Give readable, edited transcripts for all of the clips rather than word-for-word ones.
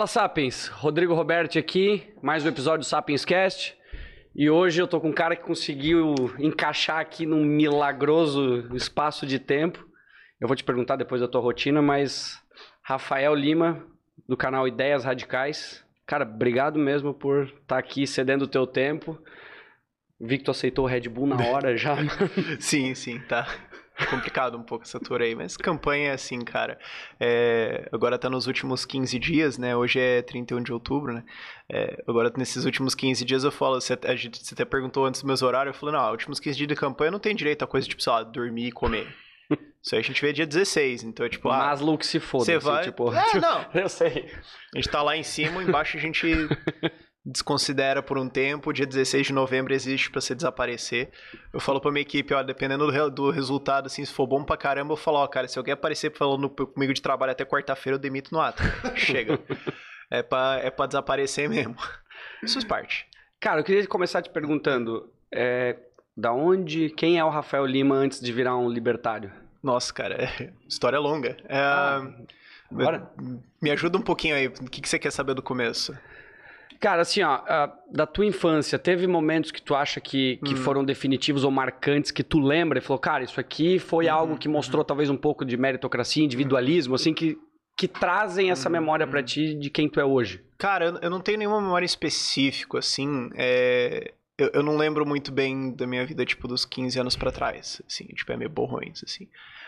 Fala, Sapiens! Rodrigo Roberti aqui, mais um episódio do Sapiens Cast. E hoje eu tô com um cara que conseguiu encaixar aqui num milagroso espaço de tempo. Eu vou te perguntar depois da tua rotina, mas Rafael Lima, do canal Ideias Radicais. Cara, obrigado mesmo por estar aqui cedendo o teu tempo. Vi que tu aceitou o Red Bull na hora já. Sim, tá complicado um pouco essa tour aí, mas campanha é assim, cara. Agora tá nos últimos 15 dias, né? Hoje é 31 de outubro, né? Agora nesses últimos 15 dias eu falo, você até perguntou antes dos meus horários, eu falei, não, últimos 15 dias de campanha não tem direito a coisa tipo, sei lá, dormir e comer. Isso aí a gente vê dia 16, então é tipo... Maslow que se foda. Você vai... Tipo, não. Eu sei. A gente tá lá em cima, embaixo a gente desconsidera por um tempo. Dia 16 de novembro existe pra você desaparecer. Eu falo pra minha equipe, ó, dependendo do resultado, assim, se for bom pra caramba, eu falo, ó, cara, se alguém aparecer falando comigo de trabalho até quarta-feira, eu demito no ato. Chega. É pra desaparecer mesmo. Isso faz parte. Cara, eu queria começar te perguntando, quem é o Rafael Lima antes de virar um libertário? Nossa, cara, história longa. Bora? Me ajuda um pouquinho aí, o que você quer saber do começo? Cara, assim, ó, da tua infância, teve momentos que tu acha que foram definitivos ou marcantes, que tu lembra e falou, cara, isso aqui foi algo que mostrou talvez um pouco de meritocracia, individualismo, assim, que trazem essa memória pra ti de quem tu é hoje? Cara, eu não tenho nenhuma memória específica, assim, eu não lembro muito bem da minha vida, tipo, dos 15 anos pra trás, assim, tipo, é meio borrões, assim.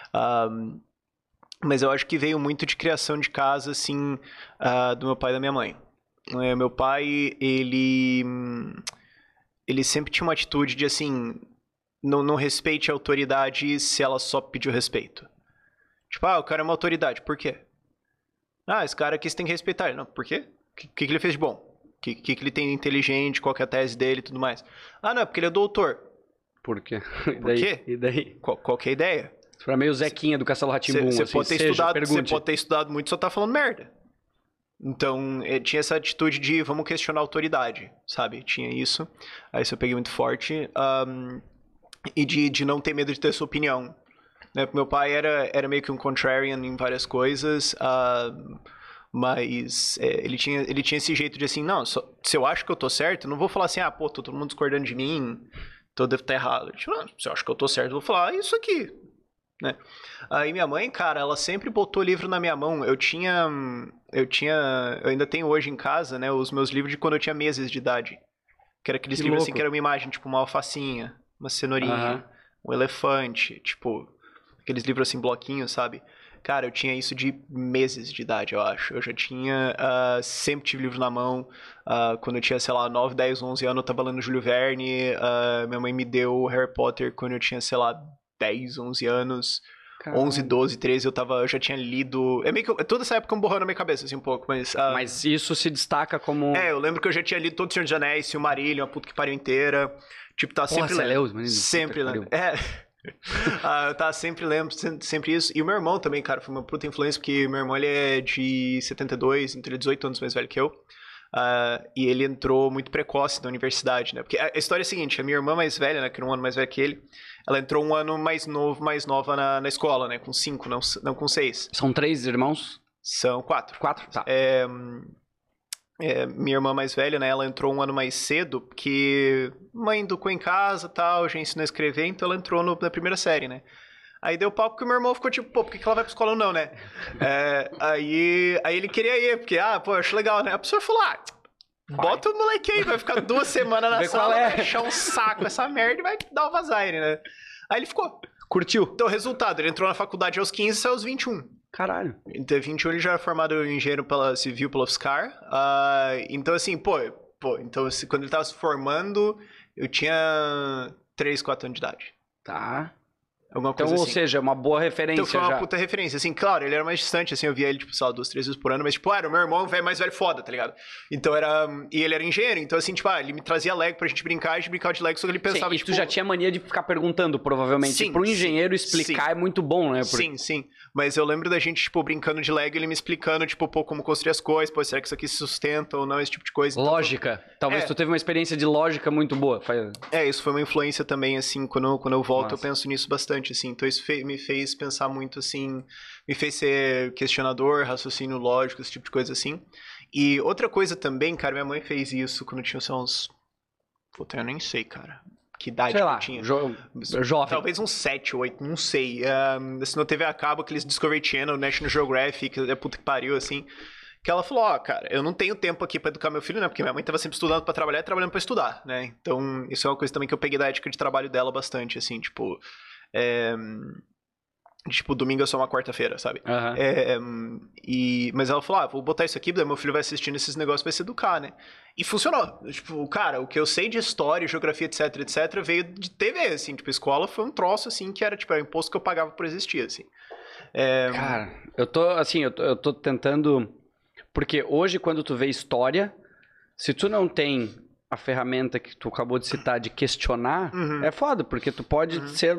Mas eu acho que veio muito de criação de casa, assim, do meu pai e da minha mãe. Meu pai, ele sempre tinha uma atitude de, assim, não respeite a autoridade se ela só pediu respeito. Tipo, o cara é uma autoridade, por quê? Esse cara aqui você tem que respeitar ele. Não, por quê? O que ele fez de bom? O que ele tem de inteligente, qual que é a tese dele e tudo mais. Não, é porque ele é doutor. Por quê? Por quê? E daí? Qual que é a ideia? Pra meio Zequinha do Castelo Rá-Tim-Bum, assim, Você pode ter estudado muito e só tá falando merda. Então, tinha essa atitude de vamos questionar a autoridade, sabe? Tinha isso. Aí isso eu peguei muito forte. E de não ter medo de ter sua opinião. Né? Meu pai era meio que um contrarian em várias coisas. Mas ele tinha esse jeito de assim, não, se eu acho que eu tô certo, não vou falar assim, tô todo mundo discordando de mim, então eu devo estar errado. Tipo, não, se eu acho que eu tô certo, eu vou falar isso aqui. Né? Aí minha mãe, cara, ela sempre botou livro na minha mão. Eu ainda tenho hoje em casa, né, os meus livros de quando eu tinha meses de idade. Que era aqueles livros assim, que era uma imagem, tipo uma alfacinha, uma cenourinha, um elefante, tipo, aqueles livros assim, bloquinhos, sabe? Cara, eu tinha isso de meses de idade, eu acho. Eu já tinha, sempre tive livro na mão. Quando eu tinha, sei lá, 9, 10, 11 anos, eu tava lendo Júlio Verne. Minha mãe me deu Harry Potter quando eu tinha, sei lá, 10, 11 anos. Caramba. 11, 12, 13, eu já tinha lido... É meio que... Toda essa época borrou na minha cabeça, assim, um pouco, mas... Mas isso se destaca como... eu lembro que eu já tinha lido todo o Senhor dos Anéis, Silmarillion, a puta que pariu inteira. Tipo, tava sempre lendo. Sempre lendo. Eu tava sempre lendo, sempre isso. E o meu irmão também, cara, foi uma puta influência, porque meu irmão, ele é de 72, então ele é 18 anos mais velho que eu. E ele entrou muito precoce na universidade, né? Porque a história é a seguinte, a minha irmã mais velha, né, que era um ano mais velha que ele, ela entrou um ano mais nova na escola, né? Com 5, não com 6. São 3 irmãos? São 4. 4? Tá. Minha irmã mais velha, né? Ela entrou um ano mais cedo, porque mãe educou em casa e tal, já ensinou a escrever, então ela entrou na primeira série, né? Aí deu pau porque o meu irmão ficou tipo, por que ela vai pra escola não, né? Aí ele queria ir, porque, eu acho legal, né? A pessoa falou, bota o moleque aí, vai ficar 2 semanas na sala, vai achar um saco essa merda e vai dar o vazaire, né? Aí ele ficou. Curtiu. Então, resultado, ele entrou na faculdade aos 15 e saiu aos 21. Caralho. Então, 21 ele já era formado em engenheiro civil pela UFSCar. Então, assim, então, quando ele tava se formando, eu tinha 3, 4 anos de idade. Tá. Alguma então, coisa ou assim. seja, uma boa referência então, foi uma já. puta referência. Assim, claro, ele era mais distante, assim, eu via ele, tipo, sei lá, 2, 3 vezes por ano, mas, tipo, era o meu irmão mais velho foda, tá ligado? Então era... E ele era engenheiro, então, assim, tipo, ele me trazia Lego pra gente brincar, a gente brincava de Lego, só que ele pensava, e tipo... tu já tinha mania de ficar perguntando, provavelmente. Sim, pro engenheiro explicar é muito bom, né? Sim. Mas eu lembro da gente, tipo, brincando de Lego, ele me explicando, tipo, como construir as coisas, será que isso aqui se sustenta ou não, esse tipo de coisa. Então, lógica. Talvez tu teve uma experiência de lógica muito boa. Isso foi uma influência também, assim, quando eu volto, eu penso nisso bastante, assim. Então isso me fez pensar muito, assim, me fez ser questionador, raciocínio lógico, esse tipo de coisa, assim. E outra coisa também, cara, minha mãe fez isso quando eu tinha uns... Puta, eu nem sei, cara. Que idade sei que lá, eu tinha. Jovem. Talvez uns 7, 8, não sei. Assinou TV a cabo, aqueles Discovery Channel, National Geographic, puta que pariu, assim. Que ela falou, cara, eu não tenho tempo aqui pra educar meu filho, né? Porque minha mãe tava sempre estudando pra trabalhar e trabalhando pra estudar, né? Então, isso é uma coisa também que eu peguei da ética de trabalho dela bastante, assim, tipo... Tipo, domingo é só uma quarta-feira, sabe? Mas ela falou, vou botar isso aqui, daí meu filho vai assistindo esses negócios, vai se educar, né? E funcionou. Tipo, cara, o que eu sei de história, geografia, etc, veio de TV, assim. Tipo, escola foi um troço, assim, que era, tipo, é o imposto que eu pagava por existir, assim. Cara, eu tô tentando... Porque hoje, quando tu vê história, se tu não tem a ferramenta que tu acabou de citar de questionar, é foda, porque tu pode ser...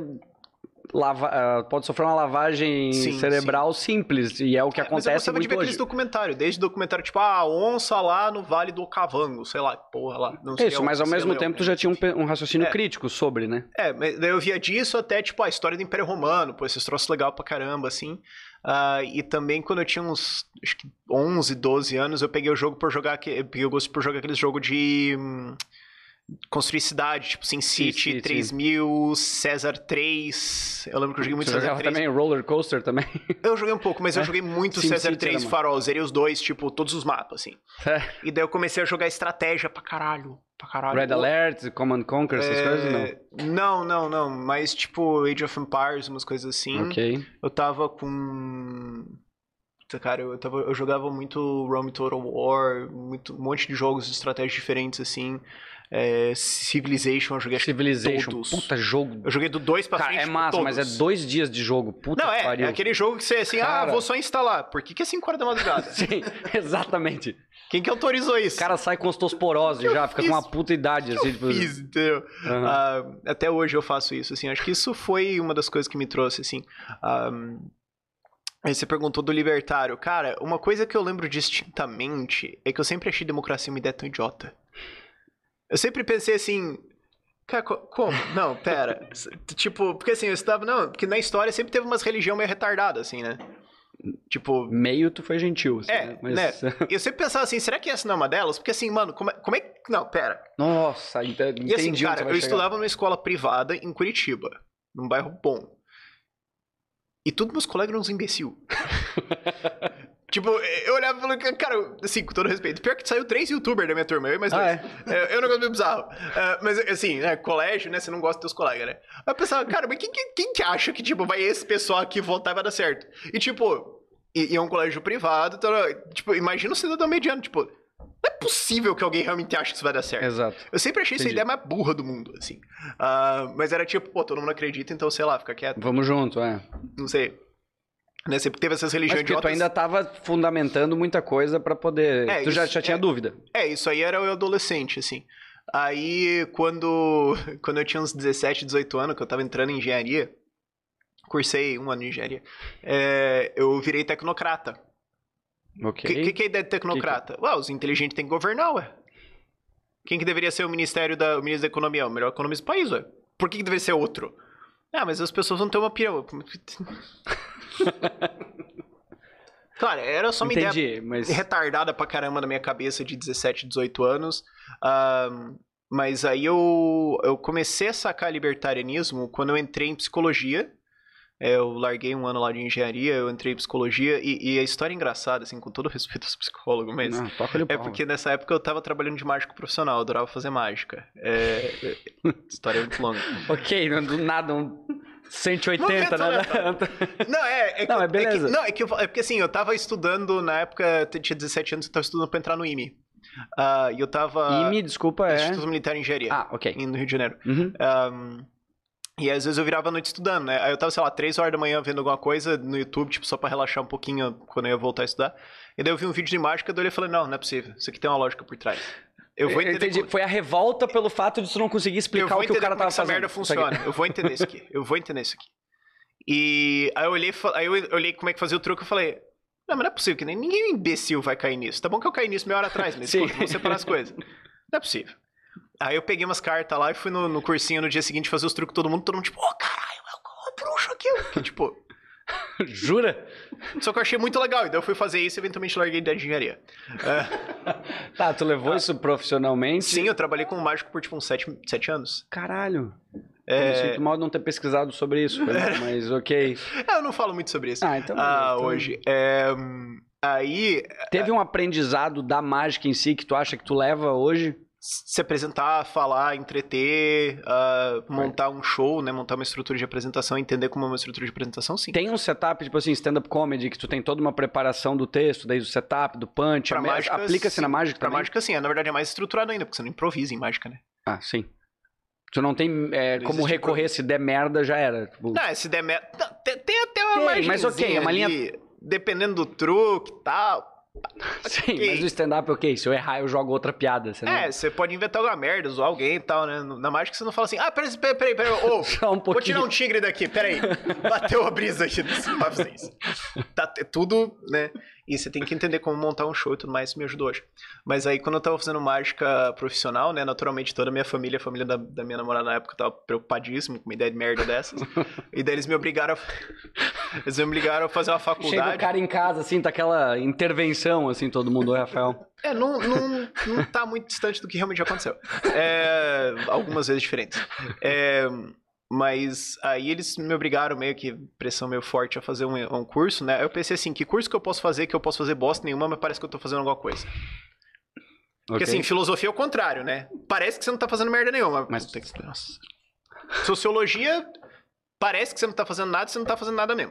pode sofrer uma lavagem cerebral simples, e é o que acontece muito hoje. Mas eu gostava de ver aqueles documentários, desde documentário tipo, a onça lá no Vale do Okavango, sei lá, porra lá. Não sei. Isso, mas ao mesmo tempo tu já tinha um raciocínio crítico sobre, né? Mas daí eu via disso até, tipo, a história do Império Romano, pô, esses troços legal pra caramba, assim. E também quando eu tinha uns, acho que 11, 12 anos, eu peguei o jogo por jogar, peguei o gosto por jogar aqueles jogos de... construir cidade, tipo SimCity 3000, César 3. Eu lembro que eu joguei muito César 3. Também Roller Coaster também? Eu joguei um pouco, mas eu joguei muito César 3 Farol. Zerei os dois, tipo, todos os mapas, assim. E daí eu comecei a jogar estratégia pra caralho. Red Alert, Command Conquer, essas coisas, não? Não. Mas tipo, Age of Empires, umas coisas assim. Ok. Eu tava com... Cara, eu jogava muito Rome Total War, um monte de jogos de estratégia diferentes, assim. Civilization, eu joguei todos. Puta jogo. Eu joguei do 2 pra frente. É massa, mas é 2 dias de jogo. Puta que pariu. É aquele jogo que você assim, vou só instalar. Por que é 5 horas da madrugada? Sim, exatamente. Quem que autorizou isso? O cara sai com osteoporose já, fica com uma puta idade. Assim, eu fiz, entendeu? Até hoje eu faço isso, assim. Acho que isso foi uma das coisas que me trouxe, assim. Aí você perguntou do libertário. Cara, uma coisa que eu lembro distintamente é que eu sempre achei democracia uma ideia tão idiota. Eu sempre pensei assim... Cara, como? Não, pera. Tipo, porque assim, eu estava... Não, porque na história sempre teve umas religiões meio retardadas, assim, né? Tipo... Meio tu foi gentil, assim, né? Eu sempre pensava assim, será que essa não é uma delas? Porque assim, mano, como é que... Não, pera. Nossa, entendi. E assim, cara, eu estudava numa escola privada em Curitiba. Num bairro bom. E todos meus colegas eram uns imbecil. Tipo, eu olhava e falava, cara, assim, com todo respeito, pior que saiu 3 youtubers da minha turma, eu e mais 2. É um negócio meio bizarro. Mas, assim, colégio, né, você não gosta dos teus colegas, né? Aí eu pensava, cara, mas quem que acha que, tipo, vai esse pessoal aqui voltar e vai dar certo? E, tipo, é um colégio privado, então, tipo, imagina um cidadão mediano, tipo, não é possível que alguém realmente ache que isso vai dar certo. Exato. Eu sempre achei essa ideia mais burra do mundo, assim. Mas era tipo, pô, todo mundo acredita, então, sei lá, fica quieto. Vamos junto, Não sei. Né, sempre teve essas religiões idiotas. Mas tu ainda tava fundamentando muita coisa pra poder... tu já tinha dúvida. Isso aí era eu adolescente, assim. Aí, quando eu tinha uns 17, 18 anos, que eu tava entrando em engenharia, cursei 1 ano de engenharia, eu virei tecnocrata. Ok. O que é a ideia de tecnocrata? Os inteligentes têm que governar, ué. Quem que deveria ser o ministro da Economia? O melhor economista do país, ué. Por que deveria ser outro? Mas as pessoas vão ter uma opinião. Claro, era só uma ideia retardada pra caramba na minha cabeça de 17, 18 anos. Mas aí eu comecei a sacar libertarianismo quando eu entrei em psicologia. Eu larguei 1 ano lá de engenharia, eu entrei em psicologia e a história é engraçada, assim, com todo respeito aos psicólogos, mas porque nessa época eu tava trabalhando de mágico profissional, eu adorava fazer mágica. História muito longa. Ok, do nada 180, né? Não, beleza. É porque assim, eu tava estudando, na época, eu tinha 17 anos, eu tava estudando pra entrar no IME. E eu tava... IME, desculpa, Instituto Militar de Engenharia. Ok. No Rio de Janeiro. E às vezes eu virava a noite estudando, né? Aí eu tava, sei lá, 3 horas da manhã vendo alguma coisa no YouTube, tipo, só pra relaxar um pouquinho quando eu ia voltar a estudar. E daí eu vi um vídeo de mágica, daí eu falei, não é possível. Isso aqui tem uma lógica por trás. Eu vou entender. Entendi. Foi a revolta pelo fato de você não conseguir explicar o que o cara tava fazendo. Essa merda funciona. Eu vou entender isso aqui. E aí eu olhei como é que fazia o truque e falei, não é possível que ninguém imbecil vai cair nisso. Tá bom que eu caí nisso meia hora atrás, mas escuta, vou separar as coisas. Não é possível. Aí eu peguei umas cartas lá e fui no cursinho no dia seguinte fazer os truques com todo mundo tipo, caralho, é o bruxo aqui. Que tipo... Jura? Só que eu achei muito legal, então eu fui fazer isso e eventualmente larguei da engenharia. Tá, tu levou isso profissionalmente? Sim, eu trabalhei como mágico por tipo uns 7 anos. Caralho. Eu sinto mal de não ter pesquisado sobre isso, mas ok. Eu não falo muito sobre isso então, hoje. Aí... Teve um aprendizado da mágica em si que tu acha que tu leva hoje? Se apresentar, falar, entreter, montar um show, né? Montar uma estrutura de apresentação, entender como é uma estrutura de apresentação, sim. Tem um setup, tipo assim, stand-up comedy, que tu tem toda uma preparação do texto, desde o setup, do punch. Aplica-se na mágica também? Pra mágica, sim. Na verdade, é mais estruturado ainda, porque você não improvisa em mágica, né? Ah, sim. Tu não tem como recorrer, se der merda, já era. Tipo... Não, se der merda... Tem até uma margem. Mas ok, é uma linha... Dependendo do truque e tal... Sim, okay. Mas o stand-up, ok, se eu errar eu jogo outra piada. Você pode inventar alguma merda, zoar alguém e tal, né? Na mágica você não fala assim, peraí, vou tirar um tigre daqui, peraí. Bateu a brisa aqui do tá, é tudo, né? E você tem que entender como montar um show e tudo mais, isso me ajudou hoje. Mas aí, quando eu tava fazendo mágica profissional, né? Naturalmente, toda a minha família, a família da minha namorada na época, tava preocupadíssimo com uma ideia de merda dessas. E daí eles me obrigaram a fazer uma faculdade. Chega o cara em casa, assim, tá aquela intervenção, assim, todo mundo, Rafael. Não tá muito distante do que realmente aconteceu. Algumas vezes diferentes. Mas aí eles me obrigaram, meio que pressão meio forte, a fazer um curso, né? Aí eu pensei assim, que curso que eu posso fazer bosta nenhuma, mas parece que eu tô fazendo alguma coisa. Porque assim, filosofia é o contrário, né? Parece que você não tá fazendo merda nenhuma. Mas nossa. Sociologia, parece que você não tá fazendo nada, você não tá fazendo nada mesmo.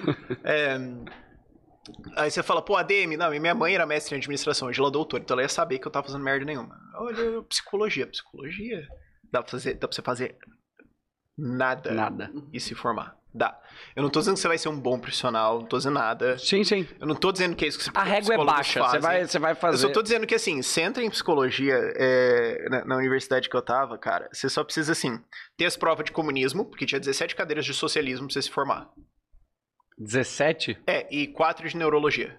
Aí você fala, ADM, não, e minha mãe era mestre em administração, hoje ela é doutora, então ela ia saber que eu tava fazendo merda nenhuma. Olha, psicologia, dá pra você fazer nada e se formar. Dá. Eu não tô dizendo que você vai ser um bom profissional, não tô dizendo nada. Sim. Eu não tô dizendo que é isso que você A régua é baixa, você vai fazer. Eu só tô dizendo que, assim, você entra em psicologia na universidade que eu tava, cara, você só precisa, assim, ter as provas de comunismo, porque tinha 17 cadeiras de socialismo pra você se formar. 17? E 4 de neurologia.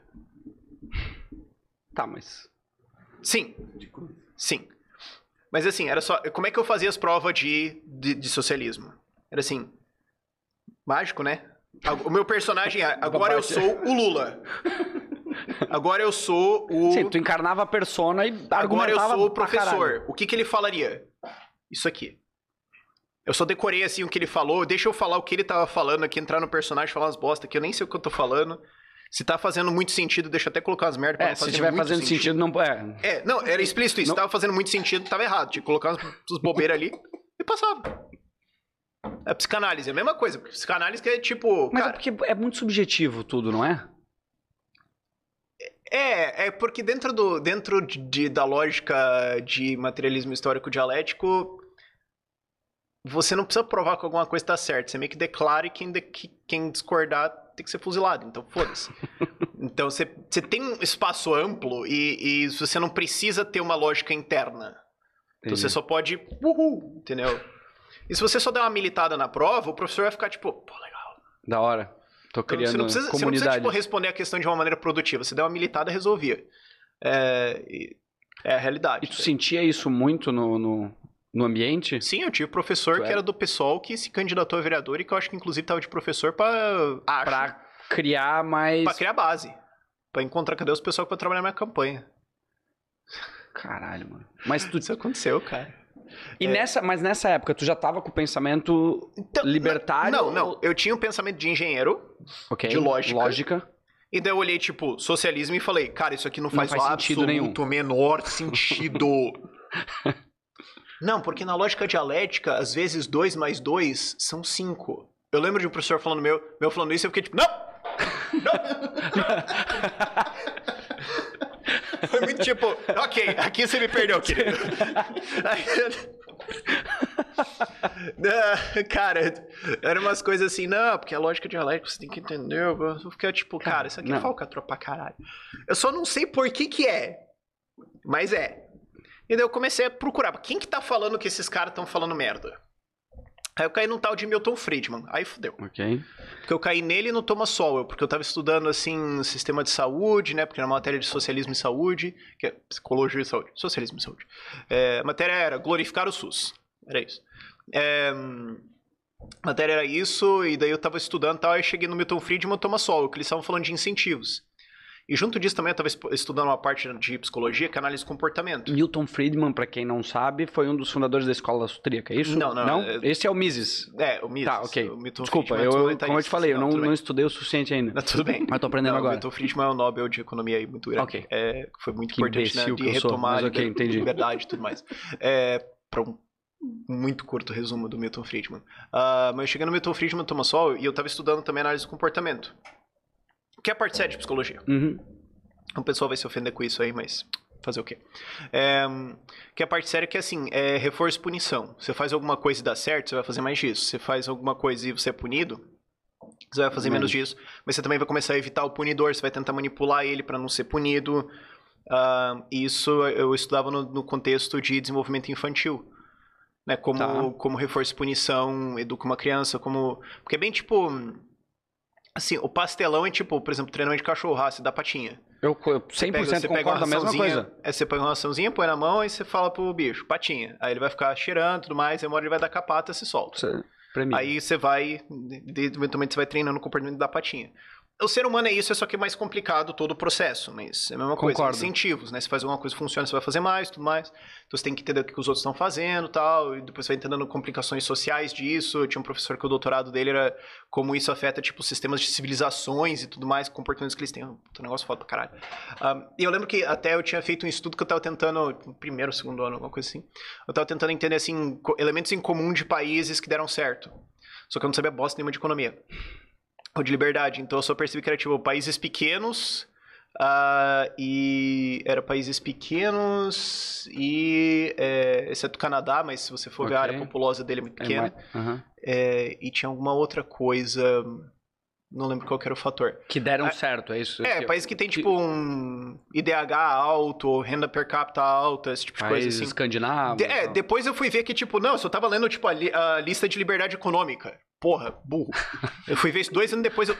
Tá, mas... Sim. Mas assim, era só... Como é que eu fazia as provas de socialismo? Era assim... Mágico, né? O meu personagem... Agora eu sou o Lula. Agora eu sou o... Sim, tu encarnava a persona e argumentava. Agora eu sou o professor. O que ele falaria? Isso aqui. Eu só decorei assim o que ele falou. Deixa eu falar o que ele tava falando aqui, entrar no personagem, falar umas bosta que eu nem sei o que eu tô falando. Se tá fazendo muito sentido, deixa eu até colocar umas merdas pra não fazer muito sentido. Se tiver fazendo sentido, não... não, era explícito isso. Se tava fazendo muito sentido, tava errado. Tinha que colocar umas bobeiras ali e passava. A psicanálise é a mesma coisa. Psicanálise que é tipo... Mas cara, é porque é muito subjetivo tudo, não é? É porque dentro da lógica de materialismo histórico dialético, você não precisa provar que alguma coisa tá certa. Você meio que declara e quem discordar tem que ser fuzilado. Então, foda-se. Então, você tem um espaço amplo e você não precisa ter uma lógica interna. Então, você só pode... entendeu? E se você só der uma militada na prova, o professor vai ficar tipo... legal. Da hora. Tô criando comunidade. Você não precisa, tipo, responder a questão de uma maneira produtiva. Você der uma militada, resolvia. É a realidade. E tu sentia isso muito no ambiente? Sim, eu tive professor que era do PSOL que se candidatou a vereador e que eu acho que inclusive tava de professor pra criar mais... Pra criar base. Pra encontrar cadê os pessoal que vai trabalhar na minha campanha. Caralho, mano. Mas isso aconteceu, cara. Mas nessa época, tu já tava com o pensamento libertário? Não. Eu tinha um pensamento de engenheiro, de lógica. E daí eu olhei, tipo, socialismo e falei, cara, isso aqui não faz sentido nenhum. Menor sentido. Não, porque na lógica dialética, às vezes 2 mais 2 são 5. Eu lembro de um professor falando meu falando isso e eu fiquei tipo, não! Foi muito tipo, ok, aqui você me perdeu, querido. Cara, eram umas coisas assim, não, porque a lógica dialética você tem que entender. Eu fiquei tipo, cara, isso aqui é falcatrua pra caralho. Eu só não sei por que é, mas é. E daí eu comecei a procurar, quem que tá falando que esses caras estão falando merda? Aí eu caí num tal de Milton Friedman, aí fodeu. Ok. Porque eu caí nele e no Thomas Sowell, porque eu tava estudando, assim, sistema de saúde, né, porque era uma matéria de socialismo e saúde, que é psicologia e saúde, socialismo e saúde. A matéria era glorificar o SUS, era isso. A matéria era isso, e daí eu tava estudando e tal, aí cheguei no Milton Friedman e Thomas Sowell, que eles estavam falando de incentivos. E junto disso também eu estava estudando uma parte de psicologia, que é análise de comportamento. Milton Friedman, para quem não sabe, foi um dos fundadores da escola austríaca, é isso? Não? Esse é o Mises. O Mises. Tá, ok. Desculpa, Desculpa, como eu te falei, eu não estudei o suficiente ainda. Não, tudo bem. Mas tô aprendendo agora. O Milton Friedman é um Nobel de Economia aí muito grande. Ok. Foi muito que importante, né, de retomar a liberdade e tudo mais. Para um muito curto resumo do Milton Friedman. Mas eu cheguei no Milton Friedman, Thomas Sowell, e eu estava estudando também análise de comportamento. Que é a parte 7 de psicologia. O pessoal vai se ofender com isso aí, mas fazer o quê? Que é a parte séria que é assim, é reforço e punição. Você faz alguma coisa e dá certo, você vai fazer mais disso. Você faz alguma coisa e você é punido, você vai fazer menos disso. Mas você também vai começar a evitar o punidor, você vai tentar manipular ele para não ser punido. Isso eu estudava no contexto de desenvolvimento infantil. Né? Como reforço e punição educa uma criança, porque é bem tipo... Assim, o pastelão é tipo, por exemplo, treinamento de cachorro-raça, dá patinha. Eu 100% concordo, a mesma coisa. Você pega uma raçãozinha, põe na mão e você fala pro bicho, patinha. Aí ele vai ficar cheirando e tudo mais, aí uma hora ele vai dar capata e você solta. Aí você vai, eventualmente você vai treinando o comportamento da patinha. O ser humano é isso, é só que é mais complicado todo o processo, mas é a mesma coisa. Incentivos, né? Se faz alguma coisa que funciona, você vai fazer mais, tudo mais. Então você tem que entender o que os outros estão fazendo e tal, e depois você vai entendendo complicações sociais disso. Eu tinha um professor que o doutorado dele era como isso afeta, tipo, sistemas de civilizações e tudo mais, comportamentos que eles têm. Um negócio foda pra caralho. E eu lembro que até eu tinha feito um estudo que eu tava tentando, no primeiro, segundo ano, alguma coisa assim. Eu tava tentando entender, assim, elementos em comum de países que deram certo. Só que eu não sabia bosta nenhuma de economia. Ou de liberdade. Então eu só percebi que era tipo países pequenos era países pequenos e exceto o Canadá, mas se você for ver a área populosa dele é muito pequena. E tinha alguma outra coisa, não lembro qual que era o fator. Que deram certo, é isso? País que tem tipo um IDH alto, renda per capita alta, esse tipo de coisa assim. Escandinavo. Depois eu fui ver que tipo, não, eu só tava lendo tipo a lista de liberdade econômica. Porra, burro. Eu fui ver isso 2 anos depois,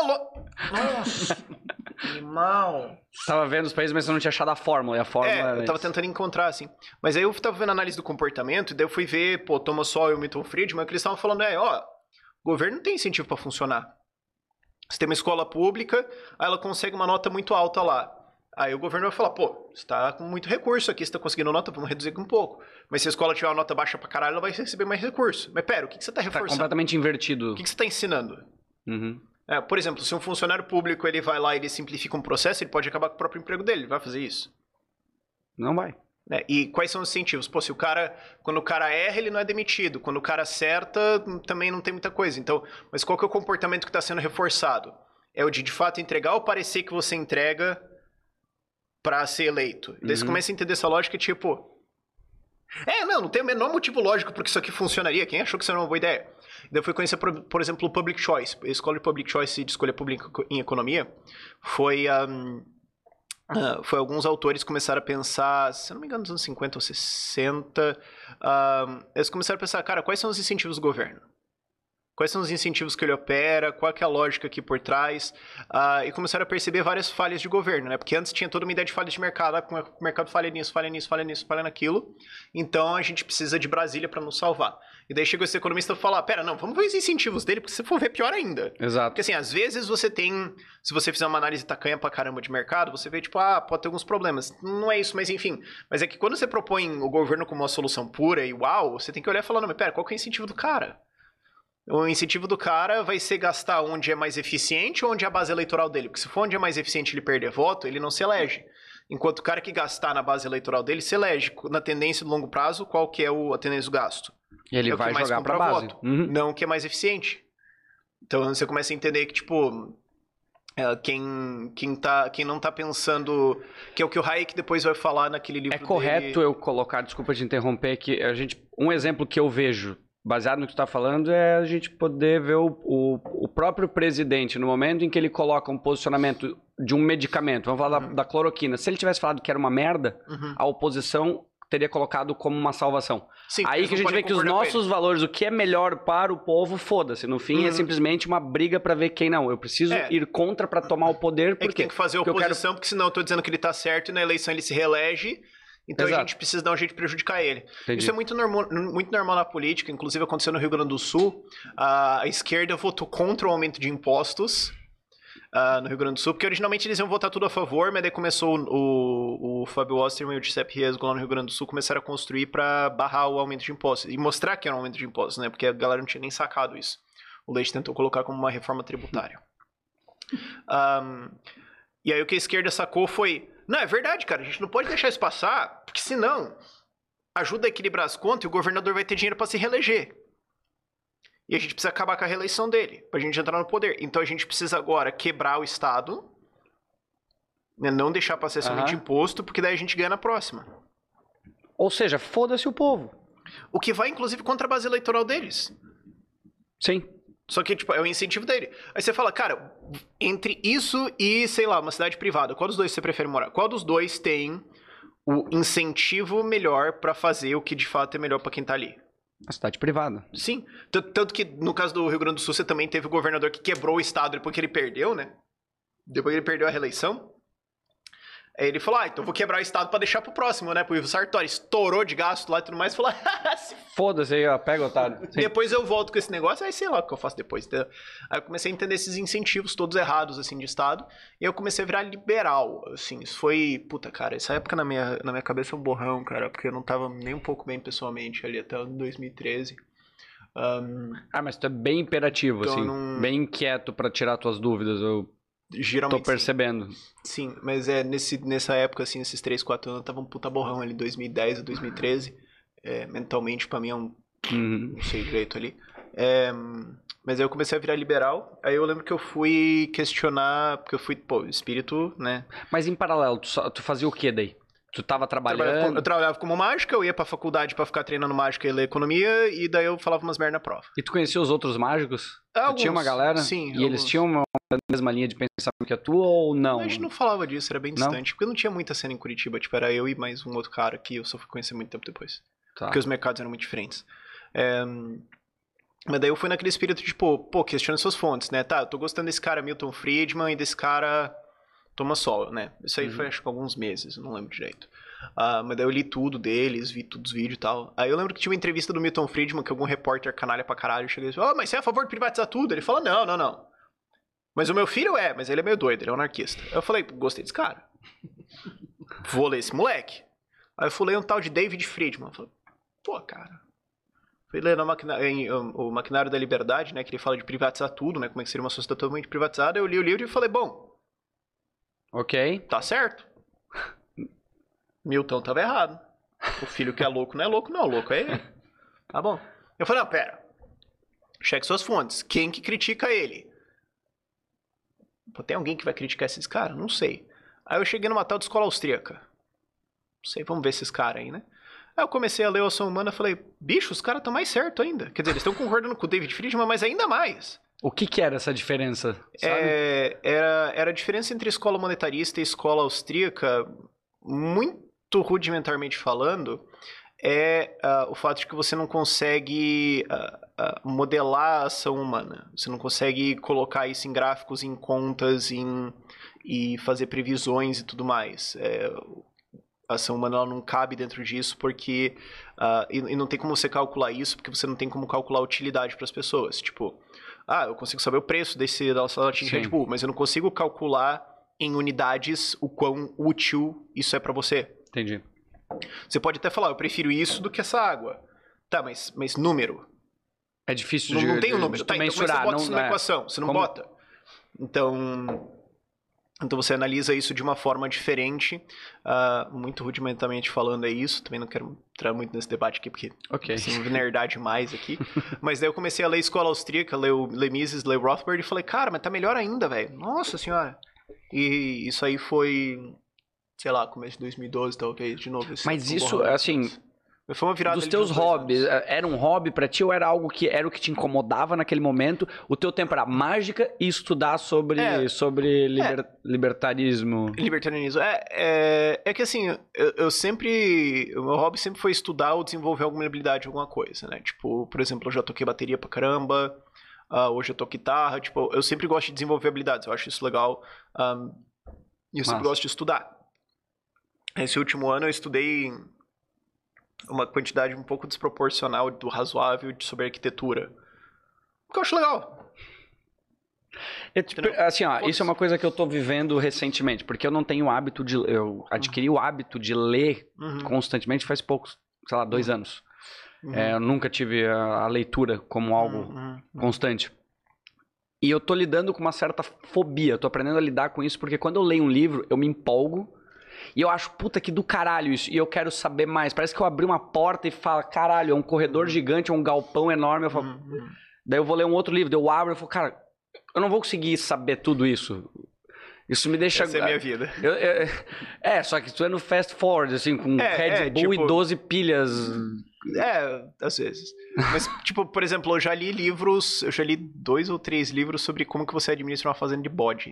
Nossa! Animal. Tava vendo os países, mas você não tinha achado a fórmula. E a fórmula eu tava tentando encontrar, assim. Mas aí eu tava vendo análise do comportamento, e daí eu fui ver, Thomas Sowell e Milton Friedman, que eles estavam falando, o governo não tem incentivo pra funcionar. Você tem uma escola pública, aí ela consegue uma nota muito alta lá. Aí o governo vai falar, você tá com muito recurso aqui, você tá conseguindo nota, vamos reduzir um pouco. Mas se a escola tiver uma nota baixa pra caralho, ela vai receber mais recurso. Mas pera, o que você tá reforçando? Tá completamente invertido. O que você tá ensinando? Por exemplo, se um funcionário público ele vai lá e ele simplifica um processo, ele pode acabar com o próprio emprego dele, ele vai fazer isso? Não vai. E quais são os incentivos? Quando o cara erra, ele não é demitido. Quando o cara acerta, também não tem muita coisa. Então, mas qual que é o comportamento que está sendo reforçado? É o de fato entregar o parecer que você entrega para ser eleito. E daí você começa a entender essa lógica, tipo... não tem o menor motivo lógico porque isso aqui funcionaria. Quem achou que isso era uma boa ideia? Daí eu fui conhecer, por exemplo, o Public Choice. A escola de Public Choice de escolha pública em economia foi alguns autores começaram a pensar, se não me engano, nos anos 50 ou 60, eles começaram a pensar, cara, quais são os incentivos do governo? Quais são os incentivos que ele opera? Qual que é a lógica aqui por trás? E começaram a perceber várias falhas de governo, né? Porque antes tinha toda uma ideia de falhas de mercado. O mercado falha nisso, falha nisso, falha nisso, falha naquilo. Então a gente precisa de Brasília para nos salvar. E daí chegou esse economista e falou, pera, não, vamos ver os incentivos dele, porque se for ver, pior ainda. Exato. Porque assim, às vezes você tem... Se você fizer uma análise tacanha pra caramba de mercado, você vê, tipo, pode ter alguns problemas. Não é isso, mas enfim. Mas é que quando você propõe o governo como uma solução pura e você tem que olhar e falar, não, mas pera, qual que é o incentivo do cara? O incentivo do cara vai ser gastar onde é mais eficiente ou onde é a base eleitoral dele. Porque se for onde é mais eficiente ele perder voto, ele não se elege. Enquanto o cara que gastar na base eleitoral dele se elege. Na tendência do longo prazo, qual que é a tendência do gasto? Ele vai jogar pra base. Não o que é mais eficiente. Então você começa a entender que, tipo... Quem não tá pensando... Que é o que o Hayek depois vai falar naquele livro dele. É correto eu colocar... Desculpa te interromper, que um exemplo que eu vejo... Baseado no que tu está falando, é a gente poder ver o próprio presidente, no momento em que ele coloca um posicionamento de um medicamento, vamos falar da cloroquina. Se ele tivesse falado que era uma merda, a oposição teria colocado como uma salvação. Sim, aí que a gente vê que os nossos valores, o que é melhor para o povo, foda-se. No fim, é simplesmente uma briga para ver quem não. Eu preciso ir contra para tomar o poder, porque tem que fazer oposição, porque senão eu tô dizendo que ele tá certo e na eleição ele se reelege. Então a gente precisa dar um jeito de prejudicar ele. Entendi. Isso é muito normal na política, inclusive aconteceu no Rio Grande do Sul. A esquerda votou contra o aumento de impostos no Rio Grande do Sul, porque originalmente eles iam votar tudo a favor, mas daí começou o Fábio Osterman e o Giuseppe Riesgo lá no Rio Grande do Sul começaram a construir para barrar o aumento de impostos e mostrar que era um aumento de impostos, né? Porque a galera não tinha nem sacado isso. O Leite tentou colocar como uma reforma tributária. E aí o que a esquerda sacou foi... Não, é verdade, cara. A gente não pode deixar isso passar, porque senão ajuda a equilibrar as contas e o governador vai ter dinheiro para se reeleger. E a gente precisa acabar com a reeleição dele, pra gente entrar no poder. Então a gente precisa agora quebrar o Estado, né, não deixar passar esse aumento de imposto, porque daí a gente ganha na próxima. Ou seja, foda-se o povo. O que vai, inclusive, contra a base eleitoral deles. Sim. Só que, tipo, é o incentivo dele. Aí você fala, cara, entre isso e, sei lá, uma cidade privada, qual dos dois você prefere morar? Qual dos dois tem o incentivo melhor pra fazer o que de fato é melhor pra quem tá ali? A cidade privada. Sim. Tanto que, no caso do Rio Grande do Sul, você também teve o governador que quebrou o Estado depois que ele perdeu, né? Depois que ele perdeu a reeleição. Aí ele falou, então vou quebrar o Estado pra deixar pro próximo, né? Porque o Sartori estourou de gasto lá e tudo mais, e falou, foda-se aí, ó, pega o otário. Sim. Depois eu volto com esse negócio, aí sei lá o que eu faço depois. Entendeu? Aí eu comecei a entender esses incentivos todos errados, assim, de Estado, e aí eu comecei a virar liberal, assim, isso foi, puta, cara, essa época na minha cabeça é um borrão, cara, porque eu não tava nem um pouco bem pessoalmente ali até 2013. Mas tu é bem imperativo, então assim, bem inquieto pra tirar tuas dúvidas, eu... Geralmente, tô percebendo. Sim, mas nessa época, assim, nesses 3, 4 anos, eu tava um puta borrão ali, 2010 a 2013. Mentalmente, pra mim, é um... Não sei direito ali. Mas aí eu comecei a virar liberal. Aí eu lembro que eu fui questionar, porque eu fui, espírito, né? Mas em paralelo, tu fazia o que daí? Tu tava trabalhando? Eu trabalhava como mágica, eu ia pra faculdade pra ficar treinando mágica e ler economia, e daí eu falava umas merda na prova. E tu conhecia os outros mágicos? Alguns, tu tinha uma galera? Sim. E eles tinham uma mesma linha de pensamento que a tua ou não? A gente não falava disso, era bem distante. Porque não tinha muita cena em Curitiba, tipo, era eu e mais um outro cara que eu só fui conhecer muito tempo depois. Tá. Porque os mercados eram muito diferentes. Mas daí eu fui naquele espírito de, questiona suas fontes, né? Tá, eu tô gostando desse cara Milton Friedman e desse cara Thomas Sowell, né? Isso aí foi, acho que alguns meses, eu não lembro direito. Mas daí eu li tudo deles, vi todos os vídeos e tal. Aí eu lembro que tinha uma entrevista do Milton Friedman, que algum repórter canalha pra caralho chegou e disse, mas você é a favor de privatizar tudo? Ele fala, não. Mas o meu filho mas ele é meio doido, ele é um anarquista. Aí eu falei, gostei desse cara. Vou ler esse moleque. Aí eu fui ler um tal de David Friedman. Eu falei, cara. Fui ler o Maquinário da Liberdade, né, que ele fala de privatizar tudo, né, como é que seria uma sociedade totalmente privatizada. Eu li o livro e falei, ok, tá certo. Milton tava errado. O filho que é louco não é louco, não. O louco é ele. Tá bom. Eu falei, pera. Cheque suas fontes. Quem que critica ele? Tem alguém que vai criticar esses caras? Não sei. Aí eu cheguei numa tal de escola austríaca. Não sei, vamos ver esses caras aí, né? Aí eu comecei a ler o Ação Humana e falei, bicho, os caras estão mais certo ainda. Quer dizer, eles estão concordando com o David Friedman, mas ainda mais. O que era essa diferença? Sabe? Era a diferença entre escola monetarista e escola austríaca, muito rudimentarmente falando, o fato de que você não consegue modelar a ação humana. Você não consegue colocar isso em gráficos, em contas, e fazer previsões e tudo mais. A ação humana ela não cabe dentro disso porque... e não tem como você calcular isso porque você não tem como calcular a utilidade para as pessoas. Tipo, eu consigo saber o preço da latinha de Red Bull, mas eu não consigo calcular em unidades o quão útil isso é para você. Entendi. Você pode até falar, eu prefiro isso do que essa água. Tá, mas número? É difícil não tem um número. Tá, mensurar. Então você bota isso numa equação. Você não bota. Então você analisa isso de uma forma diferente. Muito rudimentarmente falando é isso. Também não quero entrar muito nesse debate aqui, porque assim, nerdar demais aqui. Mas daí eu comecei a ler Escola Austríaca, ler o Mises, ler o Rothbard, e falei, cara, mas tá melhor ainda, velho. Nossa senhora. E isso aí foi... sei lá, começo de 2012, talvez, de novo. Mas isso, assim, foi uma virada dos teus hobbies, era um hobby pra ti ou era algo que era o que te incomodava naquele momento? O teu tempo era mágica e estudar sobre libertarismo? Libertarianismo. É que assim, o meu hobby sempre foi estudar ou desenvolver alguma habilidade, alguma coisa, né? Tipo, por exemplo, eu já toquei bateria pra caramba, hoje eu toco guitarra, tipo, eu sempre gosto de desenvolver habilidades, eu acho isso legal, e eu sempre gosto de estudar. Esse último ano eu estudei uma quantidade um pouco desproporcional do razoável sobre arquitetura. O que eu acho legal. Assim, ó, isso é uma coisa que eu tô vivendo recentemente, porque eu não tenho o hábito de... Eu adquiri o hábito de ler constantemente faz poucos, sei lá, 2 anos. Eu nunca tive a leitura como algo constante. E eu tô lidando com uma certa fobia, tô aprendendo a lidar com isso, porque quando eu leio um livro, eu me empolgo, e eu acho, puta, que do caralho isso, e eu quero saber mais. Parece que eu abri uma porta e falo, caralho, é um corredor gigante, é um galpão enorme, eu falo... Daí eu vou ler um outro livro, daí eu abro e falo, cara, eu não vou conseguir saber tudo isso. Isso me deixa... Essa é a minha vida. Só que tu é no fast forward, assim, com Red Bull tipo... e 12 pilhas... às vezes. Mas, tipo, por exemplo, eu já li 2 ou 3 livros sobre como que você administra uma fazenda de bode.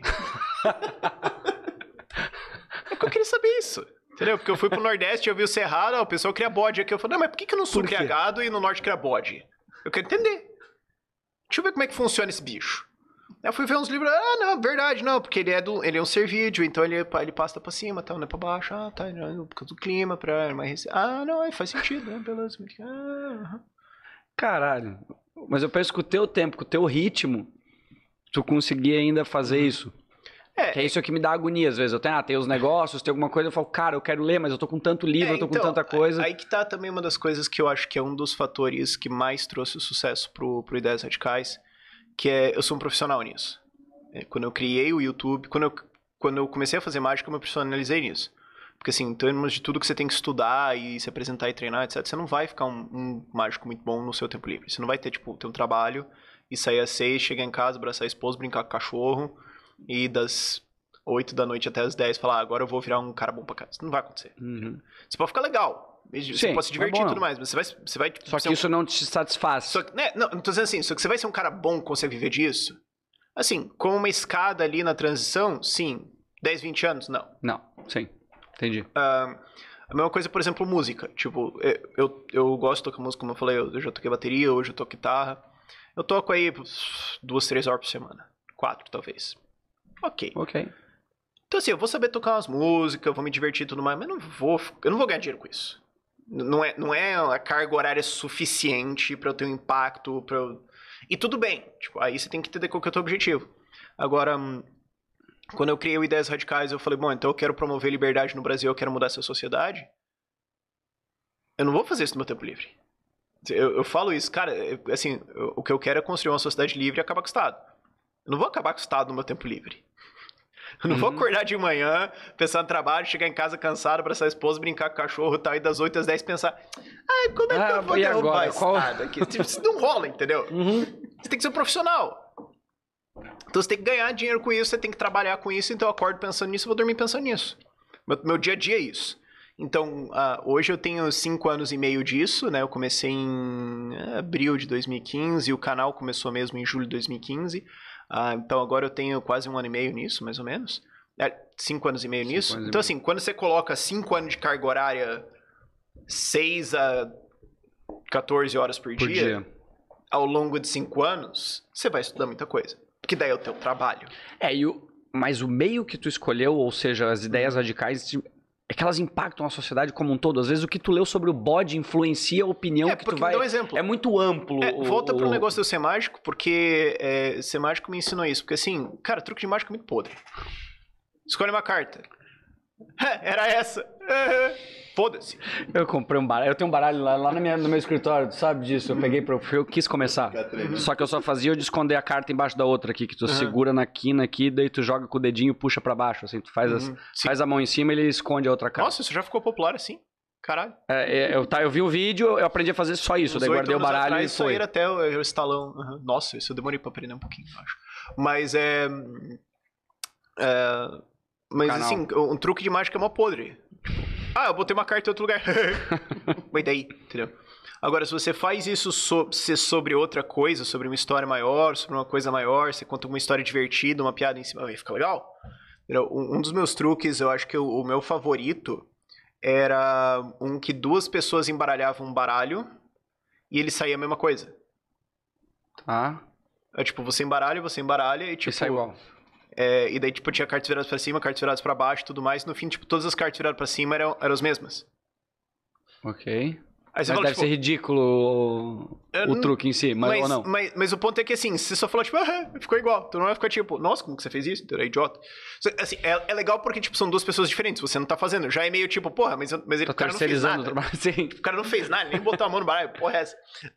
É que eu queria saber isso. Entendeu? Porque eu fui pro Nordeste, eu vi o Cerrado, o pessoal cria bode aqui. Eu falei, não, mas por que no Sul cria gado e no Norte cria bode? Eu quero entender. Deixa eu ver como é que funciona esse bicho. Aí eu fui ver uns livros, não, verdade, não, porque ele é um cervídeo, então ele pasta pra cima, tá, não é pra baixo, tá, por causa do clima, não, faz sentido, né, beleza. Caralho, mas eu penso que o teu tempo, com o teu ritmo, tu conseguia ainda fazer isso. Que é isso que me dá agonia, às vezes, eu tenho os negócios, tem alguma coisa, eu falo, cara, eu quero ler, mas eu tô com tanto livro, eu tô com tanta coisa. Aí que tá também uma das coisas que eu acho que é um dos fatores que mais trouxe o sucesso pro Ideias Radicais, que eu sou um profissional nisso. Quando eu criei o YouTube, quando eu comecei a fazer mágica, eu me profissionalizei nisso. Porque assim, em termos de tudo que você tem que estudar e se apresentar e treinar, etc., você não vai ficar um mágico muito bom no seu tempo livre. Você não vai ter, tipo, ter um trabalho e sair às 6, chegar em casa, abraçar a esposa, brincar com o cachorro e das 8 da noite até as 10 falar, agora eu vou virar um cara bom pra casa. Isso não vai acontecer. Você pode ficar legal. Você pode se divertir e tudo mais, mas você vai só que isso não te satisfaz. Não tô dizendo assim, só que você vai ser um cara bom que consegue viver disso? Assim, como uma escada ali na transição, sim. 10, 20 anos, não. Não, sim. Entendi. A mesma coisa, por exemplo, música. Tipo, eu gosto de tocar música, como eu falei, eu já toquei bateria, hoje eu toco guitarra. Eu toco aí 2, 3 horas por semana. 4, talvez. Ok. Então assim, eu vou saber tocar umas músicas, eu vou me divertir e tudo mais, mas eu não vou ganhar dinheiro com isso. Não é a carga horária suficiente pra eu ter um impacto, E tudo bem, tipo, aí você tem que entender qual que é o teu objetivo. Agora, quando eu criei o Ideias Radicais, eu falei, bom, então eu quero promover liberdade no Brasil, eu quero mudar essa sociedade. Eu não vou fazer isso no meu tempo livre. Eu falo isso, cara, assim, o que eu quero é construir uma sociedade livre e acabar com o Estado. Eu não vou acabar com o Estado no meu tempo livre. Eu não vou acordar de manhã, pensar no trabalho, chegar em casa cansado, abraçar a esposa, brincar com o cachorro e tal, e das 8 às 10 pensar, como é que eu vou derrubar esse Estado aqui? Isso não rola, entendeu? Você tem que ser um profissional. Então você tem que ganhar dinheiro com isso, você tem que trabalhar com isso, então eu acordo pensando nisso e vou dormir pensando nisso. Meu dia a dia é isso. Então, hoje eu tenho 5 anos e meio disso, né? Eu comecei em abril de 2015 e o canal começou mesmo em julho de 2015. Então agora eu tenho quase 1 ano e meio nisso, mais ou menos. 5 anos e meio nisso. Então assim, quando você coloca 5 anos de carga horária, 6 a 14 horas por dia, ao longo de 5 anos, você vai estudar muita coisa. Porque daí é o teu trabalho. Mas o meio que tu escolheu, ou seja, as ideias radicais, é que elas impactam a sociedade como um todo. Às vezes o que tu leu sobre o bode influencia a opinião que tu vai... Um exemplo. É muito amplo. Volta pro negócio do ser mágico, porque ser mágico me ensinou isso. Porque assim, cara, truque de mágico é muito podre. Escolhe uma carta. Era essa. Foda-se. Eu comprei um baralho. Eu tenho um baralho lá no meu escritório, tu sabe disso. Eu peguei eu quis começar. Só que eu só fazia de esconder a carta embaixo da outra aqui, que tu segura na quina aqui, daí tu joga com o dedinho e puxa pra baixo, assim. Tu faz a mão em cima e ele esconde a outra carta. Nossa, isso já ficou popular assim? Caralho. Eu vi o vídeo, eu aprendi a fazer só isso. Daí guardei o baralho e foi. Até o estalão. Nossa, isso eu demorei pra aprender um pouquinho, acho. Mas mas assim, um truque de mágica é uma podre. Eu botei uma carta em outro lugar. Mas daí, entendeu? Agora, se você faz isso sobre outra coisa, sobre uma história maior, sobre uma coisa maior, você conta uma história divertida, uma piada em cima, aí fica legal. Entendeu? Um dos meus truques, eu acho que o meu favorito era um que 2 pessoas embaralhavam um baralho e ele saía a mesma coisa. Tá. Tipo, você embaralha e tipo... E sai igual. E daí, tipo, tinha cartas viradas pra cima, cartas viradas pra baixo e tudo mais. No fim, tipo, todas as cartas viradas pra cima eram as mesmas. Ok. Mas fala, deve ser ridículo o truque em si, mas ou não? Mas o ponto é que, assim, você só falou, tipo, ficou igual. Tu não vai ficar, tipo, nossa, como que você fez isso? Tu era idiota. Assim, é legal porque, tipo, são duas pessoas diferentes, você não tá fazendo. Já é meio, tipo, porra, mas ele, o cara não fez nada. O cara não fez nada, nem botou a mão no baralho, porra é essa.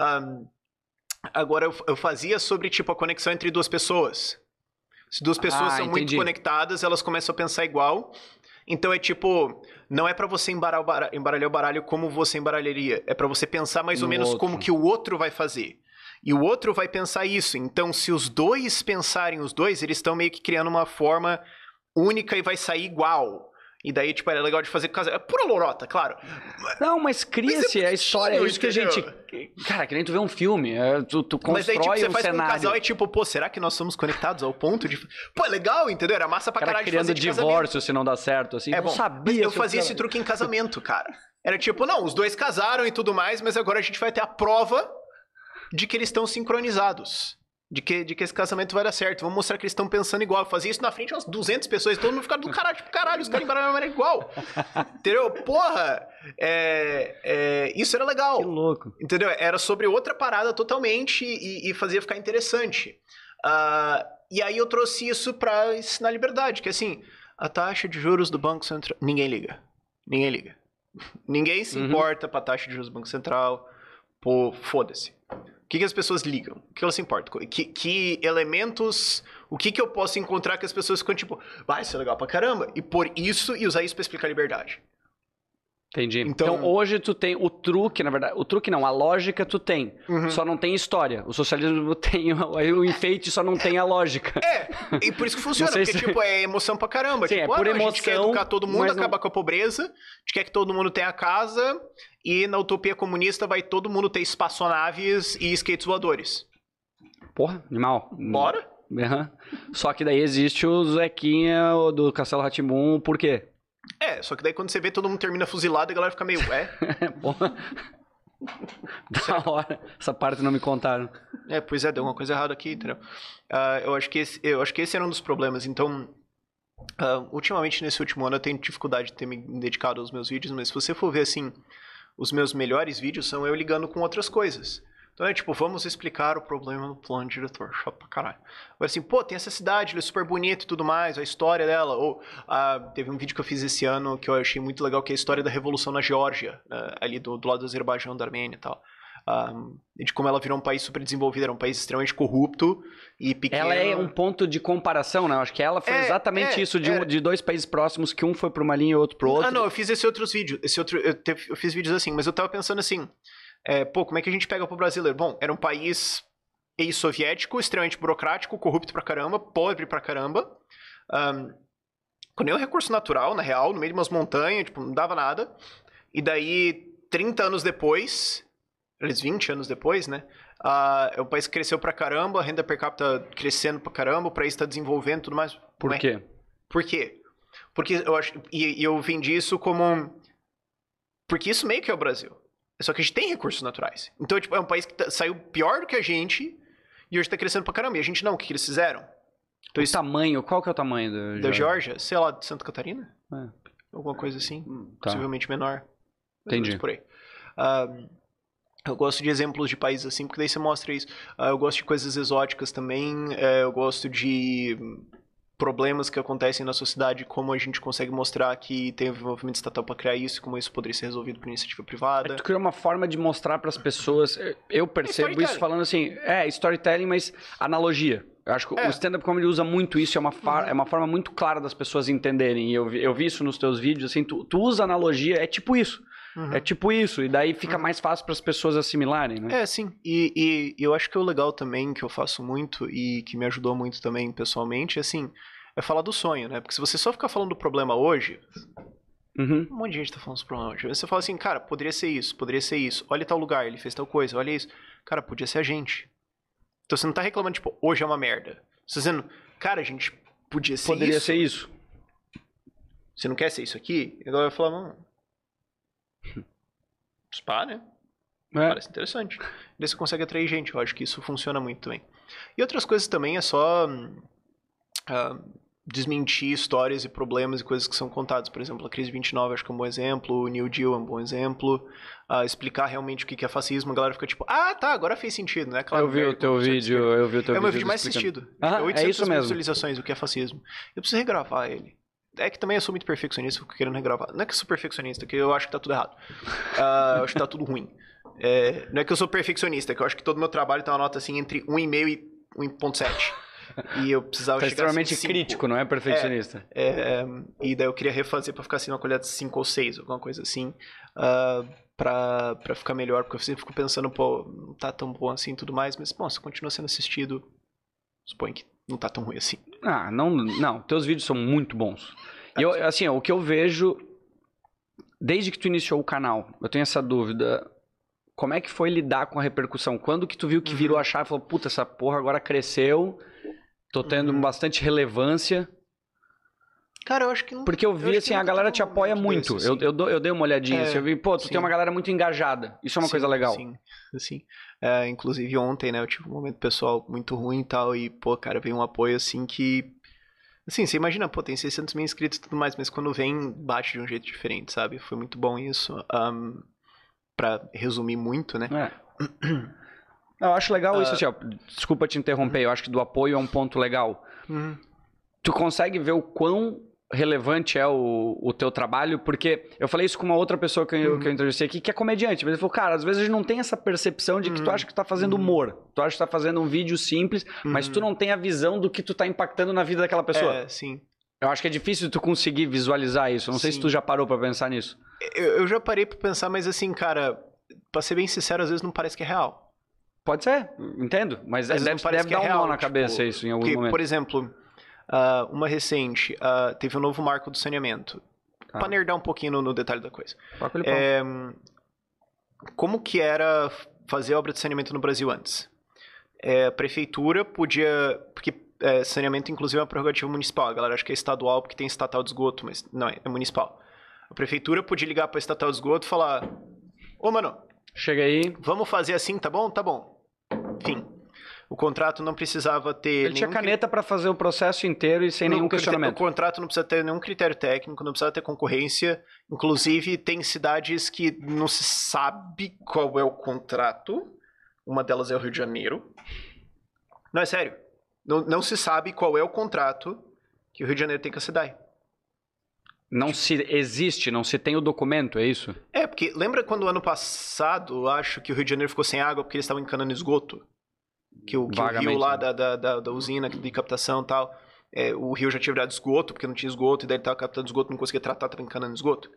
Agora, eu fazia sobre, tipo, a conexão entre duas pessoas. Se duas pessoas são muito conectadas, elas começam a pensar igual. Então é tipo, não é pra você embaralhar o baralho como você embaralharia. É pra você pensar mais ou menos como que o outro vai fazer. E o outro vai pensar isso. Então, se os dois pensarem os dois, eles estão meio que criando uma forma única e vai sair igual. E daí, tipo, era legal de fazer com casal. É pura lorota, claro. Não, mas cria-se a história. É isso que a gente... Cara, que nem tu vê um filme. Tu constrói mas aí, tipo, você faz cenário. Com um casal e tipo, pô, será que nós somos conectados ao ponto de... Pô, é legal, entendeu? Era massa pra caralho de fazer de divórcio se não dá certo, assim. Bom, sabia. Eu fazia esse truque em casamento, cara. Era tipo, não, os dois casaram e tudo mais, mas agora a gente vai ter a prova de que eles estão sincronizados. De que esse casamento vai dar certo. Vamos mostrar que eles estão pensando igual. Eu fazia isso na frente de umas 200 pessoas. Todo mundo ficava do caralho. Tipo, caralho, os caras embaralham de maneira igual. Entendeu? Porra! Isso era legal. Que louco. Entendeu? Era sobre outra parada totalmente e fazia ficar interessante. E aí eu trouxe isso pra ensinar liberdade. Que assim, a taxa de juros do Banco Central... Ninguém liga. Ninguém liga. Ninguém se importa pra taxa de juros do Banco Central. Pô, foda-se. O que as pessoas ligam? O que elas se importam? Que elementos... O que eu posso encontrar que as pessoas ficam tipo... Vai, isso é legal pra caramba. E por isso, e usar isso pra explicar liberdade. Entendi. Então hoje tu tem o truque, na verdade... O truque não, a lógica tu tem. Só não tem história. O socialismo tem... O enfeite só não tem a lógica. E por isso que funciona. Porque, tipo, é emoção pra caramba. Sim, tipo, por emoção, a gente quer educar todo mundo, acabar com a pobreza. A gente quer que todo mundo tenha casa... E na utopia comunista vai todo mundo ter espaçonaves e skates voadores. Porra, animal. Bora? Só que daí existe o Zequinha do Castelo Rá-Tim-Bum, por quê? Só que daí quando você vê todo mundo termina fuzilado, a galera fica meio, Porra. Da hora. Essa parte não me contaram. Pois é, deu uma coisa errada aqui, entendeu? Eu acho que esse era um dos problemas. Então, ultimamente, nesse último ano, eu tenho dificuldade de ter me dedicado aos meus vídeos, mas se você for ver, assim... Os meus melhores vídeos são eu ligando com outras coisas. Então é tipo, vamos explicar o problema no plano diretor. Chato pra caralho. Agora assim, pô, tem essa cidade, ela é super bonita e tudo mais, a história dela. Ou teve um vídeo que eu fiz esse ano que eu achei muito legal, que é a história da revolução na Geórgia, ali do lado do Azerbaijão, da Armênia e tal. De como ela virou um país super desenvolvido, era um país extremamente corrupto e pequeno. Ela é um ponto de comparação, né? Eu acho que ela foi exatamente isso, de dois países próximos, que um foi para uma linha e outro para outro. Não, eu fiz esse outro vídeo. Eu fiz vídeos assim, mas eu tava pensando assim, como é que a gente pega pro brasileiro? Bom, era um país ex-soviético, extremamente burocrático, corrupto pra caramba, pobre pra caramba, com nenhum recurso natural, na real, no meio de umas montanhas, tipo, não dava nada. E daí, 30 anos depois... 20 anos depois, né? O país cresceu pra caramba, a renda per capita crescendo pra caramba, o país está desenvolvendo e tudo mais. Por quê? Por quê? Porque eu acho. E eu vendi isso como. Porque isso meio que é o Brasil. Só que a gente tem recursos naturais. Então, tipo, é um país que saiu pior do que a gente e hoje tá crescendo pra caramba. E a gente não, o que eles fizeram? Então, tamanho, qual que é o tamanho da Geórgia? Sei lá, de Santa Catarina? Alguma coisa assim. Possivelmente menor. Entendi. Por aí. Eu gosto de exemplos de países assim, porque daí você mostra isso. Eu gosto de coisas exóticas também. Eu gosto de problemas que acontecem na sociedade, como a gente consegue mostrar que tem envolvimento estatal para criar isso, como isso poderia ser resolvido por iniciativa privada. Tu criou uma forma de mostrar para as pessoas. Eu percebo isso falando assim, storytelling, mas analogia. Eu acho que o stand-up comedy usa muito isso, é uma forma muito clara das pessoas entenderem. E eu vi isso nos teus vídeos, assim, tu usa analogia, é tipo isso. É tipo isso, e daí fica mais fácil para as pessoas assimilarem, né? Sim. E eu acho que o legal também, que eu faço muito e que me ajudou muito também pessoalmente, assim, é falar do sonho, né? Porque se você só ficar falando do problema hoje, um monte de gente tá falando do problema hoje. Você fala assim, cara, poderia ser isso, olha tal lugar, ele fez tal coisa, olha isso. Cara, podia ser a gente. Então você não tá reclamando, tipo, hoje é uma merda. Você tá dizendo, cara, a gente podia ser poderia isso. ser isso. Você não quer ser isso aqui? E agora eu falo, mano... Spa, né? Parece interessante. Daí você consegue atrair gente, eu acho que isso funciona muito também. E outras coisas também é só desmentir histórias e problemas e coisas que são contadas. Por exemplo, a Crise 29 acho que é um bom exemplo, o New Deal é um bom exemplo. Explicar realmente o que é fascismo, a galera fica tipo, tá, agora fez sentido, né? Claro, eu vi o teu vídeo, É o meu vídeo mais assistido. Ah, 800 é isso mesmo. visualizações, o que é fascismo. Eu preciso regravar ele. É que também eu sou muito perfeccionista, fico querendo regravar. Não é que eu sou perfeccionista, é que eu acho que tá tudo errado. Eu acho que tá tudo ruim. Não é que eu sou perfeccionista, é que eu acho que todo o meu trabalho tem uma nota assim entre 1,5 e 1,7. E eu precisava chegar extremamente assim, crítico, não é perfeccionista. E daí eu queria refazer pra ficar assim uma colher de 5 ou 6, alguma coisa assim. Pra ficar melhor, porque eu sempre fico pensando, pô, não tá tão bom assim e tudo mais, mas, bom, se continua sendo assistido, suponho que não tá tão ruim assim. Não, teus vídeos são muito bons. E eu, assim, o que eu vejo, desde que tu iniciou o canal, eu tenho essa dúvida, como é que foi lidar com a repercussão? Quando que tu viu que virou a chave e falou, puta, essa porra agora cresceu, tô tendo bastante relevância? Cara, eu acho que não. Porque eu vi, assim, a galera te apoia muito. Desse, assim. Eu dei uma olhadinha, assim, eu vi, pô, tu tem uma galera muito engajada. Isso é uma coisa legal. Sim. Inclusive ontem, né, eu tive um momento pessoal muito ruim e tal, e, pô, cara, veio um apoio, assim, que... Assim, você imagina, pô, tem 600 mil inscritos e tudo mais, mas quando vem, bate de um jeito diferente, sabe? Foi muito bom isso. Pra resumir muito, né? Eu acho legal isso, assim, ó, desculpa te interromper, eu acho que do apoio é um ponto legal. Tu consegue ver o quão relevante é o teu trabalho? Porque eu falei isso com uma outra pessoa que eu entrevistei aqui, que é comediante, mas ele falou, cara, às vezes a gente não tem essa percepção de que tu acha que tu tá fazendo humor, tu acha que tu tá fazendo um vídeo simples, mas tu não tem a visão do que tu tá impactando na vida daquela pessoa. Sim. Eu acho que é difícil tu conseguir visualizar isso, não sei se tu já parou pra pensar nisso. Eu já parei pra pensar, mas assim, cara, pra ser bem sincero, às vezes não parece que é real. Pode ser, entendo, mas deve dar um nó na cabeça isso em algum momento. Por exemplo, uma recente, teve um novo marco do saneamento. Pra nerdar um pouquinho no detalhe da coisa. Como que era fazer obra de saneamento no Brasil antes? A prefeitura podia... Porque saneamento, inclusive, é uma prerrogativa municipal. A galera acha que é estadual porque tem estatal de esgoto, mas não, é municipal. A prefeitura podia ligar pra estatal de esgoto e falar... Ô, mano... Chega aí. Vamos fazer assim, tá bom? Tá bom. Enfim, o contrato não precisava ter... Ele tinha caneta para fazer o processo inteiro e sem nenhum questionamento. O contrato não precisa ter nenhum critério técnico, não precisa ter concorrência. Inclusive, tem cidades que não se sabe qual é o contrato. Uma delas é o Rio de Janeiro. Não, é sério. Não se sabe qual é o contrato que o Rio de Janeiro tem com a SEDAI. Não se tem o documento, é isso? Porque lembra quando ano passado, acho que o Rio de Janeiro ficou sem água porque eles estavam encanando esgoto? Que o rio lá da usina de captação e tal, o rio já tinha virado esgoto, porque não tinha esgoto, e daí ele estava captando esgoto, não conseguia tratar, estava encanando esgoto.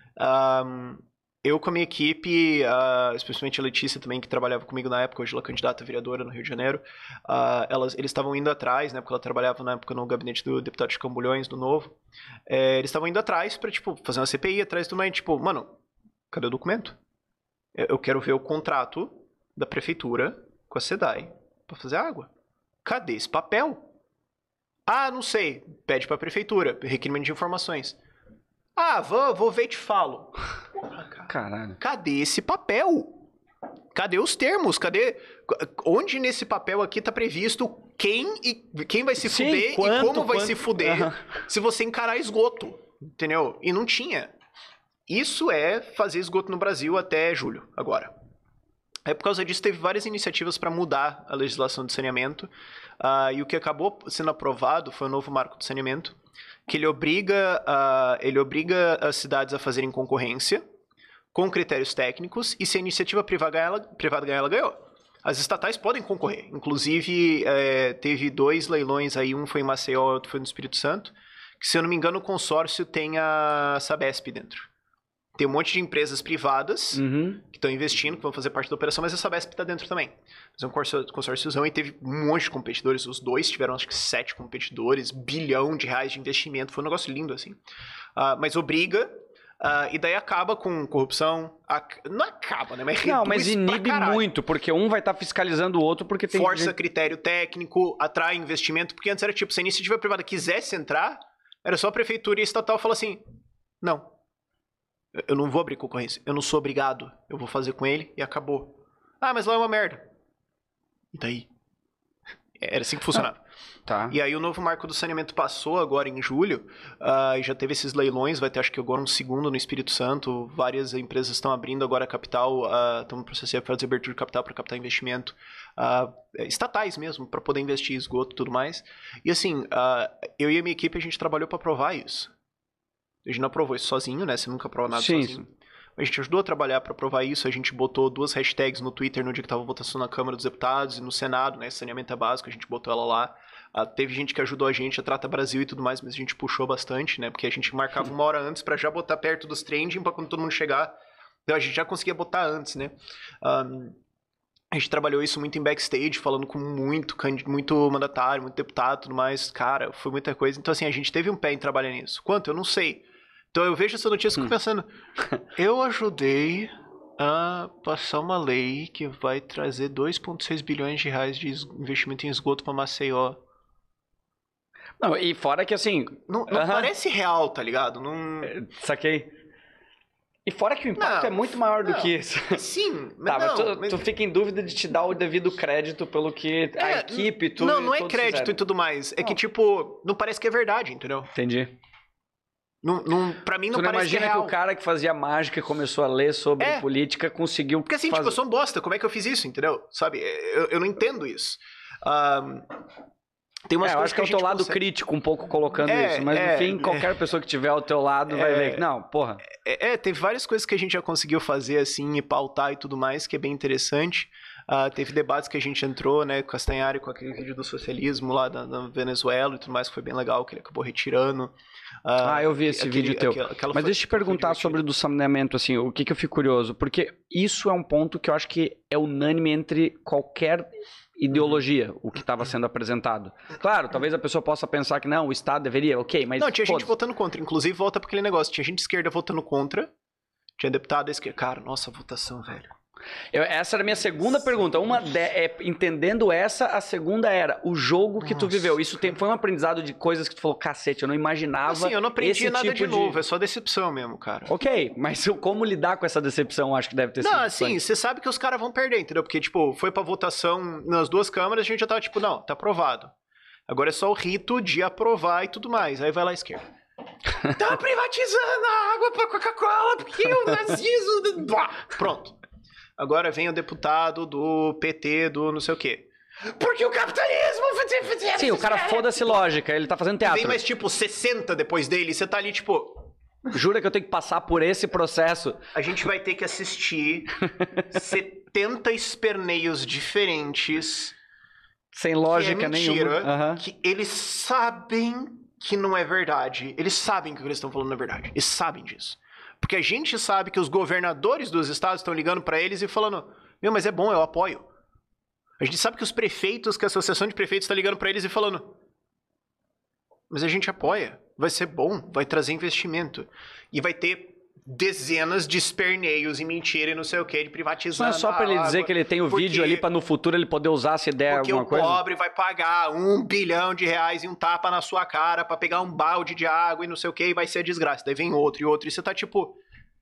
Eu com a minha equipe, especialmente a Letícia também, que trabalhava comigo na época, hoje ela é candidata a vereadora no Rio de Janeiro, eles estavam indo atrás, né, porque ela trabalhava na época no gabinete do deputado de Cambulhões, do Novo, eles estavam indo atrás pra, tipo, fazer uma CPI atrás do meio, tipo, mano, cadê o documento? Eu quero ver o contrato da prefeitura com a SEDAI pra fazer água. Cadê esse papel? Não sei. Pede pra prefeitura, requerimento de informações. Vou ver e te falo. Porra, cara. Caralho. Cadê esse papel? Cadê os termos? Onde nesse papel aqui tá previsto quem vai se fuder e como vai se fuder se você encarar esgoto? Entendeu? E não tinha. Isso é fazer esgoto no Brasil até julho, agora. Por causa disso, teve várias iniciativas para mudar a legislação de saneamento. E o que acabou sendo aprovado foi o novo marco de saneamento, que ele obriga as cidades a fazerem concorrência com critérios técnicos, e se a iniciativa privada ganhar, ela ganhou. As estatais podem concorrer. Inclusive, teve 2 leilões aí, um foi em Maceió, outro foi no Espírito Santo, que, se eu não me engano, o consórcio tem a Sabesp dentro. Tem um monte de empresas privadas que estão investindo, que vão fazer parte da operação, mas a Sabesp está dentro também. Mas é um consórciozão e teve um monte de competidores. Os 2 tiveram, acho que 7 competidores, R$ 1 bilhão de investimento. Foi um negócio lindo, assim. Mas obriga, e daí acaba com corrupção. Não acaba, né? Mas inibe muito, porque um vai estar fiscalizando o outro porque tem... Força critério técnico, atrai investimento, porque antes era tipo, se a iniciativa privada quisesse entrar, era só a prefeitura e a estatal falar assim, não. Eu não vou abrir concorrência. Eu não sou obrigado. Eu vou fazer com ele e acabou. Mas lá é uma merda. E daí? Era assim que funcionava. Tá. E aí o novo marco do saneamento passou agora em julho, e já teve esses leilões, vai ter acho que agora um segundo no Espírito Santo, várias empresas estão abrindo agora capital, estão no processo de fazer abertura de capital para captar investimento, estatais mesmo, para poder investir em esgoto e tudo mais. E assim, eu e a minha equipe, a gente trabalhou para provar isso. A gente não aprovou isso sozinho, né? Você nunca aprova nada sozinho. A gente ajudou a trabalhar para provar isso, a gente botou 2 hashtags no Twitter no dia que estava a votação na Câmara dos Deputados e no Senado, né? Saneamento é básico, a gente botou ela lá. Teve gente que ajudou a gente, a Trata Brasil e tudo mais, mas a gente puxou bastante, né? Porque a gente marcava 1 hora antes para já botar perto dos trending para quando todo mundo chegar. Então a gente já conseguia botar antes, né? A gente trabalhou isso muito em backstage, falando com muito mandatário, muito deputado e tudo mais. Cara, foi muita coisa. Então assim, a gente teve um pé em trabalhar nisso. Quanto? Eu não sei. Então eu vejo essa notícia e fico pensando, eu ajudei a passar uma lei que vai trazer 2,6 bilhões de reais de investimento em esgoto para Maceió. Não, e fora que assim... Não parece real, tá ligado? Não... Saquei. E fora que o impacto é muito maior do que isso. Sim, mas tu fica em dúvida de te dar o devido crédito pelo que a equipe, tudo. Não é crédito fizeram. E tudo mais. É que, tipo, não parece que é verdade, entendeu? Entendi. Pra mim não parece que é real. Tu não imagina que o cara que fazia mágica e começou a ler sobre política conseguiu... Porque assim, tipo, eu sou um bosta. Como é que eu fiz isso, entendeu? Sabe? Eu não entendo isso. Tem umas eu acho que é o teu lado crítico um pouco colocando isso, mas no fim, qualquer pessoa que tiver ao teu lado vai ver que, não, porra. Teve várias coisas que a gente já conseguiu fazer assim, e pautar e tudo mais, que é bem interessante. Teve debates que a gente entrou, né, com o Castanhari, com aquele vídeo do socialismo lá da Venezuela e tudo mais, que foi bem legal, que ele acabou retirando. Eu vi esse vídeo teu. Mas deixa eu te perguntar sobre o do saneamento, assim, o que eu fico curioso, porque isso é um ponto que eu acho que é unânime entre qualquer ideologia, o que estava sendo apresentado. Claro, talvez a pessoa possa pensar que não, o Estado deveria, ok, mas... Não, tinha gente votando contra, inclusive volta para aquele negócio, tinha gente de esquerda votando contra, tinha deputado da esquerda, cara, nossa, a votação, velho. Essa era a minha segunda pergunta. Entendendo essa, a segunda era o jogo que tu viveu. Isso foi um aprendizado de coisas que tu falou, cacete, eu não imaginava. Assim, eu não aprendi nada de novo, é só decepção mesmo, cara. Ok, mas como lidar com essa decepção, acho que deve ter sido. Não, assim, você sabe que os caras vão perder, entendeu? Porque, tipo, foi pra votação nas 2 câmaras, a gente já tava, tipo, não, tá aprovado. Agora é só o rito de aprovar e tudo mais. Aí vai lá à esquerda. Tá privatizando a água pra Coca-Cola porque o nazismo... Pronto. Agora vem o deputado do PT, do não sei o quê. Porque o capitalismo... Sim, o cara foda-se lógica, ele tá fazendo teatro. Vem mais tipo 60 depois dele, e você tá ali tipo... Jura que eu tenho que passar por esse processo? A gente vai ter que assistir 70 esperneios diferentes. Sem lógica nenhuma. Que eles sabem que não é verdade. Eles sabem que o que eles estão falando não é verdade. Eles sabem disso. Porque a gente sabe que os governadores dos estados estão ligando para eles e falando, mas é bom, eu apoio. A gente sabe que os prefeitos, que a associação de prefeitos está ligando para eles e falando, mas a gente apoia, vai ser bom, vai trazer investimento. E vai ter dezenas de esperneios e mentira e não sei o que, de privatizar. Não é só para ele dizer que ele tem o vídeo ali para no futuro ele poder usar se der alguma coisa? Porque o pobre vai pagar R$1 bilhão e um tapa na sua cara para pegar um balde de água e não sei o que, e vai ser a desgraça. Daí vem outro e outro, e você tá tipo...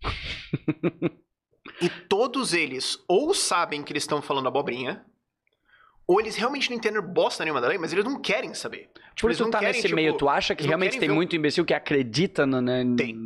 E todos eles ou sabem que eles estão falando abobrinha, ou eles realmente não entendem bosta nenhuma da lei, mas eles não querem saber. Tipo, eles não querem, nesse meio, tu acha que realmente tem muito imbecil que acredita no... Né?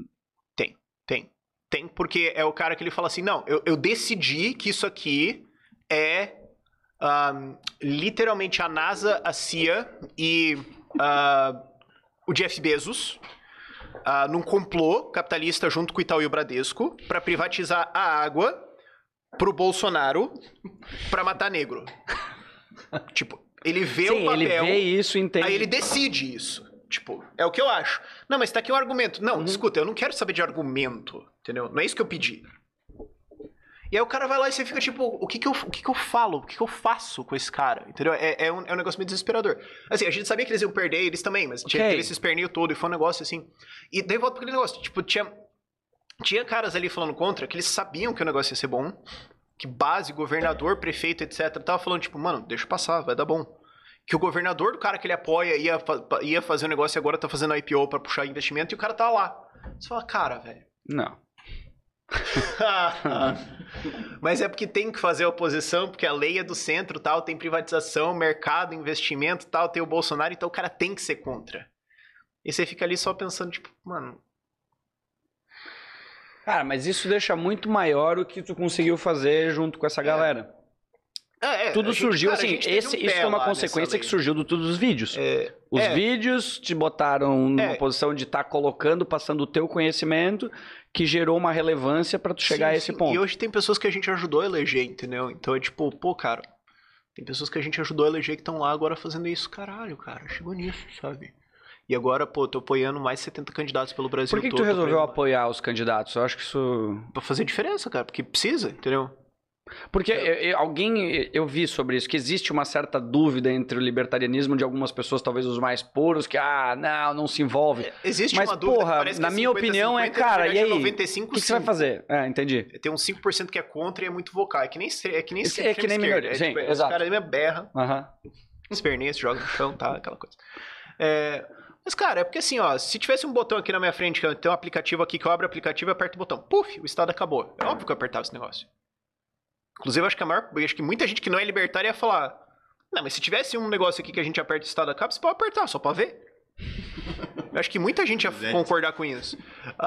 Tem, porque é o cara que ele fala assim, não, eu decidi que isso aqui é literalmente a NASA, a CIA e o Jeff Bezos num complô capitalista junto com o Itaú e o Bradesco para privatizar a água pro Bolsonaro para matar negro. Tipo, ele vê o papel, ele vê isso, entende. Aí ele decide isso. Tipo, é o que eu acho. Não, mas tá aqui um argumento. Não, escuta, eu não quero saber de argumento, entendeu? Não é isso que eu pedi. E aí o cara vai lá e você fica tipo, o que que eu falo? O que que eu faço com esse cara? Entendeu? É um negócio meio desesperador. Assim, a gente sabia que eles iam perder, eles também, mas teve esse esperneio todo e foi um negócio assim. E daí volta pra aquele negócio, tipo, tinha caras ali falando contra que eles sabiam que o negócio ia ser bom, que base, governador, prefeito, etc, tava falando tipo, mano, deixa passar, vai dar bom. Que o governador do cara que ele apoia ia fazer um negócio e agora tá fazendo IPO pra puxar investimento e o cara tá lá. Você fala, cara, velho. Não. Mas é porque tem que fazer oposição, porque a lei é do centro, tal, tem privatização, mercado, investimento, tal, tem o Bolsonaro, então o cara tem que ser contra. E você fica ali só pensando, tipo, mano... Cara, mas isso deixa muito maior o que tu conseguiu fazer junto com essa galera. Tudo surgiu, cara, assim, isso foi uma consequência que surgiu do tudo dos vídeos. Os vídeos te botaram numa posição de estar colocando, passando o teu conhecimento, que gerou uma relevância pra tu chegar a esse ponto. E hoje tem pessoas que a gente ajudou a eleger, entendeu? Então é tipo, pô, cara, tem pessoas que a gente ajudou a eleger que estão lá agora fazendo isso. Caralho, cara, chegou nisso, sabe? E agora, pô, tô apoiando mais 70 candidatos pelo Brasil todo. Por que tu resolveu apoiar os candidatos? Eu acho que isso... Pra fazer diferença, cara, porque precisa, entendeu? Porque eu vi sobre isso, que existe uma certa dúvida entre o libertarianismo de algumas pessoas, talvez os mais puros, que, não se envolve. Existe mas, uma dúvida, porra, na minha opinião 50, cara, e aí, 95, o que você vai fazer? Entendi. Tem uns 5% que é contra e é muito vocal, é que nem minoria, tipo, exato. Os caras me berram, esperneia, joga no chão, tá, aquela coisa. Mas, cara, é porque assim, ó, se tivesse um botão aqui na minha frente, que tem um aplicativo aqui, que eu abro o aplicativo e aperto o botão, puf, o estado acabou. É óbvio que eu apertava esse negócio. Inclusive, acho que muita gente que não é libertária ia falar, não, mas se tivesse um negócio aqui que a gente aperta o estado acaba, você pode apertar, só pra ver. Eu acho que muita gente ia concordar com isso.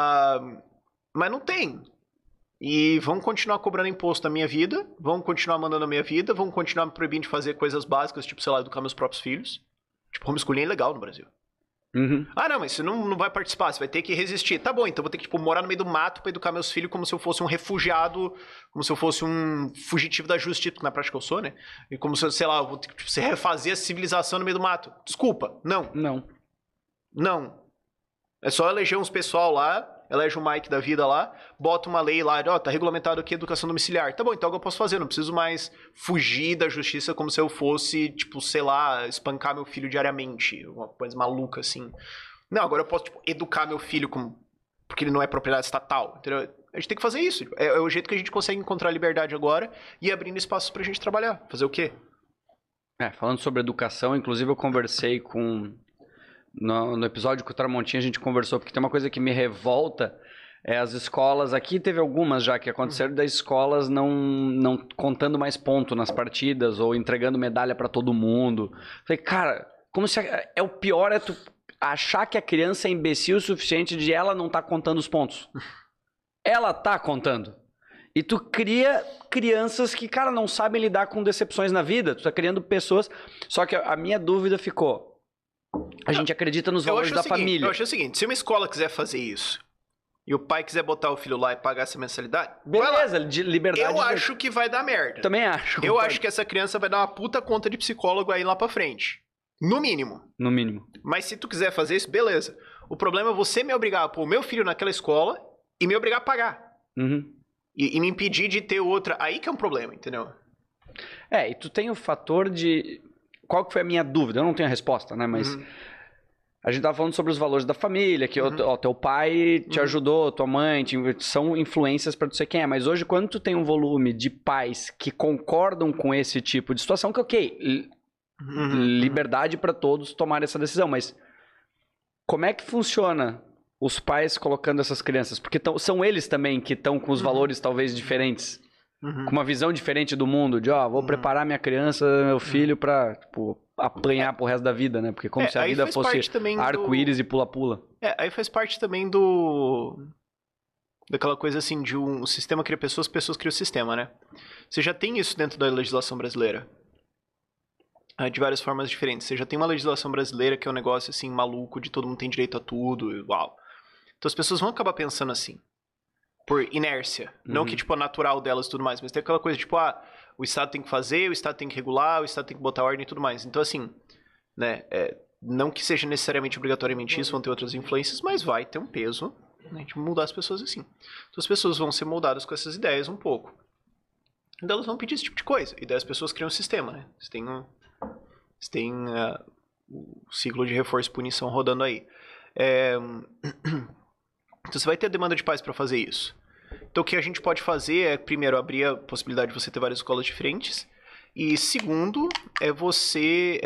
Mas não tem. E vão continuar cobrando imposto da minha vida, vão continuar mandando a minha vida, vão continuar me proibindo de fazer coisas básicas, tipo, sei lá, educar meus próprios filhos. Tipo, homeschooling é legal no Brasil. Não, mas você não vai participar, você vai ter que resistir. Tá bom, então vou ter que, tipo, morar no meio do mato pra educar meus filhos como se eu fosse um refugiado, como se eu fosse um fugitivo da justiça, porque na prática eu sou, né? E como se eu, sei lá, eu vou ter que, tipo, refazer a civilização no meio do mato. Desculpa, não. Não. É só eleger uns pessoal lá, elege o Mike da vida lá, bota uma lei lá, tá regulamentado aqui a educação domiciliar. Tá bom, então é o que eu posso fazer, não preciso mais fugir da justiça como se eu fosse, tipo, sei lá, espancar meu filho diariamente, uma coisa maluca assim. Não, agora eu posso, tipo, educar meu filho porque ele não é propriedade estatal, entendeu? A gente tem que fazer isso. É o jeito que a gente consegue encontrar liberdade agora e abrindo espaços pra gente trabalhar. Fazer o quê? Falando sobre educação, inclusive eu conversei com... No episódio com o Tramontinho a gente conversou, porque tem uma coisa que me revolta, as escolas, aqui teve algumas já que aconteceram, das escolas não contando mais ponto nas partidas, ou entregando medalha pra todo mundo. Falei, cara, como se o pior é tu achar que a criança é imbecil o suficiente de ela não tá contando os pontos. Ela tá contando. E tu cria crianças que, cara, não sabem lidar com decepções na vida, tu tá criando pessoas, só que a minha dúvida ficou... A gente acredita nos valores da família. Eu acho o seguinte, se uma escola quiser fazer isso e o pai quiser botar o filho lá e pagar essa mensalidade, beleza, de liberdade. Eu acho que vai dar merda. Também acho. Eu acho que essa criança vai dar uma puta conta de psicólogo aí lá pra frente. No mínimo. No mínimo. Mas se tu quiser fazer isso, beleza. O problema é você me obrigar a pôr o meu filho naquela escola e me obrigar a pagar. E me impedir de ter outra. Aí que é um problema, entendeu? E tu tem o fator de... Qual que foi a minha dúvida? Eu não tenho a resposta, né? Mas a gente tava falando sobre os valores da família, que teu pai te ajudou, tua mãe, são influências para tu ser quem é. Mas hoje, quando tu tem um volume de pais que concordam com esse tipo de situação, que ok, liberdade para todos tomar essa decisão, mas como é que funciona os pais colocando essas crianças? Porque são eles também que estão com os valores talvez diferentes. Com uma visão diferente do mundo, de vou preparar minha criança, meu filho pra, tipo, apanhar pro resto da vida, né? Porque como se a vida fosse arco-íris e pula-pula. Aí faz parte também daquela coisa assim, de um sistema cria pessoas criam o sistema, né? Você já tem isso dentro da legislação brasileira. De várias formas diferentes. Você já tem uma legislação brasileira que é um negócio assim, maluco, de todo mundo tem direito a tudo, uau. Então as pessoas vão acabar pensando assim. Por inércia. Não que, tipo, é natural delas e tudo mais, mas tem aquela coisa, tipo, o Estado tem que fazer, o Estado tem que regular, o Estado tem que botar ordem e tudo mais. Então, assim, né, não que seja necessariamente obrigatoriamente isso, vão ter outras influências, mas vai ter um peso, né, de mudar as pessoas assim. Então, as pessoas vão ser moldadas com essas ideias um pouco. Então, elas vão pedir esse tipo de coisa. E daí as pessoas criam um sistema, né? Você tem o ciclo de reforço e punição rodando aí. Então, você vai ter a demanda de pais para fazer isso. Então, o que a gente pode fazer é, primeiro, abrir a possibilidade de você ter várias escolas diferentes. E, segundo, é você...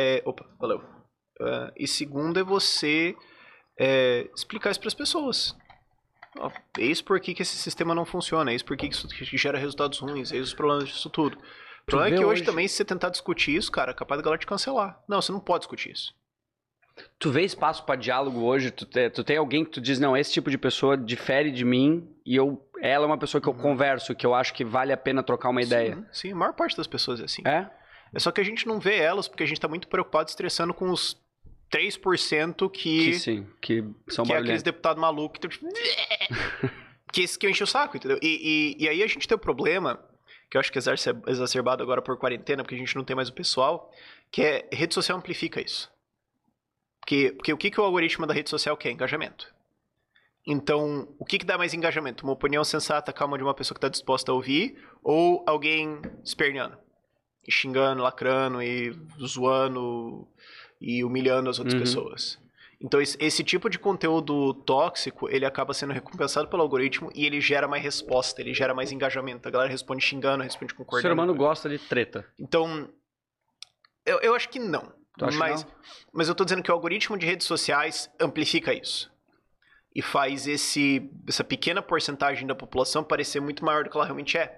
E, segundo, é você explicar isso para as pessoas. Eis por que esse sistema não funciona, eis por que isso gera resultados ruins, eis os problemas disso tudo. O problema é que hoje também, se você tentar discutir isso, cara, é capaz da galera te cancelar. Não, você não pode discutir isso. Tu vê espaço pra diálogo hoje? Tu tem alguém que tu diz, não, esse tipo de pessoa difere de mim e ela é uma pessoa que eu converso, que eu acho que vale a pena trocar uma ideia. Sim, a maior parte das pessoas é assim. É só que a gente não vê elas porque a gente tá muito preocupado e estressando com os 3% que são que é aqueles deputados malucos que, tipo, que enche o saco, entendeu? E aí a gente tem um problema, que eu acho que é exacerbado agora por quarentena, porque a gente não tem mais o pessoal, que é rede social amplifica isso. Porque o que o algoritmo da rede social quer? Engajamento. Então, o que dá mais engajamento? Uma opinião sensata, calma de uma pessoa que está disposta a ouvir, ou alguém esperneando, e xingando, lacrando, e zoando, e humilhando as outras pessoas. Então, esse tipo de conteúdo tóxico, ele acaba sendo recompensado pelo algoritmo e ele gera mais resposta, ele gera mais engajamento. A galera responde xingando, responde concordando. O ser humano gosta de treta. Então, eu acho que não. Mas eu tô dizendo que o algoritmo de redes sociais amplifica isso. E faz essa pequena porcentagem da população parecer muito maior do que ela realmente é.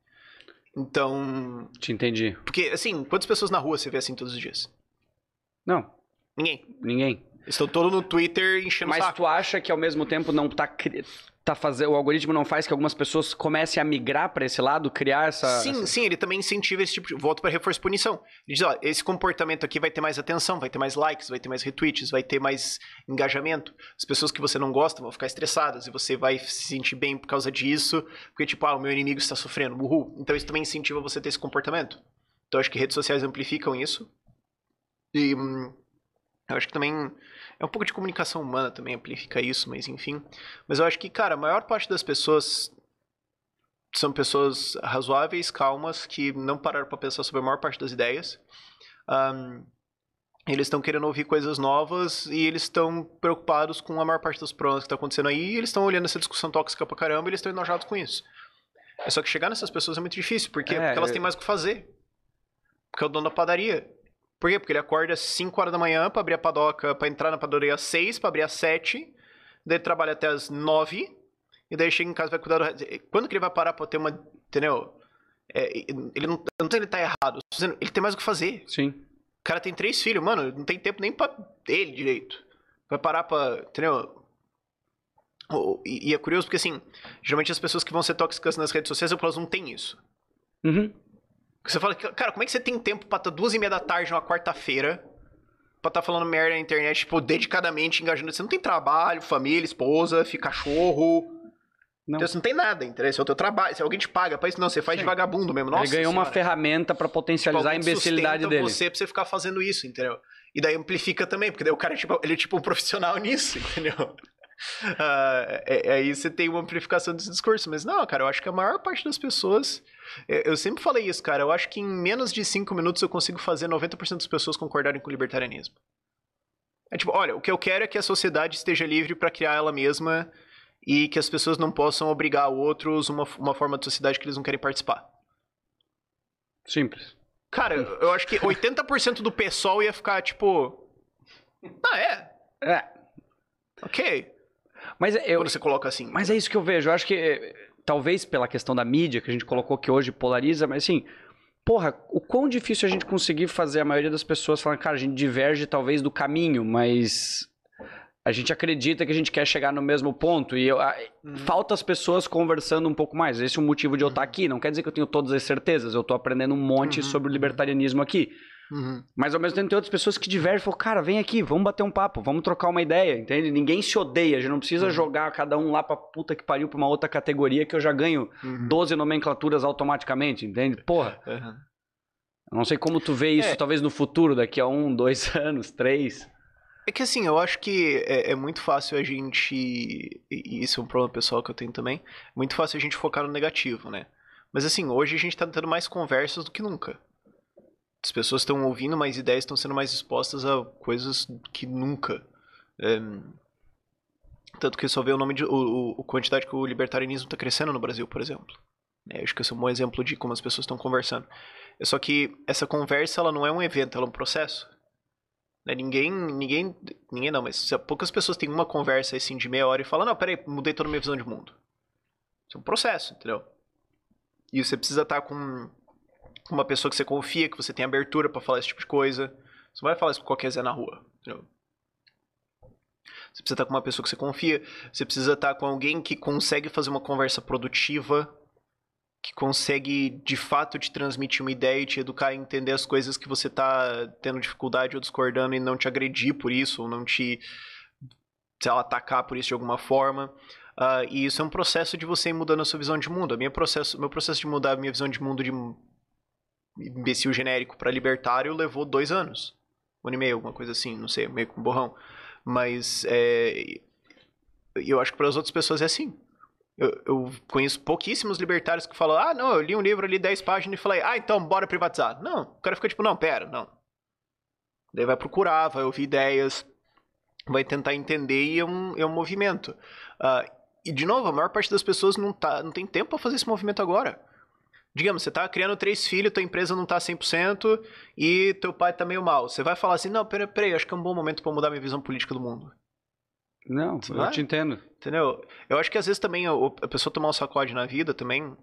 Então... Te entendi. Porque, assim, quantas pessoas na rua você vê assim todos os dias? Não. Ninguém. Estão todos no Twitter enchendo o saco. Mas tu acha que ao mesmo tempo não tá fazendo, o algoritmo não faz que algumas pessoas comecem a migrar para esse lado, criar essa... Sim, ele também incentiva esse tipo de... Volto para reforço e punição. Ele diz, ó, esse comportamento aqui vai ter mais atenção, vai ter mais likes, vai ter mais retweets, vai ter mais engajamento. As pessoas que você não gosta vão ficar estressadas e você vai se sentir bem por causa disso, porque tipo, o meu inimigo está sofrendo, uhul. Então isso também incentiva você a ter esse comportamento. Então eu acho que redes sociais amplificam isso. E eu acho que também... É um pouco de comunicação humana também, amplifica isso, mas enfim. Mas eu acho que, cara, a maior parte das pessoas são pessoas razoáveis, calmas, que não pararam pra pensar sobre a maior parte das ideias. Eles estão querendo ouvir coisas novas e eles estão preocupados com a maior parte dos problemas que tá acontecendo aí. E eles estão olhando essa discussão tóxica pra caramba e eles estão enojados com isso. É só que chegar nessas pessoas é muito difícil. Por quê? Porque elas têm mais o que fazer. Porque é o dono da padaria. Por quê? Porque ele acorda às 5 horas da manhã pra abrir a padoca, pra entrar na padaria às 6, pra abrir às 7, daí ele trabalha até às 9, e daí chega em casa e vai cuidar do... Quando que ele vai parar pra ter uma... Entendeu? Ele não tem ele tá errado, ele tem mais o que fazer. Sim. O cara tem 3 filhos, mano, não tem tempo nem pra ele direito. Vai parar pra... Entendeu? E é curioso porque, assim, geralmente as pessoas que vão ser tóxicas nas redes sociais é porque elas não têm isso. Você fala, cara, como é que você tem tempo pra estar 2h30 da tarde numa quarta-feira pra estar falando merda na internet, tipo, dedicadamente engajando? Você não tem trabalho, família, esposa, filho, cachorro. Não. Então você não tem nada, entendeu? Esse é o teu trabalho. Se alguém te paga pra isso, não, você faz de vagabundo mesmo. Nossa, ele ganhou uma ferramenta pra potencializar a imbecilidade dele. Você pra você ficar fazendo isso, entendeu? E daí amplifica também, porque daí o cara ele é tipo um profissional nisso, entendeu? Aí você tem uma amplificação desse discurso. Mas não, cara, eu acho que a maior parte das pessoas... Eu sempre falei isso, cara. Eu acho que em menos de 5 minutos eu consigo fazer 90% das pessoas concordarem com o libertarianismo. É tipo, olha, o que eu quero é que a sociedade esteja livre pra criar ela mesma e que as pessoas não possam obrigar outros uma forma de sociedade que eles não querem participar. Simples. Cara, eu acho que 80% do pessoal ia ficar tipo... Ok. Mas quando você coloca assim. Mas é isso que eu vejo. Eu acho que, talvez pela questão da mídia, que a gente colocou que hoje polariza, mas assim, porra, o quão difícil a gente conseguir fazer a maioria das pessoas falar, cara, a gente diverge talvez do caminho, mas a gente acredita que a gente quer chegar no mesmo ponto e falta as pessoas conversando um pouco mais. Esse é o motivo de eu estar aqui. Não quer dizer que eu tenho todas as certezas, eu estou aprendendo um monte sobre o libertarianismo aqui. Mas ao mesmo tempo tem outras pessoas que divergem e falam, cara, vem aqui, vamos bater um papo, vamos trocar uma ideia, entende? Ninguém se odeia, a gente não precisa jogar cada um lá pra puta que pariu pra uma outra categoria que eu já ganho 12 nomenclaturas automaticamente, entende? Porra. Eu não sei como tu vê isso, talvez no futuro, daqui a 1, 2 anos, 3. É que assim, eu acho que é muito fácil a gente, e isso é um problema pessoal que eu tenho também, é muito fácil a gente focar no negativo, né? Mas assim, hoje a gente tá tendo mais conversas do que nunca. As pessoas estão ouvindo mais ideias, estão sendo mais expostas a coisas que nunca. Tanto que só vê o nome de... a quantidade que o libertarianismo está crescendo no Brasil, por exemplo. Acho que esse é um bom exemplo de como as pessoas estão conversando. Só que essa conversa, ela não é um evento, ela é um processo. Né? Ninguém não, mas poucas pessoas têm uma conversa assim de meia hora e falam, não, peraí, mudei toda a minha visão de mundo. Isso é um processo, entendeu? E você precisa estar com uma pessoa que você confia, que você tem abertura pra falar esse tipo de coisa. Você não vai falar isso com qualquer Zé na rua, entendeu? Você precisa estar com uma pessoa que você confia, você precisa estar com alguém que consegue fazer uma conversa produtiva, que consegue, de fato, te transmitir uma ideia e te educar a entender as coisas que você tá tendo dificuldade ou discordando e não te agredir por isso, ou não te, sei lá, atacar por isso de alguma forma. E isso é um processo de você ir mudando a sua visão de mundo. Meu processo de mudar a minha visão de mundo de imbecil genérico para libertário levou 2 anos. 1 ano e meio, alguma coisa assim, não sei, meio com borrão. Mas eu acho que para as outras pessoas é assim. Eu conheço pouquíssimos libertários que falam, não, eu li um livro, li 10 páginas e falei, então bora privatizar. Não, o cara fica tipo, não, pera, não. Daí vai procurar, vai ouvir ideias, vai tentar entender e é um movimento. E de novo, a maior parte das pessoas não tem tempo para fazer esse movimento agora. Digamos, você tá criando 3 filhos, tua empresa não tá 100% e teu pai tá meio mal. Você vai falar assim, não, peraí, acho que é um bom momento para mudar minha visão política do mundo. Não, eu te entendo. Entendeu? Eu acho que às vezes também a pessoa tomar um sacode na vida também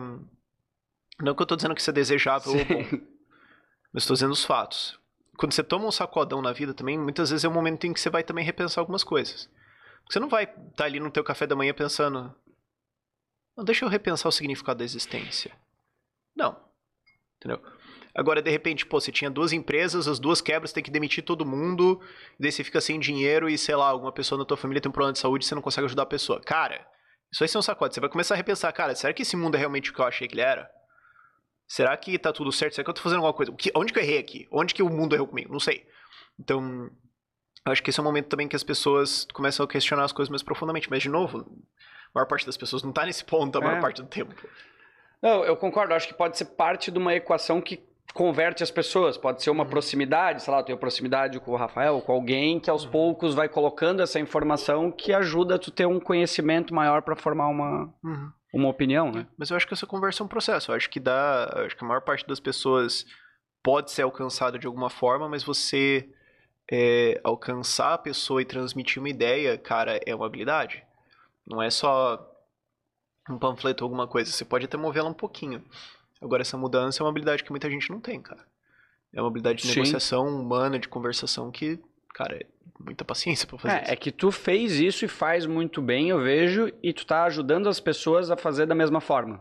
não que eu tô dizendo que isso é desejável ou bom, mas estou dizendo os fatos. Quando você toma um sacodão na vida também, muitas vezes é um momento em que você vai também repensar algumas coisas. Você não vai estar ali no teu café da manhã pensando, não, deixa eu repensar o significado da existência. Não. Entendeu? Agora, de repente, você tinha 2 empresas, as 2 quebram, você tem que demitir todo mundo, daí você fica sem dinheiro e, sei lá, alguma pessoa na tua família tem um problema de saúde e você não consegue ajudar a pessoa. Cara, isso vai ser um sacode. Você vai começar a repensar, cara, será que esse mundo é realmente o que eu achei que ele era? Será que tá tudo certo? Será que eu tô fazendo alguma coisa? Onde que eu errei aqui? Onde que o mundo errou comigo? Não sei. Então, eu acho que esse é um momento também que as pessoas começam a questionar as coisas mais profundamente. Mas, de novo, a maior parte das pessoas não tá nesse ponto a maior parte do tempo. Não, eu concordo. Acho que pode ser parte de uma equação que converte as pessoas. Pode ser uma proximidade, sei lá, eu tenho proximidade com o Rafael, com alguém que aos poucos vai colocando essa informação que ajuda a tu ter um conhecimento maior para formar uma opinião, né? Mas eu acho que essa conversa é um processo. Eu acho que acho que a maior parte das pessoas pode ser alcançada de alguma forma, mas você alcançar a pessoa e transmitir uma ideia, cara, é uma habilidade. Não é só um panfleto ou alguma coisa. Você pode até movê-la um pouquinho. Agora, essa mudança é uma habilidade que muita gente não tem, cara. É uma habilidade de negociação humana, de conversação que, cara, é muita paciência pra fazer isso. É que tu fez isso e faz muito bem, eu vejo, e tu tá ajudando as pessoas a fazer da mesma forma.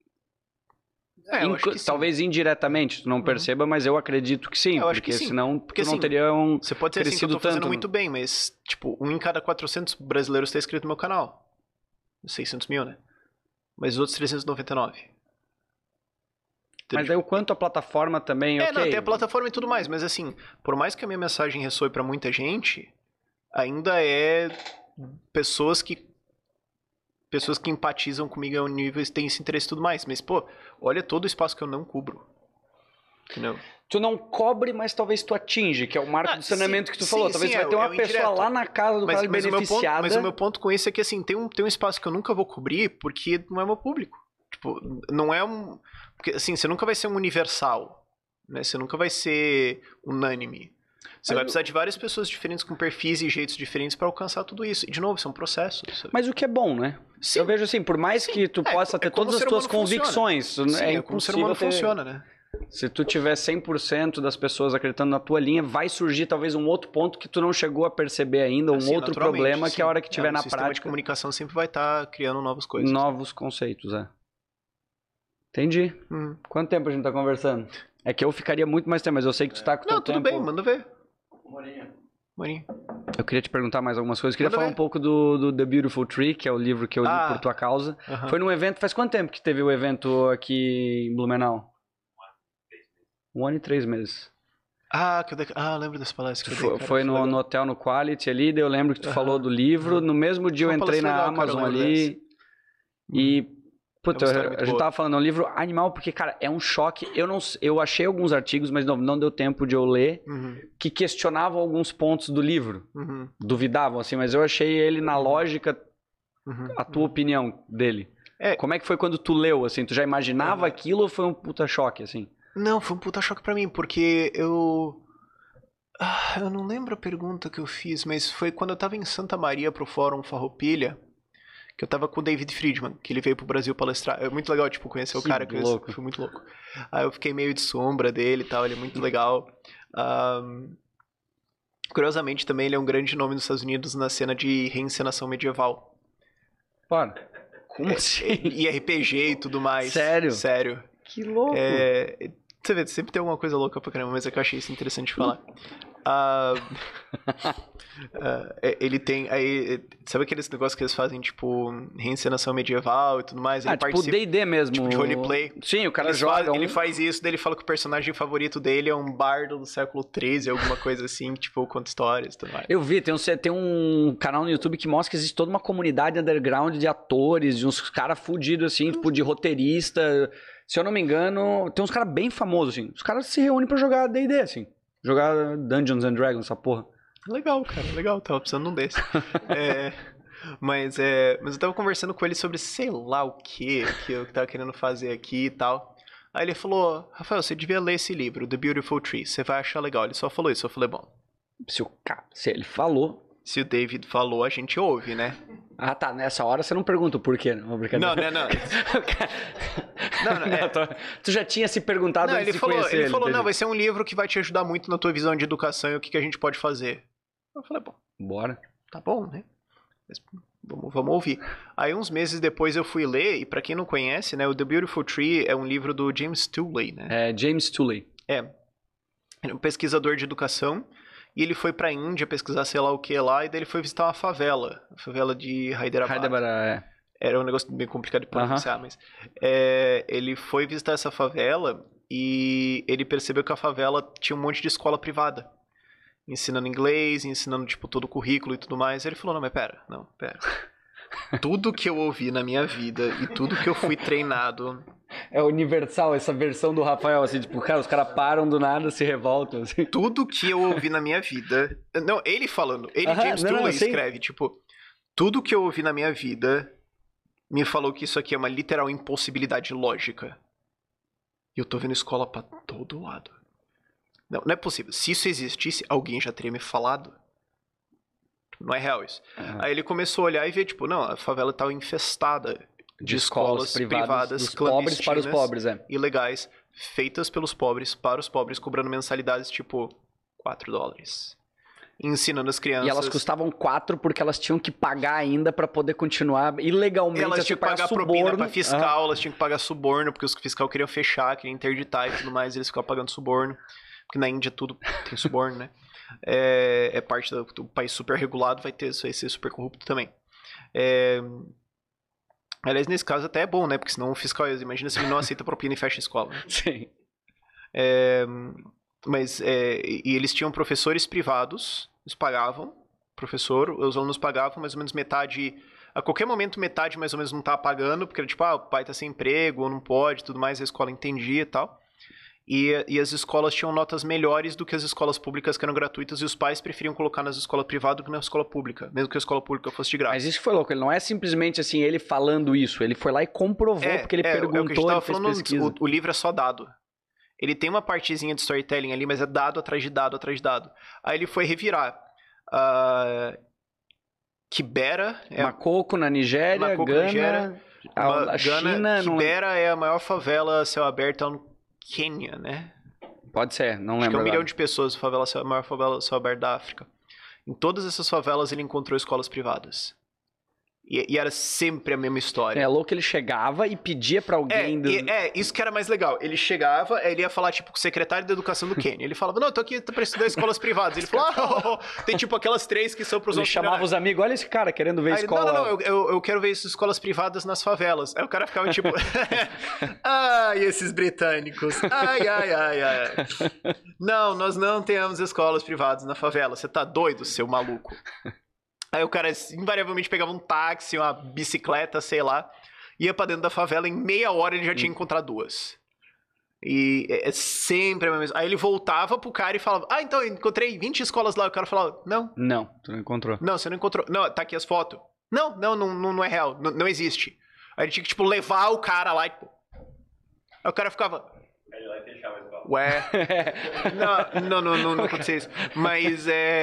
Eu acho que sim. Talvez indiretamente, tu não perceba, mas eu acredito que sim, eu acho porque que sim. Senão tu não teria Você pode dizer assim que eu tô fazendo muito bem, mas, tipo, 1 em cada 400 brasileiros tá inscrito no meu canal. 600 mil, né? Mas os outros 399. Mas daí o quanto a plataforma também, não, tem a plataforma e tudo mais, mas assim, por mais que a minha mensagem ressoe pra muita gente, ainda é pessoas que empatizam comigo a um nível, têm esse interesse e tudo mais, mas olha todo o espaço que eu não cubro. Entendeu? Tu não cobre, mas talvez tu atinge, que é o marco do saneamento que tu falou. Talvez vai ter uma pessoa lá na casa do cara beneficiada. Mas o meu ponto com isso é que assim, tem um espaço que eu nunca vou cobrir porque não é meu público. Tipo, não é porque assim, você nunca vai ser um universal, né? Você nunca vai ser unânime. Você vai precisar de várias pessoas diferentes com perfis e jeitos diferentes para alcançar tudo isso. E de novo, isso é um processo. Mas o que é bom, né? Sim. Eu vejo assim, por mais que tu possa ter todas as tuas convicções, é como o ser humano funciona, né? Se tu tiver 100% das pessoas acreditando na tua linha, vai surgir talvez um outro ponto que tu não chegou a perceber ainda, um outro problema que a hora que tiver na prática... O sistema de comunicação sempre vai estar criando novas coisas. Novos conceitos, Entendi. Quanto tempo a gente tá conversando? É que eu ficaria muito mais tempo, mas eu sei que tu tá com o teu tempo... Não, tudo bem, manda ver. Morinha. Eu queria te perguntar mais algumas coisas. Eu queria falar um pouco do The Beautiful Tree, que é o livro que eu li por tua causa. Foi num evento... Faz quanto tempo que teve o evento aqui em Blumenau? 1 ano e 3 meses. Eu lembro dessa palestra. Foi no hotel, no Quality ali, daí eu lembro que tu falou do livro. No mesmo dia eu entrei na Amazon ali e... Puta, a gente tava falando, é um livro animal, porque, cara, é um choque. Eu achei alguns artigos, mas não deu tempo de eu ler, que questionavam alguns pontos do livro. Duvidavam, assim, mas eu achei ele na lógica, a tua opinião dele. Como é que foi quando tu leu, assim? Tu já imaginava aquilo ou foi um puta choque, assim? Não, foi um puta choque pra mim, porque eu Eu não lembro a pergunta que eu fiz, mas foi quando eu tava em Santa Maria pro Fórum Farroupilha, que eu tava com o David Friedman, que ele veio pro Brasil palestrar. É muito legal, tipo, conhecer o cara, que foi muito louco. Aí eu fiquei meio de sombra dele e tal, ele é muito legal. Curiosamente, também ele é um grande nome nos Estados Unidos na cena de reencenação medieval. Para. Como assim? E RPG e tudo mais. Sério? Sério. Que louco. Você vê, sempre tem alguma coisa louca pra caramba, mas é que eu achei isso interessante de falar. Ele tem. Aí, sabe aqueles negócios que eles fazem, tipo, reencenação medieval e tudo mais? Ele tipo D&D mesmo. Tipo de roleplay. Sim, o cara joga. Ele faz isso, daí ele fala que o personagem favorito dele é um bardo do século XIII, alguma coisa assim, tipo, conta histórias e tudo mais. Eu vi, tem um canal no YouTube que mostra que existe toda uma comunidade underground de atores, de uns caras fudidos, assim, tipo, de roteirista. Se eu não me engano, tem uns caras bem famosos, assim. Os caras se reúnem pra jogar D&D, assim. Jogar Dungeons and Dragons, essa porra. Legal, cara, legal. Tava precisando de um desse. Mas eu tava conversando com ele sobre sei lá o que eu tava querendo fazer aqui e tal. Aí ele falou, Rafael, você devia ler esse livro, The Beautiful Tree. Você vai achar legal. Ele só falou isso. Eu falei, bom. Se ele falou... Se o David falou, a gente ouve, né? Ah, tá. Nessa hora você não pergunta o porquê. Não. Tu já tinha se perguntado antes de conhecer ele. Ele falou, não, vai ser um livro que vai te ajudar muito na tua visão de educação e o que a gente pode fazer. Eu falei, bom. Bora. Tá bom, né? Mas vamos ouvir. Aí uns meses depois eu fui ler, e pra quem não conhece, né, o The Beautiful Tree é um livro do James Tooley, né? James Tooley. Ele é um pesquisador de educação. E ele foi pra Índia pesquisar sei lá o que lá, e daí ele foi visitar uma favela. A favela de Hyderabad. Era um negócio bem complicado de pronunciar, mas... ele foi visitar essa favela e ele percebeu que a favela tinha um monte de escola privada. Ensinando inglês, ensinando, tipo, todo o currículo e tudo mais. E ele falou, não, pera. Tudo que eu ouvi na minha vida e tudo que eu fui treinado... É universal essa versão do Rafael, assim, tipo, cara, os caras param do nada, se revoltam, assim. Tudo que eu ouvi na minha vida... Não, ele falando, James Tooley escreve, tipo, tudo que eu ouvi na minha vida me falou que isso aqui é uma literal impossibilidade lógica. E eu tô vendo escola pra todo lado. Não é possível. Se isso existisse, alguém já teria me falado. Não é real isso. Aí ele começou a olhar e ver, tipo, não, a favela tá infestada de escolas privadas dos pobres para os pobres, ilegais, feitas pelos pobres, para os pobres, cobrando mensalidades tipo $4. Ensinando as crianças... E elas custavam 4 porque elas tinham que pagar ainda pra poder continuar ilegalmente. Elas tinham que pagar propina pra fiscal, elas tinham que pagar suborno, porque os fiscal queriam fechar, queriam interditar e tudo mais, eles ficavam pagando suborno. Porque na Índia tudo tem suborno, né? É parte do país super regulado, vai ser super corrupto também. Aliás, nesse caso até é bom, né? Porque senão o fiscal, imagina se ele não aceita propina e fecha a escola. Sim. E eles tinham professores privados, eles pagavam, os alunos pagavam mais ou menos metade, a qualquer momento metade mais ou menos não tava pagando, porque era tipo, o pai tá sem emprego, ou não pode, tudo mais, a escola entendia e tal. E as escolas tinham notas melhores do que as escolas públicas que eram gratuitas, e os pais preferiam colocar nas escolas privadas do que na escola pública, mesmo que a escola pública fosse de graça. Mas isso que foi louco, ele não é simplesmente assim, ele falando isso, ele foi lá e comprovou, porque ele perguntou, o que a gente tava falando, pesquisa. O livro é só dado. Ele tem uma partezinha de storytelling ali, mas é dado atrás de dado, atrás de dado. Aí ele foi revirar. Kibera... Makoko na Nigéria, Gana, China... Kibera é a maior favela a céu aberto no Quênia, né? Pode ser, não lembro. Acho que é 1 milhão de pessoas, a maior favela a céu aberto da África. Em todas essas favelas ele encontrou escolas privadas. E era sempre a mesma história. É louco, ele chegava e pedia pra alguém... Isso que era mais legal. Ele chegava, ele ia falar, tipo, com o secretário de educação do Quênia. Ele falava, não, eu tô aqui pra estudar escolas privadas. Ele falou, tem tipo aquelas 3 que são pros outros... Ele chamava os amigos, olha esse cara querendo ver escola... Não, eu quero ver essas escolas privadas nas favelas. Aí o cara ficava tipo... Ai, esses britânicos. Ai. Não, nós não temos escolas privadas na favela. Você tá doido, seu maluco? Aí o cara invariavelmente pegava um táxi, uma bicicleta, sei lá, ia pra dentro da favela, em meia hora ele já tinha encontrado 2. E é sempre a mesma. Aí ele voltava pro cara e falava, então eu encontrei 20 escolas lá. E o cara falava, não. Não, tu não encontrou. Não, você não encontrou. Não, tá aqui as fotos. Não é real, não existe. Aí ele tinha que, tipo, levar o cara lá e, tipo... Aí o cara ficava... Aí ele lá e fechava a escola. ué. Não aconteceu isso. Mas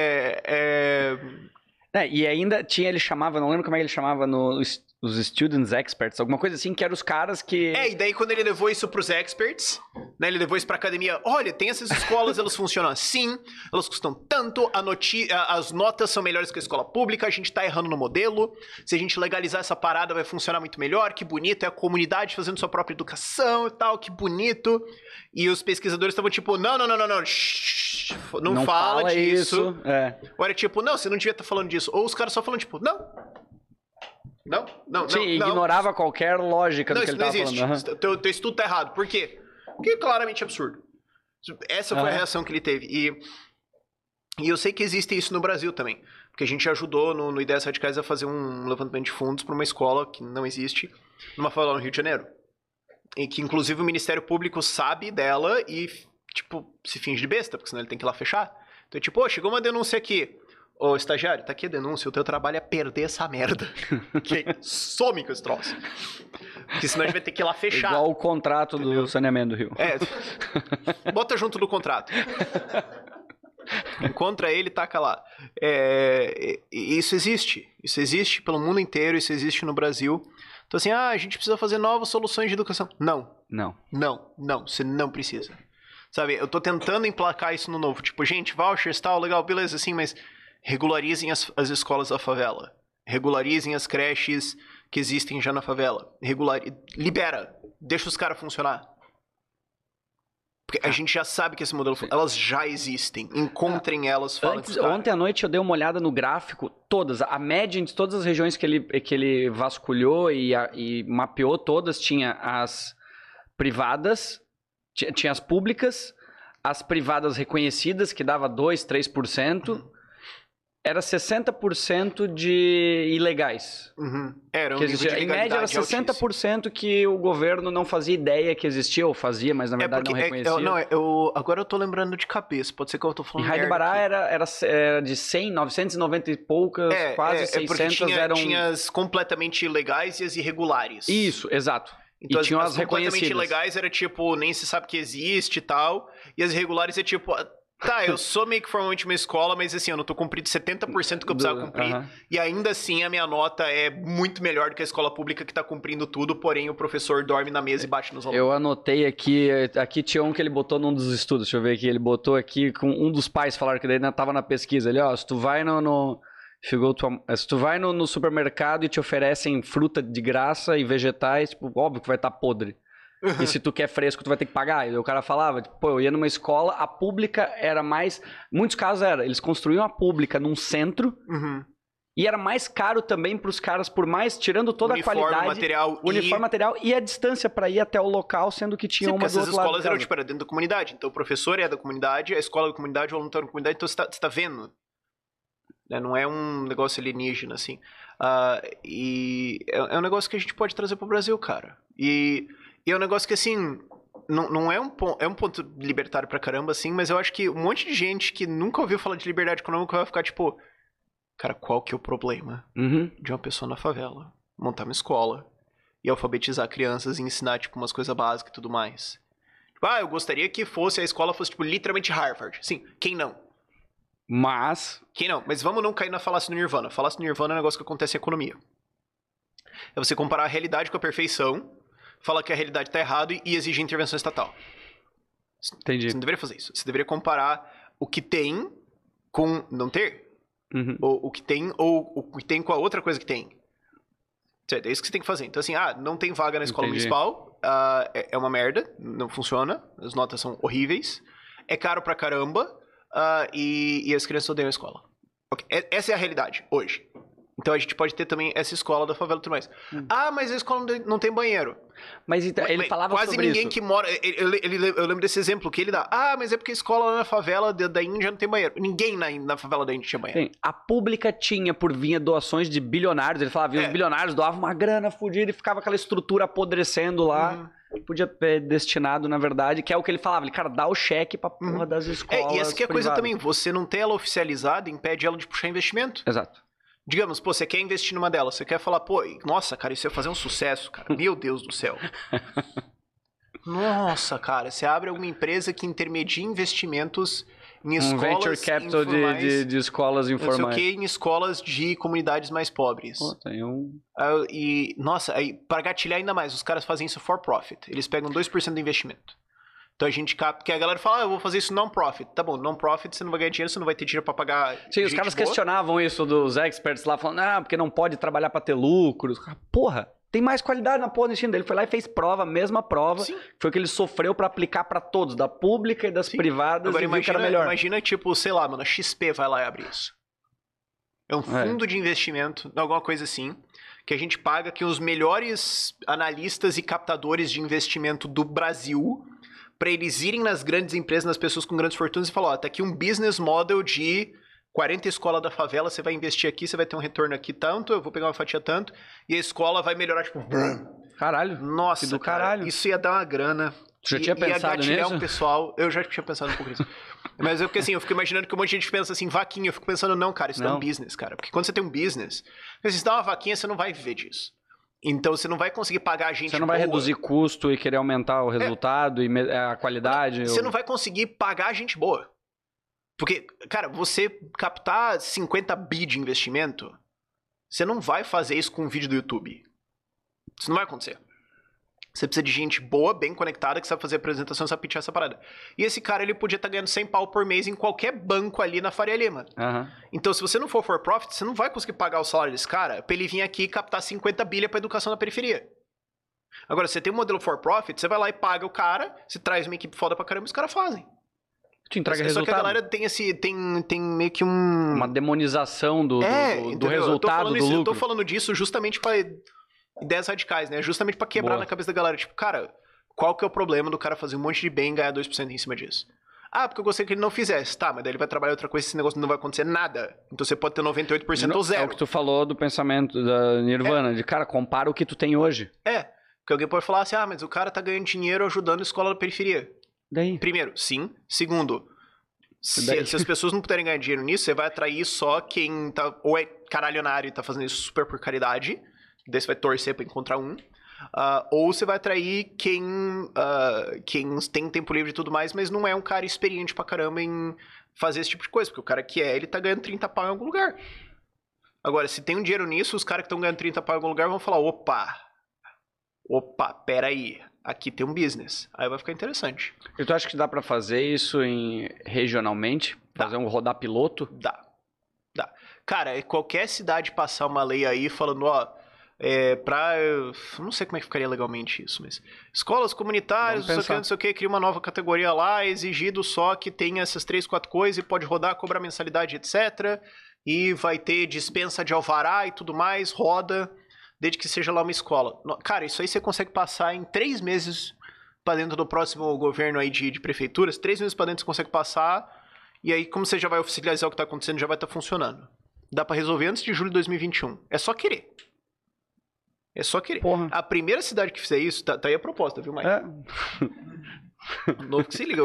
e ainda tinha, ele chamava, não lembro como é que ele chamava, os Students Experts, alguma coisa assim, que eram os caras que... e daí quando ele levou isso pros experts, né, ele levou isso pra academia, olha, tem essas escolas, elas funcionam assim, elas custam tanto, as notas são melhores que a escola pública, a gente tá errando no modelo, se a gente legalizar essa parada vai funcionar muito melhor, que bonito, é a comunidade fazendo sua própria educação e tal, que bonito. E os pesquisadores estavam tipo, não, não fala disso. Ou era tipo, não, você não devia estar falando disso. Ou os caras só falando tipo, não. Sim, ignorava qualquer lógica do que ele estava falando. Teu estudo tá errado. Por quê? Porque é claramente absurdo. Essa foi a reação que ele teve. E eu sei que existe isso no Brasil também. Porque a gente ajudou no Ideias Radicais a fazer um levantamento de fundos para uma escola que não existe, numa favela no Rio de Janeiro. E que, inclusive, o Ministério Público sabe dela e, tipo, se finge de besta, porque senão ele tem que ir lá fechar. Então, tipo, chegou uma denúncia aqui. Ô, estagiário, tá aqui a denúncia, o teu trabalho é perder essa merda. Que some com esse troço. Porque senão a gente vai ter que ir lá fechar. Igual o contrato do saneamento do Rio. Bota junto do contrato. Encontra ele e taca lá. Isso existe pelo mundo inteiro, isso existe no Brasil. Então assim, a gente precisa fazer novas soluções de educação. Não, você não precisa. Sabe, eu tô tentando emplacar isso no novo. Tipo, gente, vouchers, tal, legal, beleza, assim, mas regularizem as escolas da favela. Regularizem as creches que existem já na favela. Libera, deixa os caras funcionar. Porque a gente já sabe que esse modelo... Elas já existem. Encontrem elas, falem com os caras. Ontem à noite eu dei uma olhada no gráfico, todas. A média de todas as regiões que ele vasculhou e mapeou todas, tinha as privadas, tinha as públicas, as privadas reconhecidas, que dava 2%, 3%. Era 60% de ilegais. Era um nível de em média era 60% que o governo não fazia ideia que existia, ou fazia, mas na verdade não reconhecia. Agora eu tô lembrando de cabeça, pode ser que eu tô falando em Raio do Bará era de 100, 990 e poucas, quase 600 eram... Tinha as completamente ilegais e as irregulares. Isso, exato. Então, e tinham as reconhecidas. Completamente ilegais era tipo, nem se sabe que existe e tal, e as irregulares é tipo... Tá, eu sou meio que formalmente uma escola, mas assim, eu não tô cumprindo 70% que eu precisava cumprir. E ainda assim, a minha nota é muito melhor do que a escola pública que tá cumprindo tudo, porém o professor dorme na mesa e bate nos alunos. Eu anotei aqui tinha um que ele botou num dos estudos, deixa eu ver aqui, ele botou aqui com um dos pais, falaram que daí ainda tava na pesquisa, ele, se tu vai se tu vai no supermercado e te oferecem fruta de graça e vegetais, tipo, óbvio que vai estar podre. E se tu quer fresco, tu vai ter que pagar. E o cara falava, tipo, eu ia numa escola, a pública era mais... Muitos casos eles construíam a pública num centro e era mais caro também pros caras, por mais, tirando toda a qualidade... Uniforme, material e a distância pra ir até o local, sendo que tinha uma do outro lado. Essas escolas eram, tipo, era dentro da comunidade. Então o professor é da comunidade, a escola é da comunidade, o aluno tá na comunidade, então você tá vendo. Não é um negócio alienígena, assim. E é um negócio que a gente pode trazer pro Brasil, cara. E é um negócio que, assim, não é um ponto libertário pra caramba, assim, mas eu acho que um monte de gente que nunca ouviu falar de liberdade econômica vai ficar, tipo, cara, qual que é o problema de uma pessoa na favela montar uma escola e alfabetizar crianças e ensinar, tipo, umas coisas básicas e tudo mais? Tipo, eu gostaria que a escola fosse, tipo, literalmente Harvard. Sim, quem não? Quem não? Mas vamos não cair na falácia do Nirvana. Falácia do Nirvana é um negócio que acontece em economia. É você comparar a realidade com a perfeição, fala que a realidade tá errada e exige intervenção estatal. Entendi. Você não deveria fazer isso. Você deveria comparar o que tem com não ter. Ou o que tem com a outra coisa que tem. Certo? É isso que você tem que fazer. Então assim, não tem vaga na escola municipal, é uma merda, não funciona, as notas são horríveis, é caro pra caramba, e as crianças odeiam a escola. Okay. Essa é a realidade, hoje. Então a gente pode ter também essa escola da favela e tudo mais. Mas a escola não tem banheiro. Mas ele falava quase sobre ninguém isso. Que mora... Eu lembro desse exemplo que ele dá. Mas é porque a escola lá na favela da Índia não tem banheiro. Ninguém na favela da Índia tinha banheiro. Sim, a pública tinha por vinha doações de bilionários. Ele falava, os bilionários doavam uma grana fodida e ficava aquela estrutura apodrecendo lá. Podia ter destinado, na verdade, que é o que ele falava. Ele, cara, dá o cheque pra porra das escolas e essa que é a privadas. coisa também. Você não ter ela oficializada impede ela de puxar investimento. Exato. Digamos, você quer investir numa delas, você quer falar, nossa, cara, isso ia fazer um sucesso, cara. Meu Deus do céu. Nossa, cara, você abre alguma empresa que intermedia investimentos em escolas venture capital de escolas informais. Não sei o que, em escolas de comunidades mais pobres. Pô, tem um... Nossa, aí, para gatilhar ainda mais, os caras fazem isso for profit. Eles pegam 2% do investimento. Então a gente capta, porque a galera fala, eu vou fazer isso non-profit. Tá bom, non-profit você não vai ganhar dinheiro, você não vai ter dinheiro pra pagar. Sim, os caras questionavam isso dos experts lá, falando, porque não pode trabalhar pra ter lucros. Porra, tem mais qualidade na porra do destino dele. Foi lá e fez prova, mesma prova. Sim. Foi o que ele sofreu pra aplicar pra todos, da pública e das privadas. Agora, e viu que era melhor. Imagina, tipo, sei lá, mano, a XP vai lá e abre isso. É um fundo de investimento, alguma coisa assim, que a gente paga que os melhores analistas e captadores de investimento do Brasil, para eles irem nas grandes empresas, nas pessoas com grandes fortunas e falar, tá aqui um business model de 40 escolas da favela, você vai investir aqui, você vai ter um retorno aqui tanto, eu vou pegar uma fatia tanto, e a escola vai melhorar, tipo... Caralho. Nossa, do caralho. Isso ia dar uma grana. Tu já tinha pensado nisso? Um pessoal, eu já tinha pensado um pouco nisso. Mas eu fico imaginando que um monte de gente pensa assim, vaquinha, eu fico pensando, não, cara, isso não é um business, cara. Porque quando você tem um business, se você dá uma vaquinha, você não vai viver disso. Então você não vai conseguir pagar a gente Você não vai reduzir custo e querer aumentar o resultado e a qualidade. Você não vai conseguir pagar a gente boa. Porque, cara, você captar 50 bi de investimento, você não vai fazer isso com um vídeo do YouTube. Isso não vai acontecer. Você precisa de gente boa, bem conectada, que sabe fazer apresentação, sabe pitchar essa parada. E esse cara, ele podia estar ganhando 100 pau por mês em qualquer banco ali na Faria Lima. Uhum. Então, se você não for for profit, você não vai conseguir pagar o salário desse cara pra ele vir aqui e captar 50 bilha pra educação na periferia. Agora, você tem um modelo for profit, você vai lá e paga o cara, você traz uma equipe foda pra caramba e os caras fazem. Te entrega resultado. Só que a galera tem meio que uma demonização do resultado, do lucro. Eu tô falando disso justamente pra... ideias radicais, né? Justamente pra quebrar na cabeça da galera. Tipo, cara, qual que é o problema do cara fazer um monte de bem e ganhar 2% em cima disso? Porque eu gostaria que ele não fizesse. Tá, mas daí ele vai trabalhar outra coisa e esse negócio não vai acontecer nada. Então você pode ter 98% ou zero. É o que tu falou do pensamento da Nirvana, de cara, compara o que tu tem hoje. Porque alguém pode falar assim, mas o cara tá ganhando dinheiro ajudando a escola da periferia. Daí? Primeiro, sim. Segundo, se as pessoas não puderem ganhar dinheiro nisso, você vai atrair só quem tá ou é caralhonário e tá fazendo isso super por caridade, daí você vai torcer pra encontrar um, ou você vai atrair quem tem tempo livre e tudo mais, mas não é um cara experiente pra caramba em fazer esse tipo de coisa, porque o cara que ele tá ganhando 30 pau em algum lugar. Agora, se tem um dinheiro nisso, os caras que estão ganhando 30 pau em algum lugar vão falar, opa, peraí, aqui tem um business. Aí vai ficar interessante. E tu acha que dá pra fazer isso regionalmente? Fazer um rodar piloto? Dá. Cara, qualquer cidade passar uma lei aí falando, não sei como é que ficaria legalmente isso, mas escolas comunitárias, não sei o que, cria uma nova categoria lá, exigido só que tenha essas 3, 4 coisas e pode rodar, cobrar mensalidade, etc. E vai ter dispensa de alvará e tudo mais, roda, desde que seja lá uma escola. Cara, isso aí você consegue passar em 3 meses para dentro do próximo governo aí de prefeituras, 3 meses para dentro você consegue passar, e aí como você já vai oficializar o que está acontecendo, já vai estar funcionando. Dá para resolver antes de julho de 2021. É só querer. Porra. A primeira cidade que fizer isso, tá aí a proposta, viu, Mike? Novo que se liga.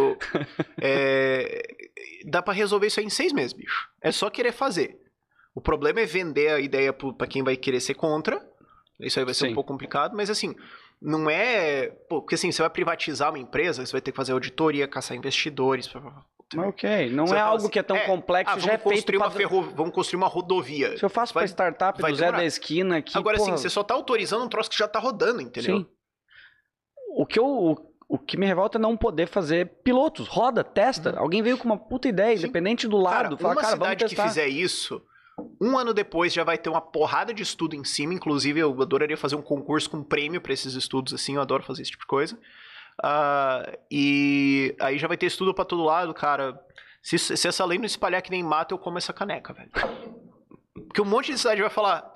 Dá pra resolver isso aí em 6 meses, bicho. É só querer fazer. O problema é vender a ideia pra quem vai querer ser contra. Isso aí vai ser um pouco complicado, mas assim, não é... porque assim, você vai privatizar uma empresa, você vai ter que fazer auditoria, caçar investidores... Ok, não é algo que é tão complexo, já é feito vamos construir uma rodovia. Se eu faço pra startup do Zé da esquina aqui... Agora sim, você só tá autorizando um troço que já tá rodando, entendeu? Sim. O que me revolta é não poder fazer pilotos. Roda, testa. Alguém veio com uma puta ideia, independente do lado. Cara, uma cidade que fizer isso, 1 ano depois já vai ter uma porrada de estudo em cima. Inclusive, eu adoraria fazer um concurso com prêmio pra esses estudos, assim. Eu adoro fazer esse tipo de coisa. E aí já vai ter estudo pra todo lado, cara. Se essa lei não espalhar que nem mato, eu como essa caneca, velho. Porque um monte de cidade vai falar,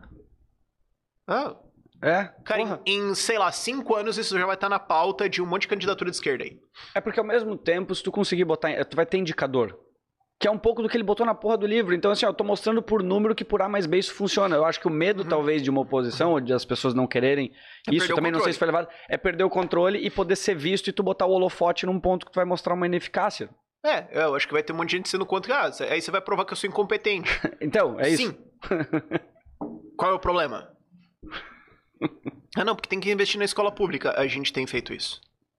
cara, em, sei lá, 5 anos isso já vai estar na pauta de um monte de candidatura de esquerda aí. É porque ao mesmo tempo, se tu conseguir botar, tu vai ter indicador. Que é um pouco do que ele botou na porra do livro. Então, assim, eu tô mostrando por número que por A mais B isso funciona. Eu acho que o medo, talvez, de uma oposição, ou de as pessoas não quererem, isso também não sei se foi levado, é perder o controle e poder ser visto e tu botar o holofote num ponto que tu vai mostrar uma ineficácia. Eu acho que vai ter um monte de gente sendo contra. Aí você vai provar que eu sou incompetente. Então, é isso. Sim. Qual é o problema? Não, porque tem que investir na escola pública. A gente tem feito isso.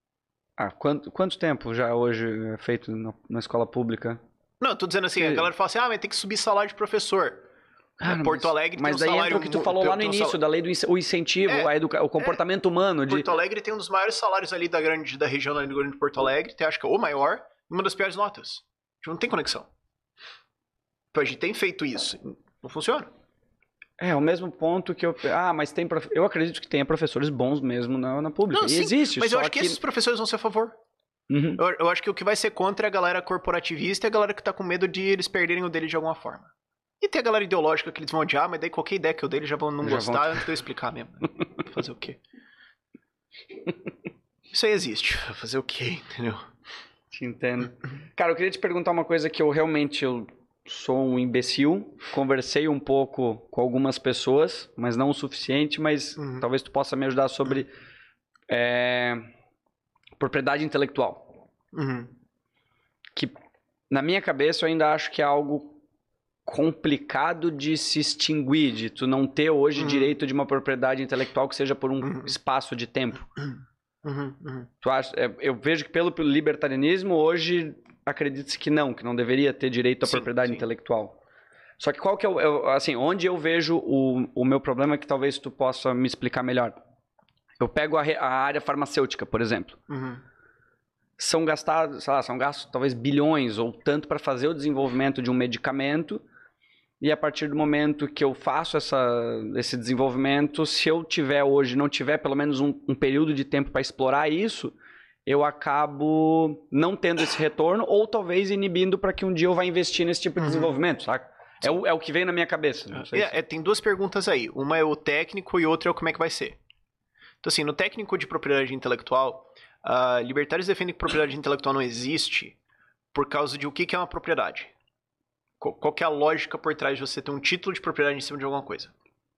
Quanto tempo já hoje é feito na escola pública? Não, eu tô dizendo assim, a galera fala assim, mas tem que subir salário de professor. Porto Alegre tem um salário... Mas daí entra o que tu falou lá no início, da lei do incentivo, o comportamento humano. Porto Alegre tem um dos maiores salários ali da região ali do Grande Porto Alegre, acho que é o maior, e uma das piores notas. A gente não tem conexão. Então a gente tem feito isso. Não funciona. É o mesmo ponto que eu... mas eu acredito que tenha professores bons mesmo na pública. Não, sim, existe, mas eu acho que esses professores vão ser a favor. Uhum. Eu acho que o que vai ser contra é a galera corporativista e a galera que tá com medo de eles perderem o dele de alguma forma. E tem a galera ideológica que eles vão odiar, mas daí qualquer ideia que eu dei eles já vão não gostar antes de eu explicar mesmo. Fazer o quê? Isso aí existe. Fazer o quê, entendeu? Te entendo. Cara, eu queria te perguntar uma coisa que eu sou um imbecil. Conversei um pouco com algumas pessoas, mas não o suficiente, mas talvez tu possa me ajudar sobre propriedade intelectual. Que na minha cabeça eu ainda acho que é algo complicado de se extinguir, de tu não ter hoje direito de uma propriedade intelectual que seja por um espaço de tempo. Tu acha, eu vejo que pelo libertarianismo hoje acredita-se que não deveria ter direito à propriedade intelectual. Só que qual que é assim, onde eu vejo o meu problema que talvez tu possa me explicar melhor. Eu pego a área farmacêutica, por exemplo. São gastados talvez bilhões ou tanto para fazer o desenvolvimento de um medicamento. E a partir do momento que eu faço esse desenvolvimento, se eu não tiver pelo menos um período de tempo para explorar isso, eu acabo não tendo esse retorno ou talvez inibindo para que um dia eu vá investir nesse tipo de desenvolvimento, saca? É o que vem na minha cabeça. Não sei tem duas perguntas aí. Uma é o técnico e outra é o como é que vai ser. Então assim, no técnico de propriedade intelectual, libertários defendem que propriedade intelectual não existe por causa de o que é uma propriedade. Qual que é a lógica por trás de você ter um título de propriedade em cima de alguma coisa?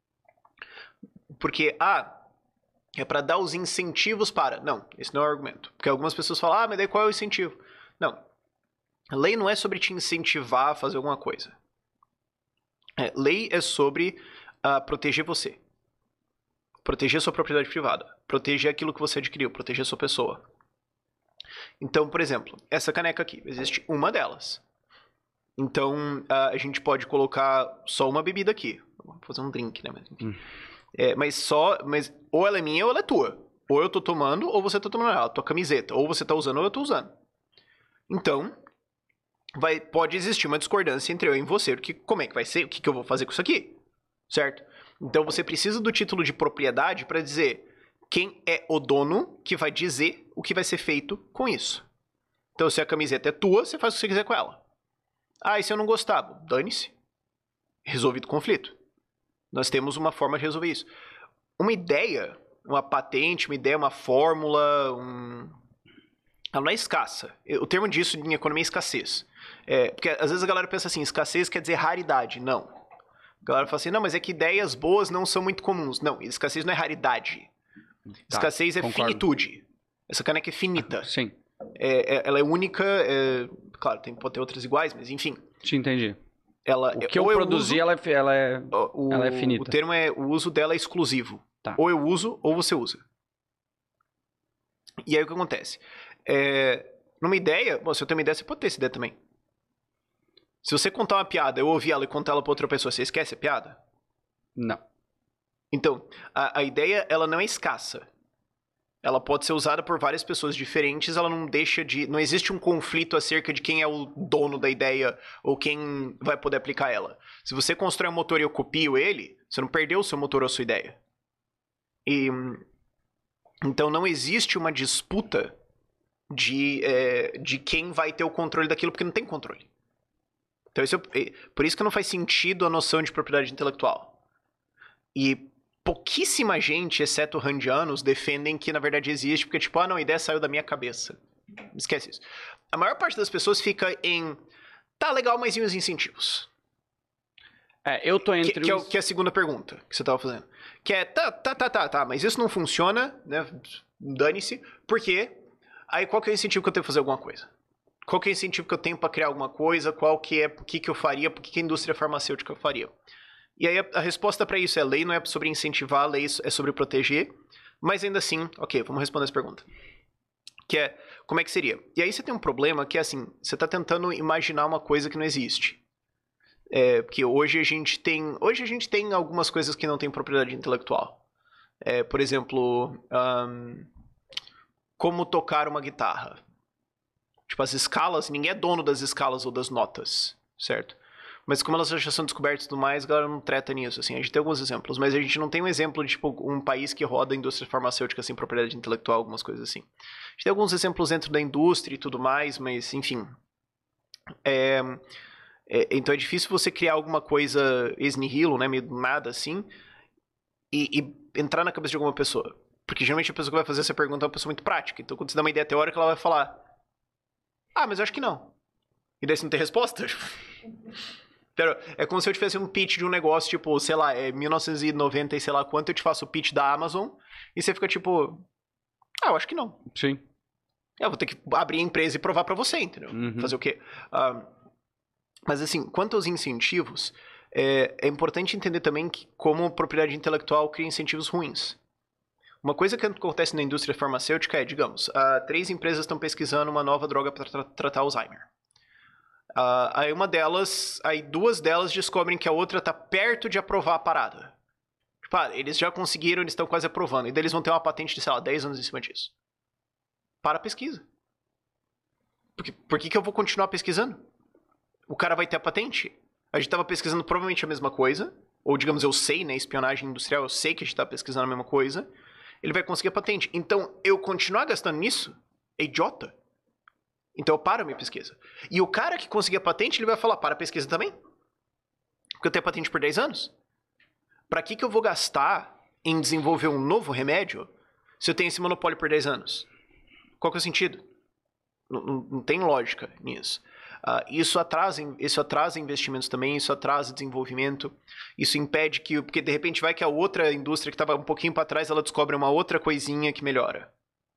Porque, é para dar os incentivos para... Não, esse não é o argumento. Porque algumas pessoas falam, mas daí qual é o incentivo? Não. A lei não é sobre te incentivar a fazer alguma coisa. Lei é sobre proteger você. Proteger sua propriedade privada. Proteger aquilo que você adquiriu. Proteger sua pessoa. Então, por exemplo, essa caneca aqui. Existe uma delas. Então, a gente pode colocar só uma bebida aqui. Vou fazer um drink, né? Mas ou ela é minha ou ela é tua. Ou eu tô tomando, ou você tá tomando ela. Tua camiseta. Ou você tá usando, ou eu tô usando. Então, pode existir uma discordância entre eu e você. Porque como é que vai ser? O que eu vou fazer com isso aqui? Certo? Então, você precisa do título de propriedade para dizer quem é o dono que vai dizer o que vai ser feito com isso. Então, se a camiseta é tua, você faz o que você quiser com ela. E se eu não gostar? Dane-se. Resolvido o conflito. Nós temos uma forma de resolver isso. Uma ideia, uma patente, uma ideia, uma fórmula, ela não é escassa. O termo disso em economia é escassez. Porque às vezes a galera pensa assim, escassez quer dizer raridade. Não. A galera fala assim, não, mas é que ideias boas não são muito comuns. Não, escassez não é raridade. Escassez é concordo. Finitude. Essa caneca é finita. Sim. Ela é única, claro, pode ter outras iguais, mas enfim. Te entendi. O que eu produzi, ela é finita. O termo o uso dela é exclusivo. Tá. Ou eu uso, ou você usa. E aí o que acontece? Numa ideia, se eu tenho uma ideia, você pode ter essa ideia também. Se você contar uma piada, eu ouvir ela e contar ela pra outra pessoa, você esquece a piada? Não. Então, a ideia, ela não é escassa. Ela pode ser usada por várias pessoas diferentes, ela não deixa de... Não existe um conflito acerca de quem é o dono da ideia ou quem vai poder aplicar ela. Se você constrói um motor e eu copio ele, você não perdeu o seu motor ou a sua ideia. Então não existe uma disputa de quem vai ter o controle daquilo, porque não tem controle. Então por isso que não faz sentido a noção de propriedade intelectual. E pouquíssima gente, exceto randianos, defendem que na verdade existe, porque tipo, não, a ideia saiu da minha cabeça. Esquece isso. A maior parte das pessoas fica em, tá legal, mas e os incentivos? Eu tô entre que é a segunda pergunta que você tava fazendo. Que é, tá, mas isso não funciona, né? Dane-se, porque aí qual que é o incentivo que eu tenho pra fazer alguma coisa? Qual que é o incentivo que eu tenho pra criar alguma coisa? Qual que é, por que eu faria, por que a indústria farmacêutica faria? E aí a resposta para isso lei não é sobre incentivar, a lei é sobre proteger, mas ainda assim, ok, vamos responder essa pergunta. Que é, como é que seria? E aí você tem um problema que é assim, você está tentando imaginar uma coisa que não existe. Porque hoje a gente tem algumas coisas que não têm propriedade intelectual. Por exemplo, como tocar uma guitarra. Tipo, as escalas, ninguém é dono das escalas ou das notas, certo? Mas como elas já são descobertas e tudo mais, a galera não treta nisso, assim. A gente tem alguns exemplos, mas a gente não tem um exemplo de, tipo, um país que roda a indústria farmacêutica sem propriedade intelectual, algumas coisas assim. A gente tem alguns exemplos dentro da indústria e tudo mais, mas, enfim. Então é difícil você criar alguma coisa ex nihilo, né, meio do nada, assim, e entrar na cabeça de alguma pessoa. Porque geralmente a pessoa que vai fazer essa pergunta é uma pessoa muito prática. Então quando você dá uma ideia teórica, ela vai falar: ah, mas eu acho que não. E daí você não tem resposta? É como se eu tivesse um pitch de um negócio, tipo, sei lá, 1990 e sei lá quanto, eu te faço o pitch da Amazon, e você fica tipo: ah, eu acho que não. Sim. Eu vou ter que abrir a empresa e provar pra você, entendeu? Fazer o quê? Mas assim, quanto aos incentivos, é importante entender também que como propriedade intelectual cria incentivos ruins. Uma coisa que acontece na indústria farmacêutica é, digamos, 3 empresas estão pesquisando uma nova droga para tratar Alzheimer. Aí 2 delas descobrem que a outra está perto de aprovar a parada. Tipo, eles já conseguiram, eles estão quase aprovando. E daí eles vão ter uma patente de, sei lá, 10 anos em cima disso. Para a pesquisa. Por que eu vou continuar pesquisando? O cara vai ter a patente? A gente estava pesquisando provavelmente a mesma coisa. Ou, digamos, eu sei, né? Espionagem industrial, eu sei que a gente está pesquisando a mesma coisa. Ele vai conseguir a patente. Então, eu continuar gastando nisso é idiota. Então eu paro a minha pesquisa. E o cara que conseguir a patente, ele vai falar: para a pesquisa também. Porque eu tenho a patente por 10 anos. Para que eu vou gastar em desenvolver um novo remédio se eu tenho esse monopólio por 10 anos? Qual que é o sentido? Não tem lógica nisso. Isso atrasa investimentos também, isso atrasa desenvolvimento, isso impede que... Porque de repente vai que a outra indústria que estava um pouquinho para trás, ela descobre uma outra coisinha que melhora.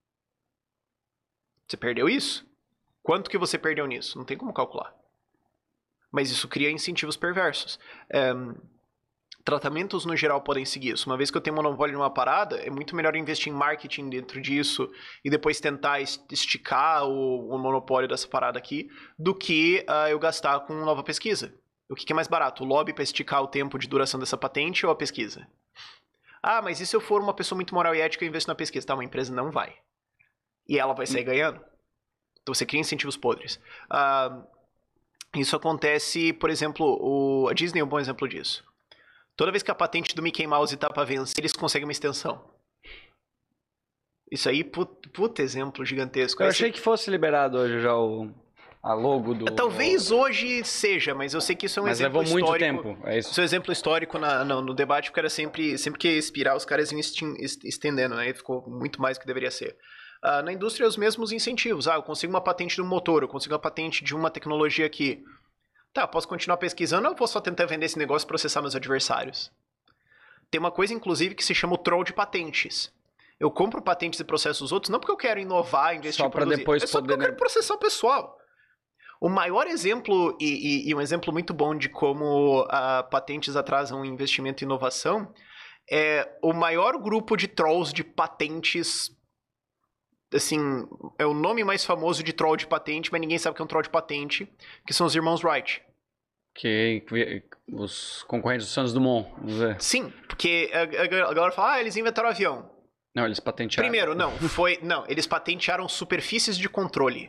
Você perdeu isso? Quanto que você perdeu nisso? Não tem como calcular. Mas isso cria incentivos perversos. Tratamentos no geral podem seguir isso. Uma vez que eu tenho monopólio numa parada, é muito melhor investir em marketing dentro disso e depois tentar esticar o monopólio dessa parada aqui do que eu gastar com nova pesquisa. O que é mais barato? O lobby para esticar o tempo de duração dessa patente ou a pesquisa? Ah, mas e se eu for uma pessoa muito moral e ética e investo na pesquisa? Tá, uma empresa não vai. E ela vai sair ganhando. Então você cria incentivos podres. Isso acontece, por exemplo, a Disney é um bom exemplo disso. Toda vez que a patente do Mickey Mouse tá pra vencer, eles conseguem uma extensão. Isso aí, puta exemplo gigantesco. Eu achei que fosse liberado hoje já a logo do... Talvez hoje seja, mas eu sei que isso é um exemplo histórico. Mas levou muito tempo, é isso? Isso é um exemplo histórico no debate, porque era sempre que ia expirar, os caras iam estendendo, né? E ficou muito mais do que deveria ser. Na indústria, os mesmos incentivos. Eu consigo uma patente de um motor, eu consigo uma patente de uma tecnologia aqui. Tá, eu posso continuar pesquisando ou eu vou só tentar vender esse negócio e processar meus adversários? Tem uma coisa, inclusive, que se chama o troll de patentes. Eu compro patentes e processo os outros não porque eu quero inovar, investir em produzir. Depois só porque eu quero processar o pessoal. O maior exemplo, e um exemplo muito bom de como patentes atrasam investimento e inovação, é o maior grupo de trolls de patentes. Assim, é o nome mais famoso de troll de patente, mas ninguém sabe o que é um troll de patente, que são os irmãos Wright. Que os concorrentes do Santos Dumont, vamos ver. Sim, porque a galera fala, eles inventaram o avião. Não, eles patentearam. Primeiro, eles patentearam superfícies de controle.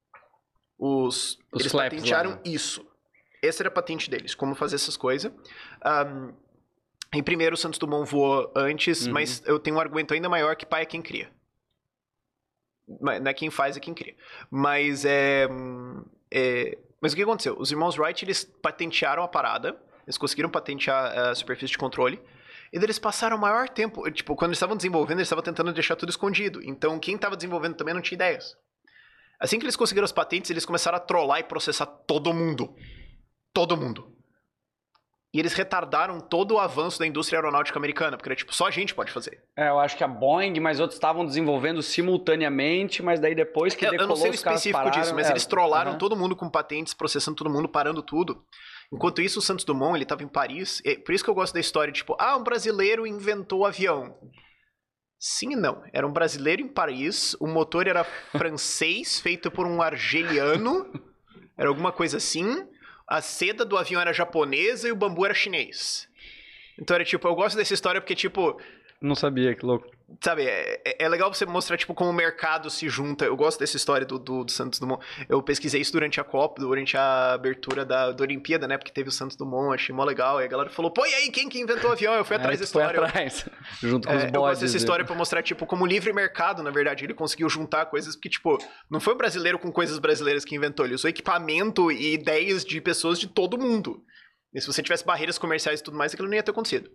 Eles patentearam lá, né? Isso. Essa era a patente deles, como fazer essas coisas. Em primeiro, o Santos Dumont voou antes, mas eu tenho um argumento ainda maior que pai é quem cria. Não é quem faz, é quem cria. Mas mas o que aconteceu? Os irmãos Wright, eles patentearam a parada, eles conseguiram patentear a superfície de controle, e eles passaram o maior tempo, tipo, quando eles estavam desenvolvendo, eles estavam tentando deixar tudo escondido. Então, quem estava desenvolvendo também não tinha ideias. Assim que eles conseguiram as patentes, eles começaram a trollar e processar todo mundo. Todo mundo. E eles retardaram todo o avanço da indústria aeronáutica americana, porque era tipo, só a gente pode fazer. Eu acho que a Boeing, mas outros estavam desenvolvendo simultaneamente, mas daí depois que decolou, eu não sei o os caras específico pararam, disso, mas eles trollaram todo mundo com patentes, processando todo mundo, parando tudo. Enquanto isso, o Santos Dumont, ele estava em Paris, por isso que eu gosto da história, tipo, um brasileiro inventou o avião. Sim e não. Era um brasileiro em Paris, o motor era francês, feito por um argeliano, era alguma coisa assim. A seda do avião era japonesa e o bambu era chinês. Então era tipo, eu gosto dessa história porque tipo... Não sabia, que louco. Sabe, é legal você mostrar, tipo, como o mercado se junta. Eu gosto dessa história do Santos Dumont. Eu pesquisei isso durante a Copa, durante a abertura da Olimpíada, né? Porque teve o Santos Dumont, achei mó legal. E a galera falou, pô, e aí, quem que inventou o avião? Eu fui atrás da história. Foi atrás, junto com os bodes. Eu gosto dessa história pra mostrar, tipo, como o livre mercado, na verdade, ele conseguiu juntar coisas, porque, tipo, não foi o brasileiro com coisas brasileiras que inventou, ele usou equipamento e ideias de pessoas de todo mundo. E se você tivesse barreiras comerciais e tudo mais, aquilo não ia ter acontecido.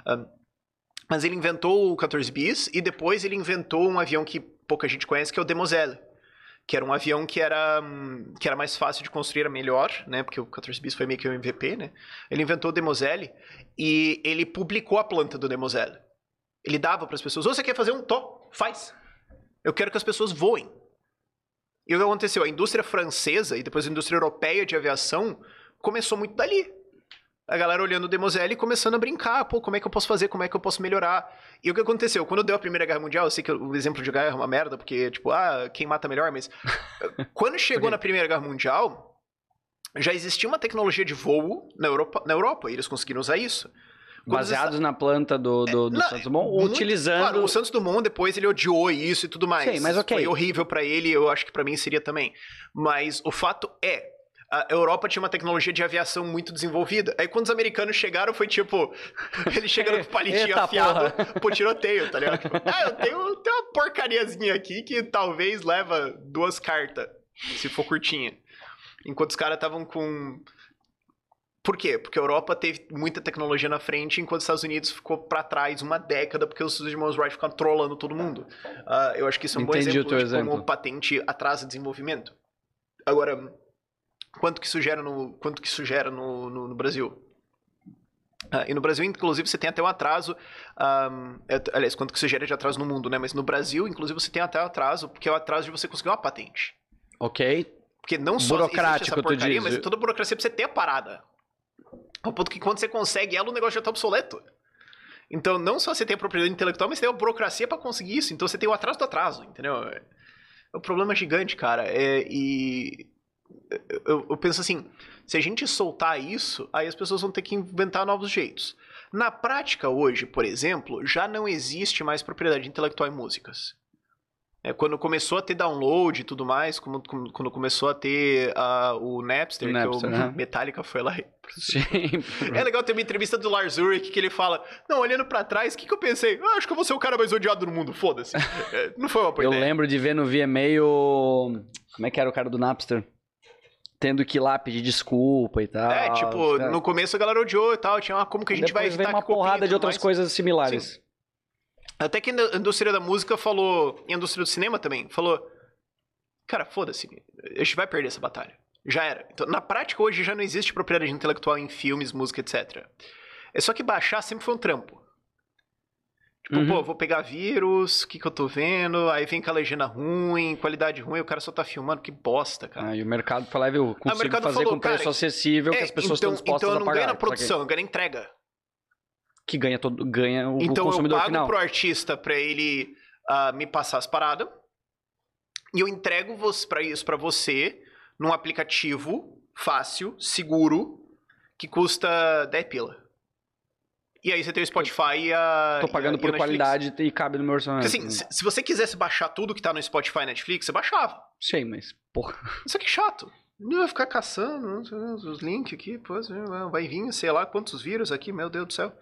Mas ele inventou o 14 bis e depois ele inventou um avião que pouca gente conhece, que é o Demoiselle. Que era um avião que era mais fácil de construir, era melhor, né? Porque o 14 bis foi meio que um MVP, né? Ele inventou o Demoiselle e ele publicou a planta do Demoiselle. Ele dava para as pessoas, você quer fazer um? Faz. Eu quero que as pessoas voem. E o que aconteceu? A indústria francesa e depois a indústria europeia de aviação começou muito dali. A galera olhando o Demoiselle e começando a brincar. Pô, como é que eu posso fazer? Como é que eu posso melhorar? E o que aconteceu? Quando deu a Primeira Guerra Mundial, eu sei que o exemplo de guerra é uma merda, porque, tipo, quem mata melhor, mas... Quando chegou na Primeira Guerra Mundial, já existia uma tecnologia de voo na Europa e eles conseguiram usar isso. Baseados na planta do Santos Dumont, utilizando... Claro, o Santos Dumont depois ele odiou isso e tudo mais. Sim, mas ok. Foi horrível pra ele, eu acho que pra mim seria também. Mas o fato é... A Europa tinha uma tecnologia de aviação muito desenvolvida. Aí quando os americanos chegaram, foi tipo... Eles chegaram com o palitinho afiado pro tiroteio, tá ligado? Tipo, eu tenho uma porcariazinha aqui que talvez leva 2 cartas, se for curtinha. Enquanto os caras estavam com... Por quê? Porque a Europa teve muita tecnologia na frente, enquanto os Estados Unidos ficou pra trás uma década, porque os irmãos Wright ficaram trolando todo mundo. Eu acho que isso é um bom exemplo de como patente atrasa desenvolvimento. Agora... Quanto que isso gera no Brasil? E no Brasil, inclusive, você tem até um atraso... aliás, quanto que isso gera de atraso no mundo, né? Mas no Brasil, inclusive, você tem até um atraso, porque é o atraso de você conseguir uma patente. Ok. Porque não só existe essa porcaria, mas toda a burocracia pra você ter a parada. Ao ponto que quando você consegue ela, o negócio já tá obsoleto. Então, não só você tem a propriedade intelectual, mas você tem a burocracia pra conseguir isso. Então, você tem o atraso do atraso, entendeu? É um problema gigante, cara. Eu penso assim, se a gente soltar isso, aí as pessoas vão ter que inventar novos jeitos. Na prática hoje, por exemplo, já não existe mais propriedade intelectual em músicas. Quando começou a ter download e tudo mais, quando começou a ter o Napster, que o Metallica foi lá. É legal ter uma entrevista do Lars Ulrich que ele fala, não, olhando pra trás, o que eu pensei? Acho que eu vou ser o cara mais odiado do mundo, foda-se. Não foi uma boa ideia. Eu lembro de ver no VMA como é que era o cara do Napster? Tendo que ir lá pedir desculpa e tal. Tipo, no começo a galera odiou e tal, tinha como que a gente vai evitar uma porrada de outras coisas similares. Sim. Até que a indústria da música falou, e a indústria do cinema também, falou, cara, foda-se, a gente vai perder essa batalha. Já era. Então, na prática, hoje já não existe propriedade intelectual em filmes, música, etc. É só que baixar sempre foi um trampo. Tipo, pô, vou pegar vírus, o que eu tô vendo, aí vem com a legenda ruim, qualidade ruim, o cara só tá filmando, que bosta, cara. E o mercado falou, viu, consigo fazer com preço acessível que as pessoas estão dispostas a pagar. Então eu não ganho na produção, eu ganho na entrega. Que ganha o consumidor final. Então eu pago pro artista pra ele me passar as paradas, e eu entrego isso pra você num aplicativo fácil, seguro, que custa 10 pila. E aí você tem o Spotify e a... Tô pagando por qualidade e cabe no meu orçamento. Porque, assim, se você quisesse baixar tudo que tá no Spotify e Netflix, você baixava. Sei, mas, porra... Isso aqui é chato. Não vai ficar caçando os links aqui, pô, vai vir, sei lá, quantos vírus aqui, meu Deus do céu.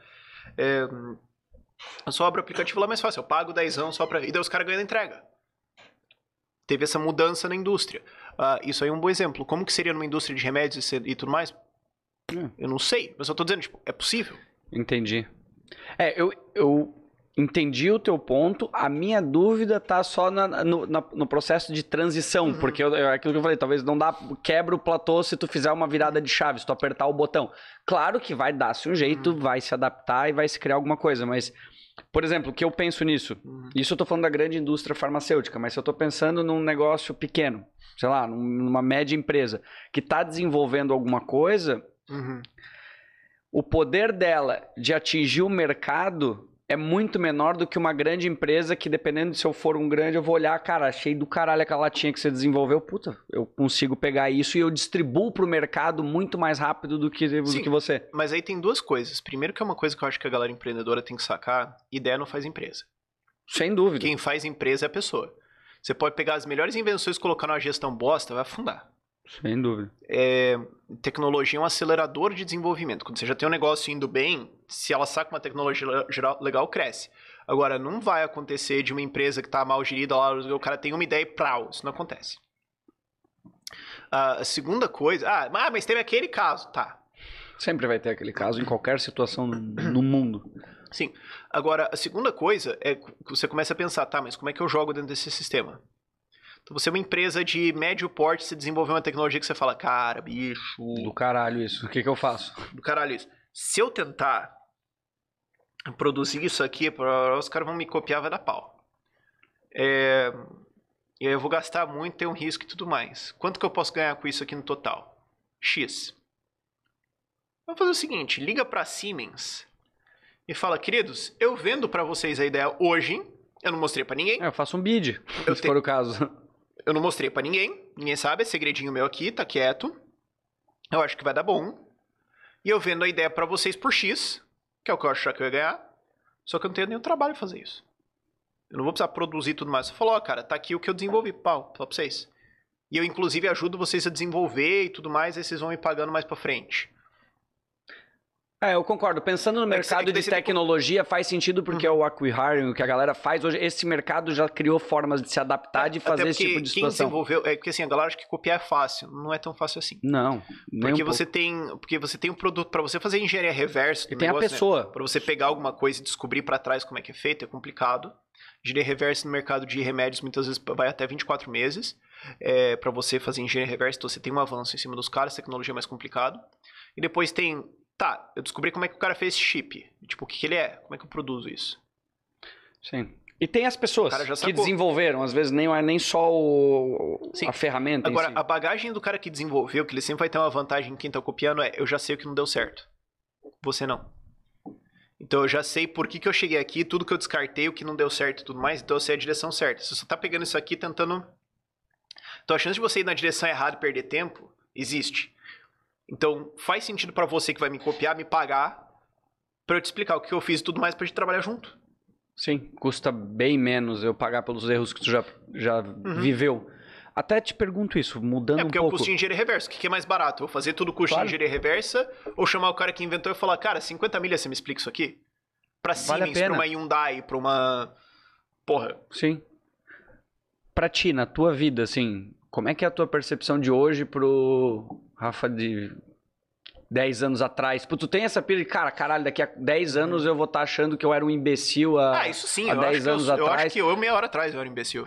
Eu só abro o aplicativo lá mais fácil, eu pago 10 só pra... E daí os caras ganham a entrega. Teve essa mudança na indústria. Isso aí é um bom exemplo. Como que seria numa indústria de remédios e tudo mais? Eu não sei, mas eu tô dizendo, tipo, é possível. Entendi. Eu entendi o teu ponto. A minha dúvida tá só no processo de transição. Porque aquilo que eu falei, talvez não dá... Quebra o platô se tu fizer uma virada de chave, se tu apertar o botão. Claro que vai dar-se um jeito, vai se adaptar e vai se criar alguma coisa. Mas, por exemplo, o que eu penso nisso? Isso eu tô falando da grande indústria farmacêutica. Mas se eu tô pensando num negócio pequeno, sei lá, numa média empresa, que tá desenvolvendo alguma coisa... O poder dela de atingir o mercado é muito menor do que uma grande empresa que, dependendo de se eu for um grande, eu vou olhar, cara, achei do caralho aquela latinha que você desenvolveu, puta, eu consigo pegar isso e eu distribuo pro mercado muito mais rápido do que você. Mas aí tem duas coisas. Primeiro que é uma coisa que eu acho que a galera empreendedora tem que sacar, ideia não faz empresa. Sem dúvida. Quem faz empresa é a pessoa. Você pode pegar as melhores invenções e colocar numa gestão bosta, vai afundar. Sem dúvida. Tecnologia é um acelerador de desenvolvimento. Quando você já tem um negócio indo bem, se ela saca uma tecnologia legal, cresce. Agora, não vai acontecer de uma empresa que está mal gerida, lá, o cara tem uma ideia e prau, isso não acontece. A segunda coisa... mas teve aquele caso, tá. Sempre vai ter aquele caso em qualquer situação no mundo. Sim. Agora, a segunda coisa é que você começa a pensar, tá, mas como é que eu jogo dentro desse sistema? Então, você é uma empresa de médio porte, você desenvolveu uma tecnologia que você fala, cara, bicho... Do caralho isso, o que eu faço? Do caralho isso. Se eu tentar produzir isso aqui, os caras vão me copiar, vai dar pau. E aí eu vou gastar muito, tem um risco e tudo mais. Quanto que eu posso ganhar com isso aqui no total? X. Vamos fazer o seguinte, liga pra Siemens e fala, queridos, eu vendo pra vocês a ideia hoje, eu não mostrei pra ninguém. Eu faço um bid, se for o caso. Eu não mostrei pra ninguém sabe, é segredinho meu aqui, tá quieto. Eu acho que vai dar bom. E eu vendo a ideia pra vocês por X, que é o que eu achar que eu ia ganhar, só que eu não tenho nenhum trabalho pra fazer isso. Eu não vou precisar produzir tudo mais. Você falou, cara, tá aqui o que eu desenvolvi, pau, só pra vocês. E eu, inclusive, ajudo vocês a desenvolver e tudo mais, aí vocês vão me pagando mais pra frente. Eu concordo. Pensando no mercado de tecnologia, faz sentido porque é o acqui-hiring, o que a galera faz hoje. Esse mercado já criou formas de se adaptar, de fazer esse tipo de situação. Quem desenvolveu... porque assim, a galera acha que copiar é fácil. Não é tão fácil assim. Não. Porque você tem um produto... Para você fazer engenharia reversa... E tem a pessoa. Né? Para você pegar alguma coisa e descobrir para trás como é que é feito, é complicado. Engenharia reversa no mercado de remédios muitas vezes vai até 24 meses. Para você fazer engenharia reversa, então você tem um avanço em cima dos caras, tecnologia é mais complicado. E depois tem... Tá, eu descobri como é que o cara fez esse chip. Tipo, o que ele é? Como é que eu produzo isso? Sim. E tem as pessoas que desenvolveram. Às vezes nem só a ferramenta Agora, em si. A bagagem do cara que desenvolveu, que ele sempre vai ter uma vantagem em quem tá copiando, eu já sei o que não deu certo. Você não. Então eu já sei por que eu cheguei aqui, tudo que eu descartei, o que não deu certo e tudo mais, então eu sei a direção certa. Você só tá pegando isso aqui tentando... Então a chance de você ir na direção errada e perder tempo, existe. Então, faz sentido pra você que vai me copiar, me pagar, pra eu te explicar o que eu fiz e tudo mais pra gente trabalhar junto. Sim, custa bem menos eu pagar pelos erros que tu já viveu. Até te pergunto isso, mudando um pouco... porque é o custo de engenharia reversa. O que é mais barato? Eu fazer tudo custo de engenharia reversa ou chamar o cara que inventou e falar, cara, 50 milhas você me explica isso aqui? Pra Siemens, pra uma Hyundai, pra uma... Porra. Sim. Pra ti, na tua vida, assim, como é que é a tua percepção de hoje pro... Rafa, de 10 anos atrás. Tu tem essa pira de, caralho, daqui a 10 anos eu vou estar achando que eu era um imbecil isso sim, há 10 anos atrás. Eu acho que meia hora atrás eu era um imbecil.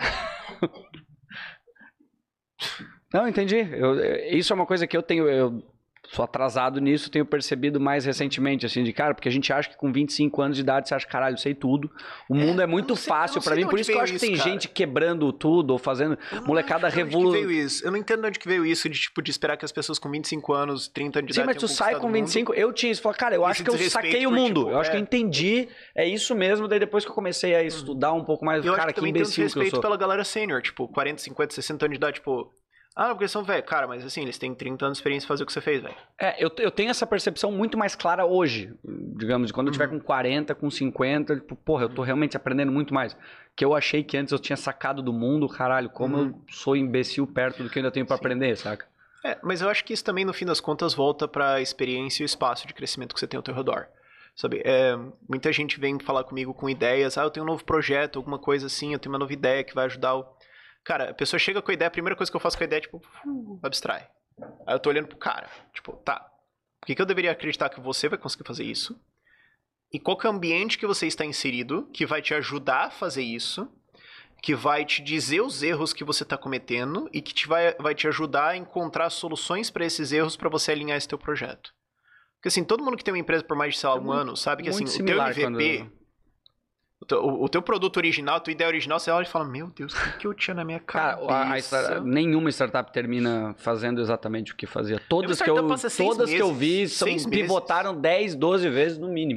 Não, entendi. Isso é uma coisa que eu sou atrasado nisso, tenho percebido mais recentemente, assim, de cara, porque a gente acha que com 25 anos de idade você acha, caralho, eu sei tudo. O mundo é muito fácil pra mim, por isso que eu acho que tem gente quebrando tudo, ou fazendo molecada revolução. Eu não entendo de onde que veio isso, de esperar que as pessoas com 25 anos, 30 anos de idade... Sim, mas tu sai com 25, eu tinha isso, falei, cara, eu acho que eu saquei o mundo, eu acho que eu entendi, é isso mesmo, daí depois que eu comecei a estudar um pouco mais, cara, que imbecil que eu sou. Pela galera sênior, tipo, 40, 50, 60 anos de idade, tipo... porque são velho. Cara, mas assim, eles têm 30 anos de experiência em fazer o que você fez, velho. Eu tenho essa percepção muito mais clara hoje. Digamos, quando eu tiver com 40, com 50, tipo, porra, eu tô realmente aprendendo muito mais. Que eu achei que antes eu tinha sacado do mundo, caralho, como eu sou imbecil perto do que eu ainda tenho pra aprender, saca? Mas eu acho que isso também, no fim das contas, volta pra experiência e o espaço de crescimento que você tem ao teu redor. Sabe, muita gente vem falar comigo com ideias, eu tenho um novo projeto, alguma coisa assim, eu tenho uma nova ideia que vai ajudar o... Cara, a pessoa chega com a ideia, a primeira coisa que eu faço com a ideia é, tipo, abstrai. Aí eu tô olhando pro cara, tipo, tá, por que eu deveria acreditar que você vai conseguir fazer isso? E qual que é o ambiente que você está inserido que vai te ajudar a fazer isso, que vai te dizer os erros que você tá cometendo e que vai te ajudar a encontrar soluções para esses erros para você alinhar esse teu projeto. Porque assim, todo mundo que tem uma empresa por mais de, sei lá, um ano, sabe que assim, o teu MVP... O teu produto original, a tua ideia original, você olha e fala, meu Deus, o que eu tinha na minha cabeça? Nenhuma startup termina fazendo exatamente o que fazia. Todas que eu vi pivotaram 10, 12 vezes no mínimo.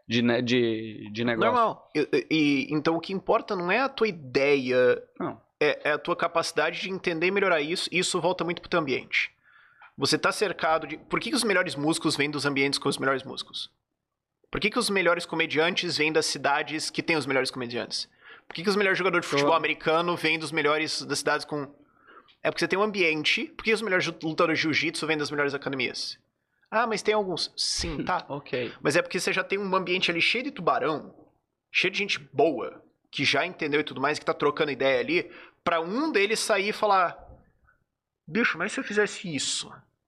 de negócio. Normal. Então o que importa não é a tua ideia, não. É a tua capacidade de entender e melhorar isso, e isso volta muito pro teu ambiente. Você tá cercado de... Por que os melhores músicos vêm dos ambientes com os melhores músicos? Por que os melhores comediantes vêm das cidades que têm os melhores comediantes? Por que os melhores jogadores de futebol americano vêm dos melhores das cidades com... É porque você tem um ambiente. Por que os melhores lutadores de jiu-jitsu vêm das melhores academias? Ah, mas tem alguns. Sim, tá. Ok. Mas é porque você já tem um ambiente ali cheio de tubarão, cheio de gente boa, que já entendeu e tudo mais, que tá trocando ideia ali, pra um deles sair e falar: bicho, mas se eu fizesse isso?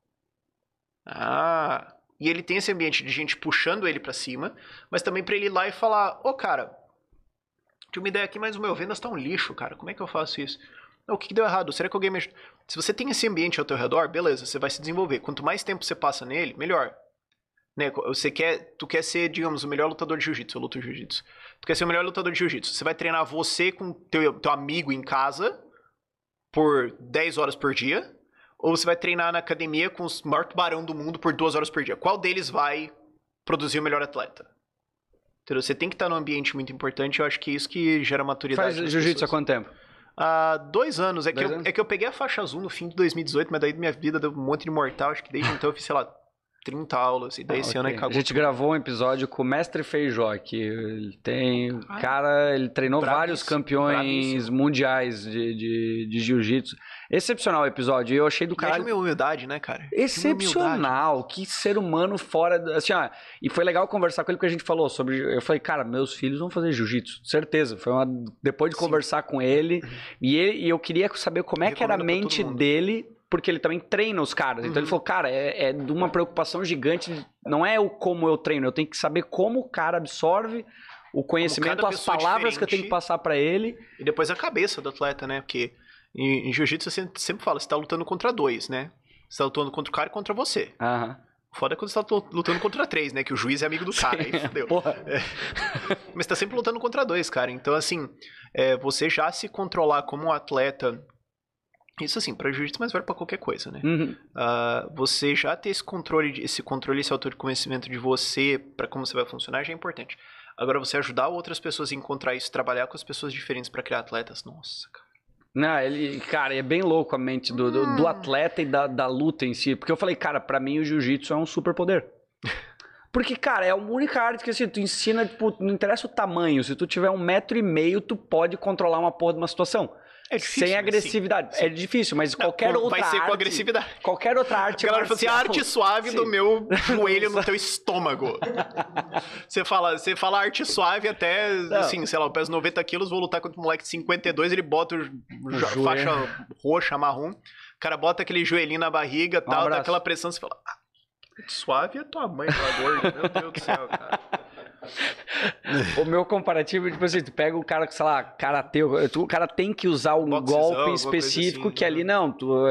Ah... E ele tem esse ambiente de gente puxando ele pra cima, mas também pra ele ir lá e falar: ô, cara, tinha uma ideia aqui, mas o meu vendas tá um lixo, cara. Como é que eu faço isso? O que deu errado? Será que alguém me ajuda? Se você tem esse ambiente ao teu redor, beleza, você vai se desenvolver. Quanto mais tempo você passa nele, melhor. Né? Tu quer ser, digamos, o melhor lutador de jiu-jitsu. Eu luto jiu-jitsu. Tu quer ser o melhor lutador de jiu-jitsu. Você vai treinar você com teu amigo em casa por 10 horas por dia. Ou você vai treinar na academia com os maiores tubarão do mundo por 2 horas por dia. Qual deles vai produzir o melhor atleta? Entendeu? Você tem que estar num ambiente muito importante. Eu acho que é isso que gera maturidade. Faz jiu-jitsu há quanto tempo? Há 2 anos. É que eu peguei a faixa azul no fim de 2018, mas daí minha vida deu um monte de mortal. Acho que desde então eu fiz, sei lá, 30 aulas. E daí esse ano aí acabou. A gente gravou um episódio com o Mestre Feijó, que ele tem... Cara, ele treinou vários campeões mundiais de jiu-jitsu. Excepcional o episódio. E eu achei do caralho... É de uma humildade, né, cara? Excepcional. Que ser humano fora... Assim, ó, e foi legal conversar com ele, porque a gente falou sobre... Eu falei, cara, meus filhos vão fazer jiu-jitsu. Certeza. Foi depois de conversar com ele. E eu queria saber como é que era a mente dele... Porque ele também treina os caras. Então ele falou, cara, é de uma preocupação gigante. Não é o como eu treino, eu tenho que saber como o cara absorve o conhecimento, as palavras que eu tenho que passar pra ele. E depois a cabeça do atleta, né? Porque em jiu-jitsu você sempre fala, você tá lutando contra 2, né? Você tá lutando contra o cara e contra você. Foda é quando você tá lutando contra 3, né? Que o juiz é amigo do cara. Aí fodeu. Mas tá sempre lutando contra 2, cara. Então, assim, você já se controlar como um atleta... Isso assim, pra jiu-jitsu, mas vale pra qualquer coisa, né? Você já ter esse controle, esse autoconhecimento de você, pra como você vai funcionar, já é importante. Agora, você ajudar outras pessoas a encontrar isso, trabalhar com as pessoas diferentes pra criar atletas, nossa, cara. Não, cara, é bem louco a mente do atleta e da luta em si. Porque eu falei, cara, pra mim o jiu-jitsu é um superpoder. Porque, cara, é a única arte que assim, tu ensina, tipo, não interessa o tamanho. Se tu tiver 1,5 m, tu pode controlar uma porra de uma situação. É difícil, sem agressividade. Sim. É difícil, mas qualquer outra arte... Vai ser com agressividade. Qualquer outra arte marcial... Galera, assim, a arte suave do meu joelho no teu estômago. Você fala arte suave até, assim, sei lá, eu peso 90 quilos, vou lutar contra um moleque de 52, ele bota faixa roxa, marrom, o cara bota aquele joelhinho na barriga e tal, dá aquela pressão, você fala... arte suave é tua mãe, tá gorda, meu Deus do céu, cara. O meu comparativo, tipo assim, tu pega o cara que, sei lá, karatê, o cara tem que usar um golpe específico assim, que ali não,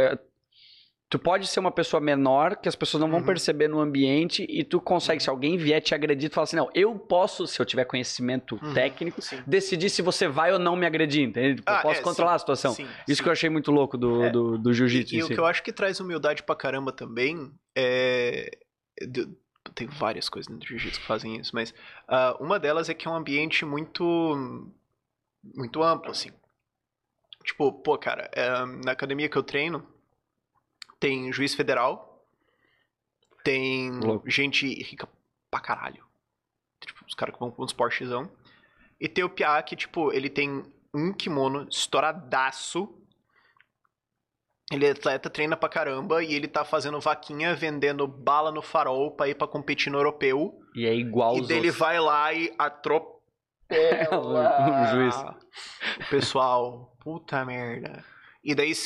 tu pode ser uma pessoa menor, que as pessoas não vão perceber no ambiente e tu consegue, se alguém vier te agredir, tu fala assim, não, eu posso, se eu tiver conhecimento técnico, decidir se você vai ou não me agredir, entende? Eu posso controlar a situação. Isso que eu achei muito louco do jiu-jitsu. E o que eu acho que traz humildade pra caramba também tem várias coisas no jiu-jitsu que fazem isso, mas uma delas é que é um ambiente muito amplo, assim. Tipo, pô, cara, na academia que eu treino, tem juiz federal, tem gente rica pra caralho. Tipo, os caras que vão com uns Porschezão. E tem o piá que, tipo, ele tem um kimono estouradaço. Ele é atleta, treina pra caramba e ele tá fazendo vaquinha, vendendo bala no farol pra ir pra competir no europeu. E é igual os ele vai lá e atropela o juiz. O pessoal. Puta merda. E daí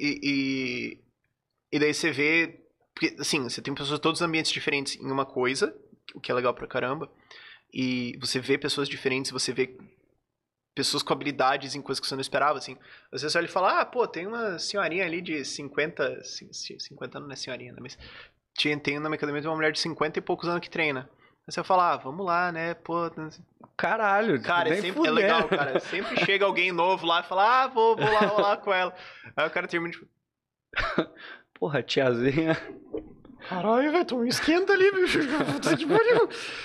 você vê... Porque, assim, você tem pessoas de todos os ambientes diferentes em uma coisa, o que é legal pra caramba. E você vê pessoas diferentes, você vê... pessoas com habilidades em coisas que você não esperava, assim. Às vezes ele fala, pô, tem uma senhorinha ali de 50... 50 não é senhorinha, né? Mas tem na minha academia uma mulher de 50 e poucos anos que treina. Aí você fala, vamos lá, né? Pô... Caralho, cara, é legal, cara. Sempre chega alguém novo lá e fala, vou lá com ela. Aí o cara termina de... Porra, tiazinha... Caralho, velho, tu me esquenta ali, bicho.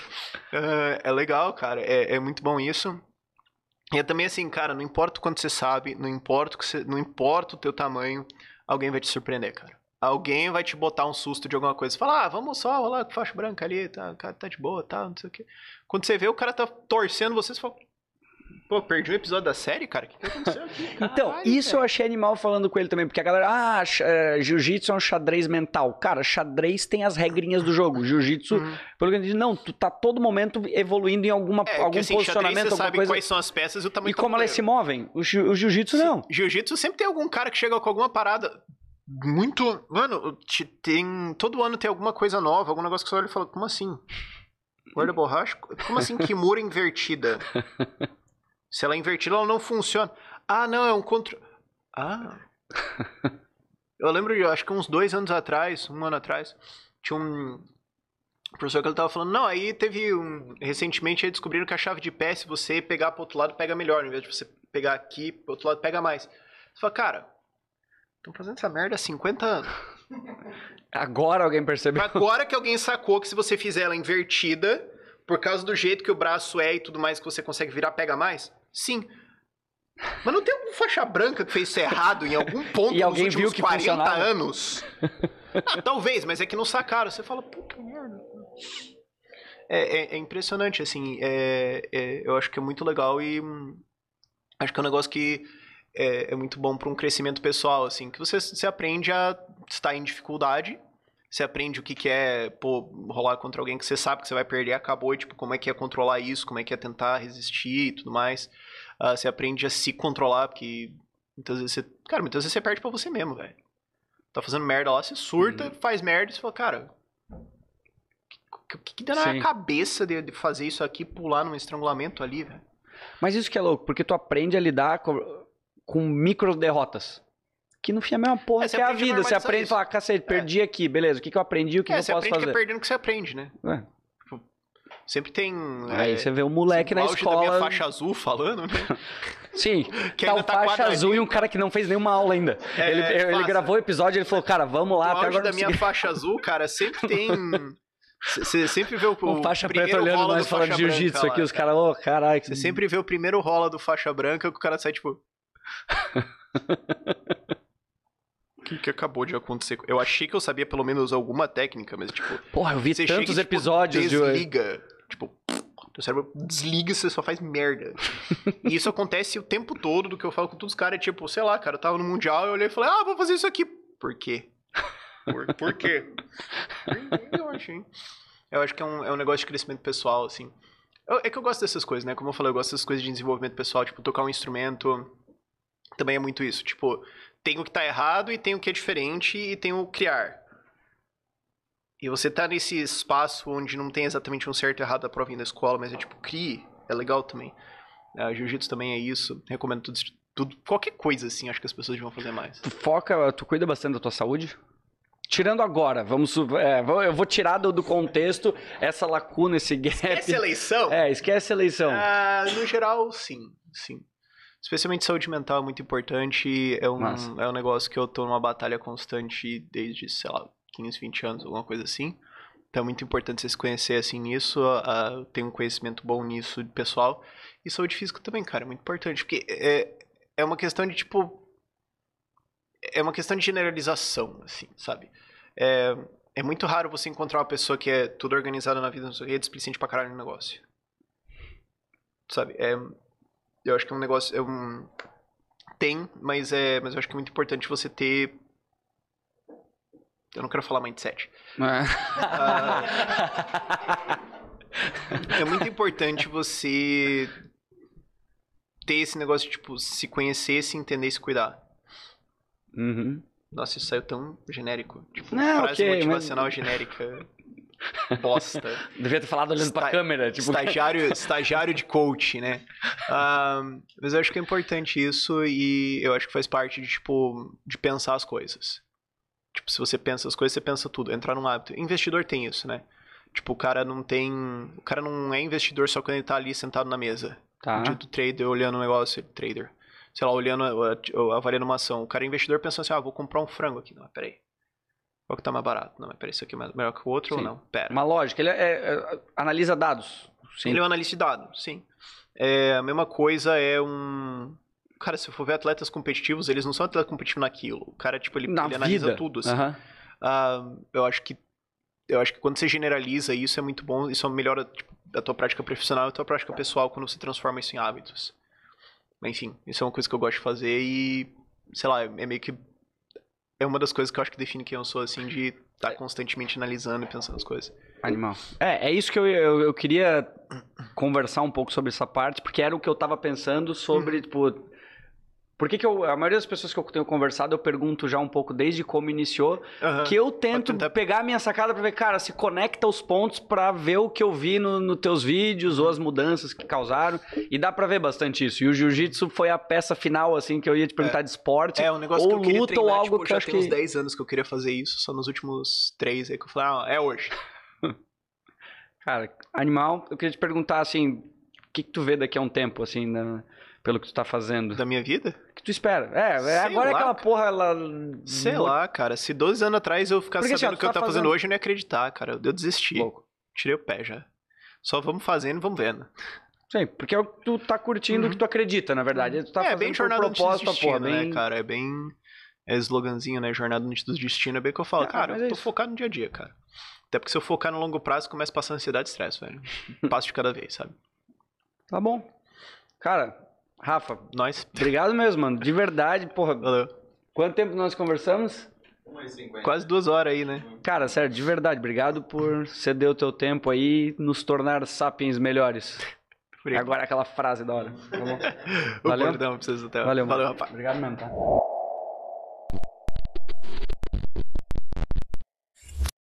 É legal, cara. É muito bom isso. E é também assim, cara, não importa o quanto você sabe, não importa o teu tamanho, alguém vai te surpreender, cara. Alguém vai te botar um susto de alguma coisa. Fala, vamos só rolar com faixa branca ali, tá de boa, tá, não sei o quê. Quando você vê, o cara tá torcendo você fala, pô, perdi um episódio da série, cara? O que aconteceu aqui? Caralho, então, isso véio. Eu achei animal falando com ele também, porque a galera, jiu-jitsu é um xadrez mental. Cara, xadrez tem as regrinhas do jogo. Jiu-jitsu, pelo que eu entendi, não, tu tá todo momento evoluindo em algum assim, posicionamento, você alguma sabe coisa. Quais são as peças e o tamanho e como elas se movem. O jiu-jitsu não. Jiu-jitsu sempre tem algum cara que chega com alguma parada muito... Mano, todo ano tem alguma coisa nova, algum negócio que você olha e fala, como assim? Guarda-borracha? Como assim Kimura invertida? Se ela é invertida, ela não funciona. Ah, não, é um controle... Ah... Eu lembro, acho que uns 2 anos atrás, 1 ano atrás, tinha um professor que ele tava falando, não, aí teve recentemente aí descobriram que a chave de pé, se você pegar pro outro lado, pega melhor, ao invés de você pegar aqui, pro outro lado, pega mais. Você fala, cara, estão fazendo essa merda há 50 anos. Agora alguém percebeu. Agora que alguém sacou que se você fizer ela invertida, por causa do jeito que o braço é e tudo mais, que você consegue virar, pega mais? Sim. Mas não tem algum faixa branca que fez isso errado em algum ponto e alguém nos últimos viu que 40 funcionava. anos? Talvez, mas é que não sacaram. Você fala, puta merda. É impressionante, assim. Eu acho que é muito legal e acho que é um negócio que é muito bom para um crescimento pessoal, assim. Que você aprende a estar em dificuldade. Você aprende o que é, rolar contra alguém que você sabe que você vai perder, acabou, e, tipo, como é que é controlar isso, como é que é tentar resistir e tudo mais. Você aprende a se controlar, porque muitas vezes você perde pra você mesmo, velho. Tá fazendo merda lá, você surta, faz merda e você fala, cara, o que dá na cabeça de fazer isso aqui, pular num estrangulamento ali, velho? Mas isso que é louco, porque tu aprende a lidar com micro derrotas. Que no fim é a mesma porra que é a vida. Você aprende a falar, cacete, perdi aqui, beleza. O que eu aprendi, o que eu posso fazer? Você aprende que é perdendo que você aprende, né? Sempre tem... Aí você vê um moleque na escola... da minha faixa azul falando, né? Sim, que tá o faixa azul e um cara que não fez nenhuma aula ainda. Ele gravou o episódio e ele falou, cara, vamos lá. No auge da minha faixa azul, cara, sempre tem... Você sempre vê o faixa preta olhando nós falando de jiu-jitsu aqui, os caras, caralho. Você sempre vê o primeiro rola do faixa branca que o cara sai, tipo... O que acabou de acontecer? Eu achei que eu sabia pelo menos alguma técnica, mas tipo... Porra, eu vi tantos episódios de... Desliga. Tipo, teu cérebro desliga e você só faz merda. E isso acontece o tempo todo do que eu falo com todos os caras. Tipo, sei lá, cara, eu tava no Mundial e eu olhei e falei, vou fazer isso aqui. Por quê? Por quê? Eu acho que é um negócio de crescimento pessoal, assim. É que eu gosto dessas coisas, né? Como eu falei, eu gosto dessas coisas de desenvolvimento pessoal. Tipo, tocar um instrumento também é muito isso. Tipo... Tem o que tá errado e tem o que é diferente e tem o criar. E você tá nesse espaço onde não tem exatamente um certo e errado da provinha da escola, mas é tipo, crie, é legal também. Jiu-jitsu também é isso, recomendo tudo, qualquer coisa assim, acho que as pessoas deviam fazer mais. Tu cuida bastante da tua saúde? Tirando agora, eu vou tirar do contexto essa lacuna, esse gap. Esquece a eleição? Esquece a eleição. No geral, sim. Especialmente saúde mental é muito importante, é um negócio que eu tô numa batalha constante desde, sei lá, 15, 20 anos, alguma coisa assim. Então é muito importante você se conhecer assim nisso, ter um conhecimento bom nisso pessoal. E saúde física também, cara, é muito importante, porque é uma questão de, tipo... É uma questão de generalização, assim, sabe? É muito raro você encontrar uma pessoa que é tudo organizada na vida, não sei o que, é displicente pra caralho no negócio. Sabe? Eu acho que é um negócio... Tem, mas eu acho que é muito importante você ter... Eu não quero falar mindset. É muito importante você ter esse negócio de, tipo, se conhecer, se entender e se cuidar. Uhum. Nossa, isso saiu tão genérico. Tipo, frase motivacional genérica. Bosta. Devia ter falado olhando pra câmera. Tipo... Estagiário de coach, né? Mas eu acho que é importante isso e eu acho que faz parte de, tipo, de pensar as coisas. Tipo, se você pensa as coisas, você pensa tudo. Entrar num hábito. Investidor tem isso, né? Tipo, o cara não é investidor só quando ele tá ali sentado na mesa. Tá. Do trader olhando o negócio. Trader. Sei lá, avaliando uma ação. O cara é investidor pensando assim, vou comprar um frango aqui. Não, peraí. Qual que tá mais barato? Não, mas peraí, isso aqui é melhor que o outro. Sim. Ou não? Pera. Uma lógica, ele analisa dados. Sim. Ele é um analista de dados, sim. A mesma coisa é um... Cara, se eu for ver atletas competitivos, eles não são atletas competitivos naquilo. O cara, tipo, ele analisa tudo, assim. Eu acho que quando você generaliza isso é muito bom, isso melhora tipo, a tua prática profissional e a tua prática pessoal quando você transforma isso em hábitos. Enfim, isso é uma coisa que eu gosto de fazer e, sei lá, é meio que... É uma das coisas que eu acho que define quem eu sou, assim, de estar constantemente analisando e pensando as coisas. Animal. É isso que eu queria conversar um pouco sobre essa parte, porque era o que eu tava pensando sobre, tipo... Por que a maioria das pessoas que eu tenho conversado, eu pergunto já um pouco desde como iniciou, que eu tento pegar a minha sacada pra ver, cara, se conecta os pontos pra ver o que eu vi nos teus vídeos ou as mudanças que causaram, e dá pra ver bastante isso. E o jiu-jitsu foi a peça final, assim, que eu ia te perguntar de esporte, um negócio ou que eu queria luta treinar, ou algo tipo, que eu acho já tem uns que... 10 anos que eu queria fazer isso, só nos últimos 3 aí que eu falei, é hoje. Cara, animal, eu queria te perguntar, assim, o que tu vê daqui a um tempo, assim, pelo que tu tá fazendo? Da minha vida? O que tu espera? Agora é aquela porra... Sei lá, cara. Se 12 anos atrás eu ficasse sabendo o que eu tava fazendo hoje, eu não ia acreditar, cara. Eu desisti. Louco. Tirei o pé já. Só vamos fazendo, vamos vendo. Sim, porque tu tá curtindo o que tu acredita, na verdade. Tu tá fazendo bem jornada por propósito, antes do destino, bem... né, cara? É bem... É sloganzinho, né? Jornada antes do destino. É bem que eu falo, cara, eu tô focado no dia a dia, cara. Até porque se eu focar no longo prazo, começa a passar ansiedade e estresse, velho. Passo de cada vez, sabe? Tá bom. Cara, Rafa, nós. Obrigado mesmo, mano. De verdade, porra. Valeu. Quanto tempo nós conversamos? 1h50. Quase 2 horas aí, né? Cara, sério, de verdade, obrigado por ceder o teu tempo aí e nos tornar sapiens melhores. Agora aquela frase da hora. Tá bom? Valeu. Perdão, preciso até. Valeu, rapaz. Obrigado mesmo, tá?